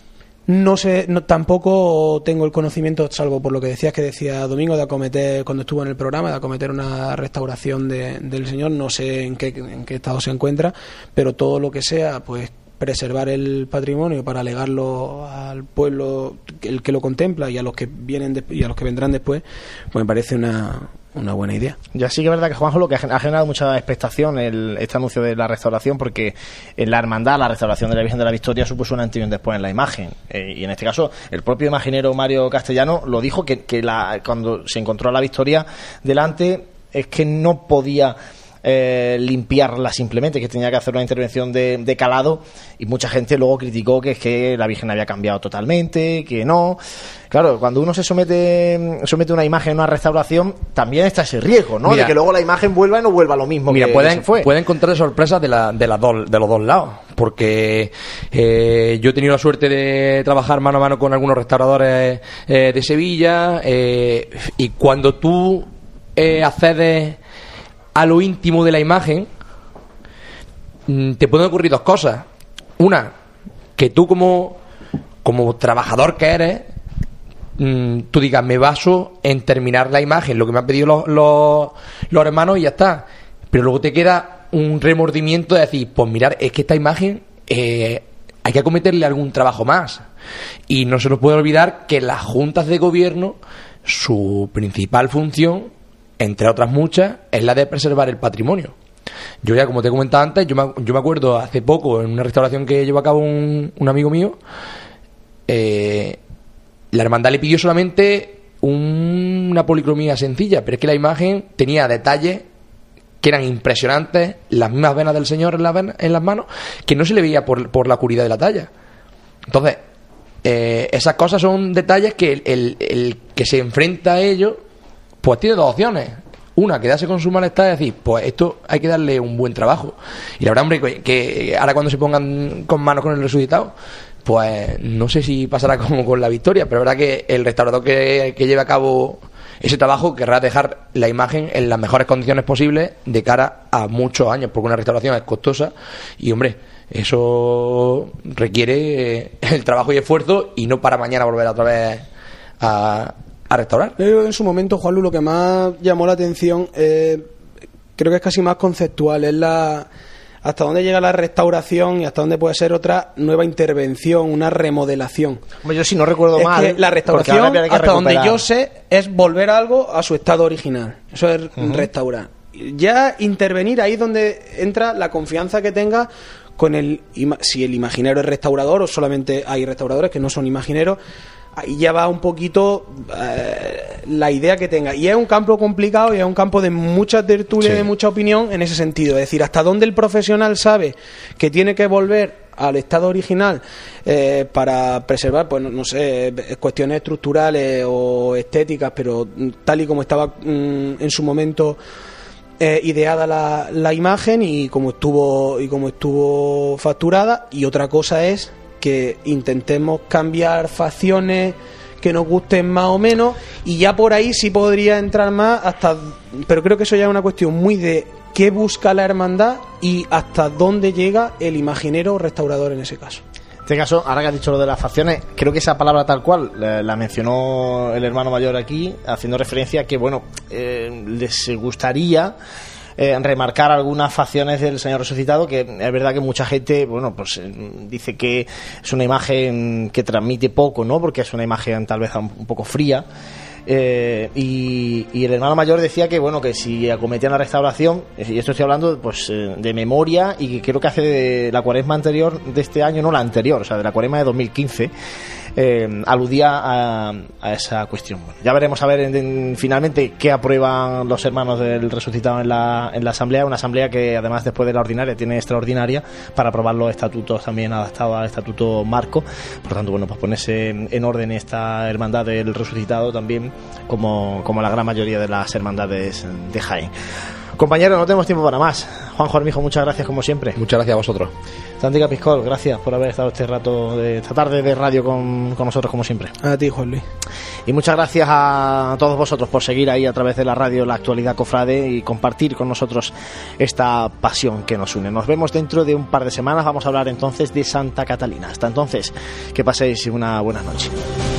No sé, no, tampoco tengo el conocimiento, salvo por lo que decías que decía Domingo, de acometer, cuando estuvo en el programa, de acometer una restauración de, del Señor. No sé en qué, en qué estado se encuentra, pero todo lo que sea, pues preservar el patrimonio para legarlo al pueblo, el que lo contempla, y a los que vienen de, y a los que vendrán después, pues me parece una una buena idea. Ya sí que es verdad que, Juanjo, lo que ha generado mucha expectación el, este anuncio de la restauración, porque en la hermandad la restauración de la Virgen de la Victoria supuso un antes y un después en la imagen, eh, y en este caso el propio imaginero Mario Castellano lo dijo, que, que la, cuando se encontró a la Victoria delante es que no podía Eh, limpiarla simplemente, que tenía que hacer una intervención de, de calado, y mucha gente luego criticó que es que la Virgen había cambiado totalmente, que no. Claro, cuando uno se somete somete una imagen a una restauración, también está ese riesgo, ¿no? Mira, de que luego la imagen vuelva y no vuelva lo mismo. Mira, que, pueden, que se fue. pueden encontrar sorpresas de, la, de, las dos, de los dos lados, porque eh, yo he tenido la suerte de trabajar mano a mano con algunos restauradores eh, de Sevilla, eh, y cuando tú eh, accedes a lo íntimo de la imagen, te pueden ocurrir dos cosas. Una, que tú como como trabajador que eres, tú digas, me baso en terminar la imagen, lo que me han pedido los, los, los hermanos, y ya está. Pero luego te queda un remordimiento de decir, pues mirar, es que esta imagen eh, hay que acometerle algún trabajo más. Y no se nos puede olvidar que las juntas de gobierno, su principal función, entre otras muchas, es la de preservar el patrimonio. Yo ya, como te he comentado antes, yo me, yo me acuerdo hace poco, en una restauración que llevó a cabo un, un amigo mío, eh, la hermandad le pidió solamente un, una policromía sencilla, pero es que la imagen tenía detalles que eran impresionantes, las mismas venas del Señor en, la ven, en las manos, que no se le veía por, por la oscuridad de la talla. Entonces, eh, esas cosas son detalles que el, el, el que se enfrenta a ellos, pues tiene dos opciones. Una, quedarse con su malestar y decir, pues esto hay que darle un buen trabajo. Y la verdad, hombre, que, que ahora cuando se pongan con manos con el resucitado, pues no sé si pasará como con la Victoria, pero la verdad que el restaurador que, que lleve a cabo ese trabajo querrá dejar la imagen en las mejores condiciones posibles de cara a muchos años, porque una restauración es costosa y, hombre, eso requiere el trabajo y esfuerzo, y no para mañana volver otra vez a... a restaurar. Pero en su momento, Juanlu, lo que más llamó la atención, eh, creo que es casi más conceptual, es la hasta dónde llega la restauración y hasta dónde puede ser otra nueva intervención, una remodelación. Hombre, yo si no recuerdo es mal, que la restauración, hasta recuperar. Donde yo sé, es volver algo a su estado original. Eso es uh-huh. restaurar. Ya intervenir ahí donde entra la confianza que tenga con el, si el imaginero es restaurador, o solamente hay restauradores que no son imagineros, ahí ya va un poquito eh, la idea que tenga. Y es un campo complicado y es un campo de mucha tertulia, sí, de mucha opinión en ese sentido. Es decir, hasta dónde el profesional sabe que tiene que volver al estado original eh, para preservar, pues no, no sé, cuestiones estructurales o estéticas, pero tal y como estaba mm, en su momento eh, ideada la, la imagen y como estuvo y como estuvo facturada. Y otra cosa es que intentemos cambiar facciones que nos gusten más o menos, y ya por ahí sí podría entrar más hasta, pero creo que eso ya es una cuestión muy de qué busca la hermandad y hasta dónde llega el imaginero o restaurador en ese caso. En este caso, ahora que has dicho lo de las facciones, creo que esa palabra tal cual la, la mencionó el hermano mayor aquí, haciendo referencia a que, bueno, eh, les gustaría Eh, remarcar algunas facciones del Señor resucitado, que es verdad que mucha gente, bueno, pues eh, dice que es una imagen que transmite poco, ¿no? Porque es una imagen tal vez un, un poco fría. Eh, y, y el hermano mayor decía que, bueno, que si acometían la restauración, y esto estoy hablando pues eh, de memoria, y que creo que hace de la cuaresma anterior de este año, no la anterior, o sea, de la cuaresma de dos mil quince, Eh, aludía a, a esa cuestión. Bueno, ya veremos a ver en, en, finalmente qué aprueban los hermanos del resucitado en la, en la asamblea, una asamblea que además después de la ordinaria tiene extraordinaria para aprobar los estatutos también adaptados al estatuto marco. Por tanto, bueno, pues ponerse en, en orden esta hermandad del resucitado también, como, como la gran mayoría de las hermandades de Jaén. Compañeros, no tenemos tiempo para más. Juanjo Armijo, muchas gracias como siempre. Muchas gracias a vosotros. Santi Capiscol, gracias por haber estado este rato, de esta tarde de radio con, con nosotros como siempre. A ti, Juan Luis. Y muchas gracias a todos vosotros por seguir ahí a través de la radio La Actualidad Cofrade y compartir con nosotros esta pasión que nos une. Nos vemos dentro de un par de semanas. Vamos a hablar entonces de Santa Catalina. Hasta entonces, que paséis una buena noche.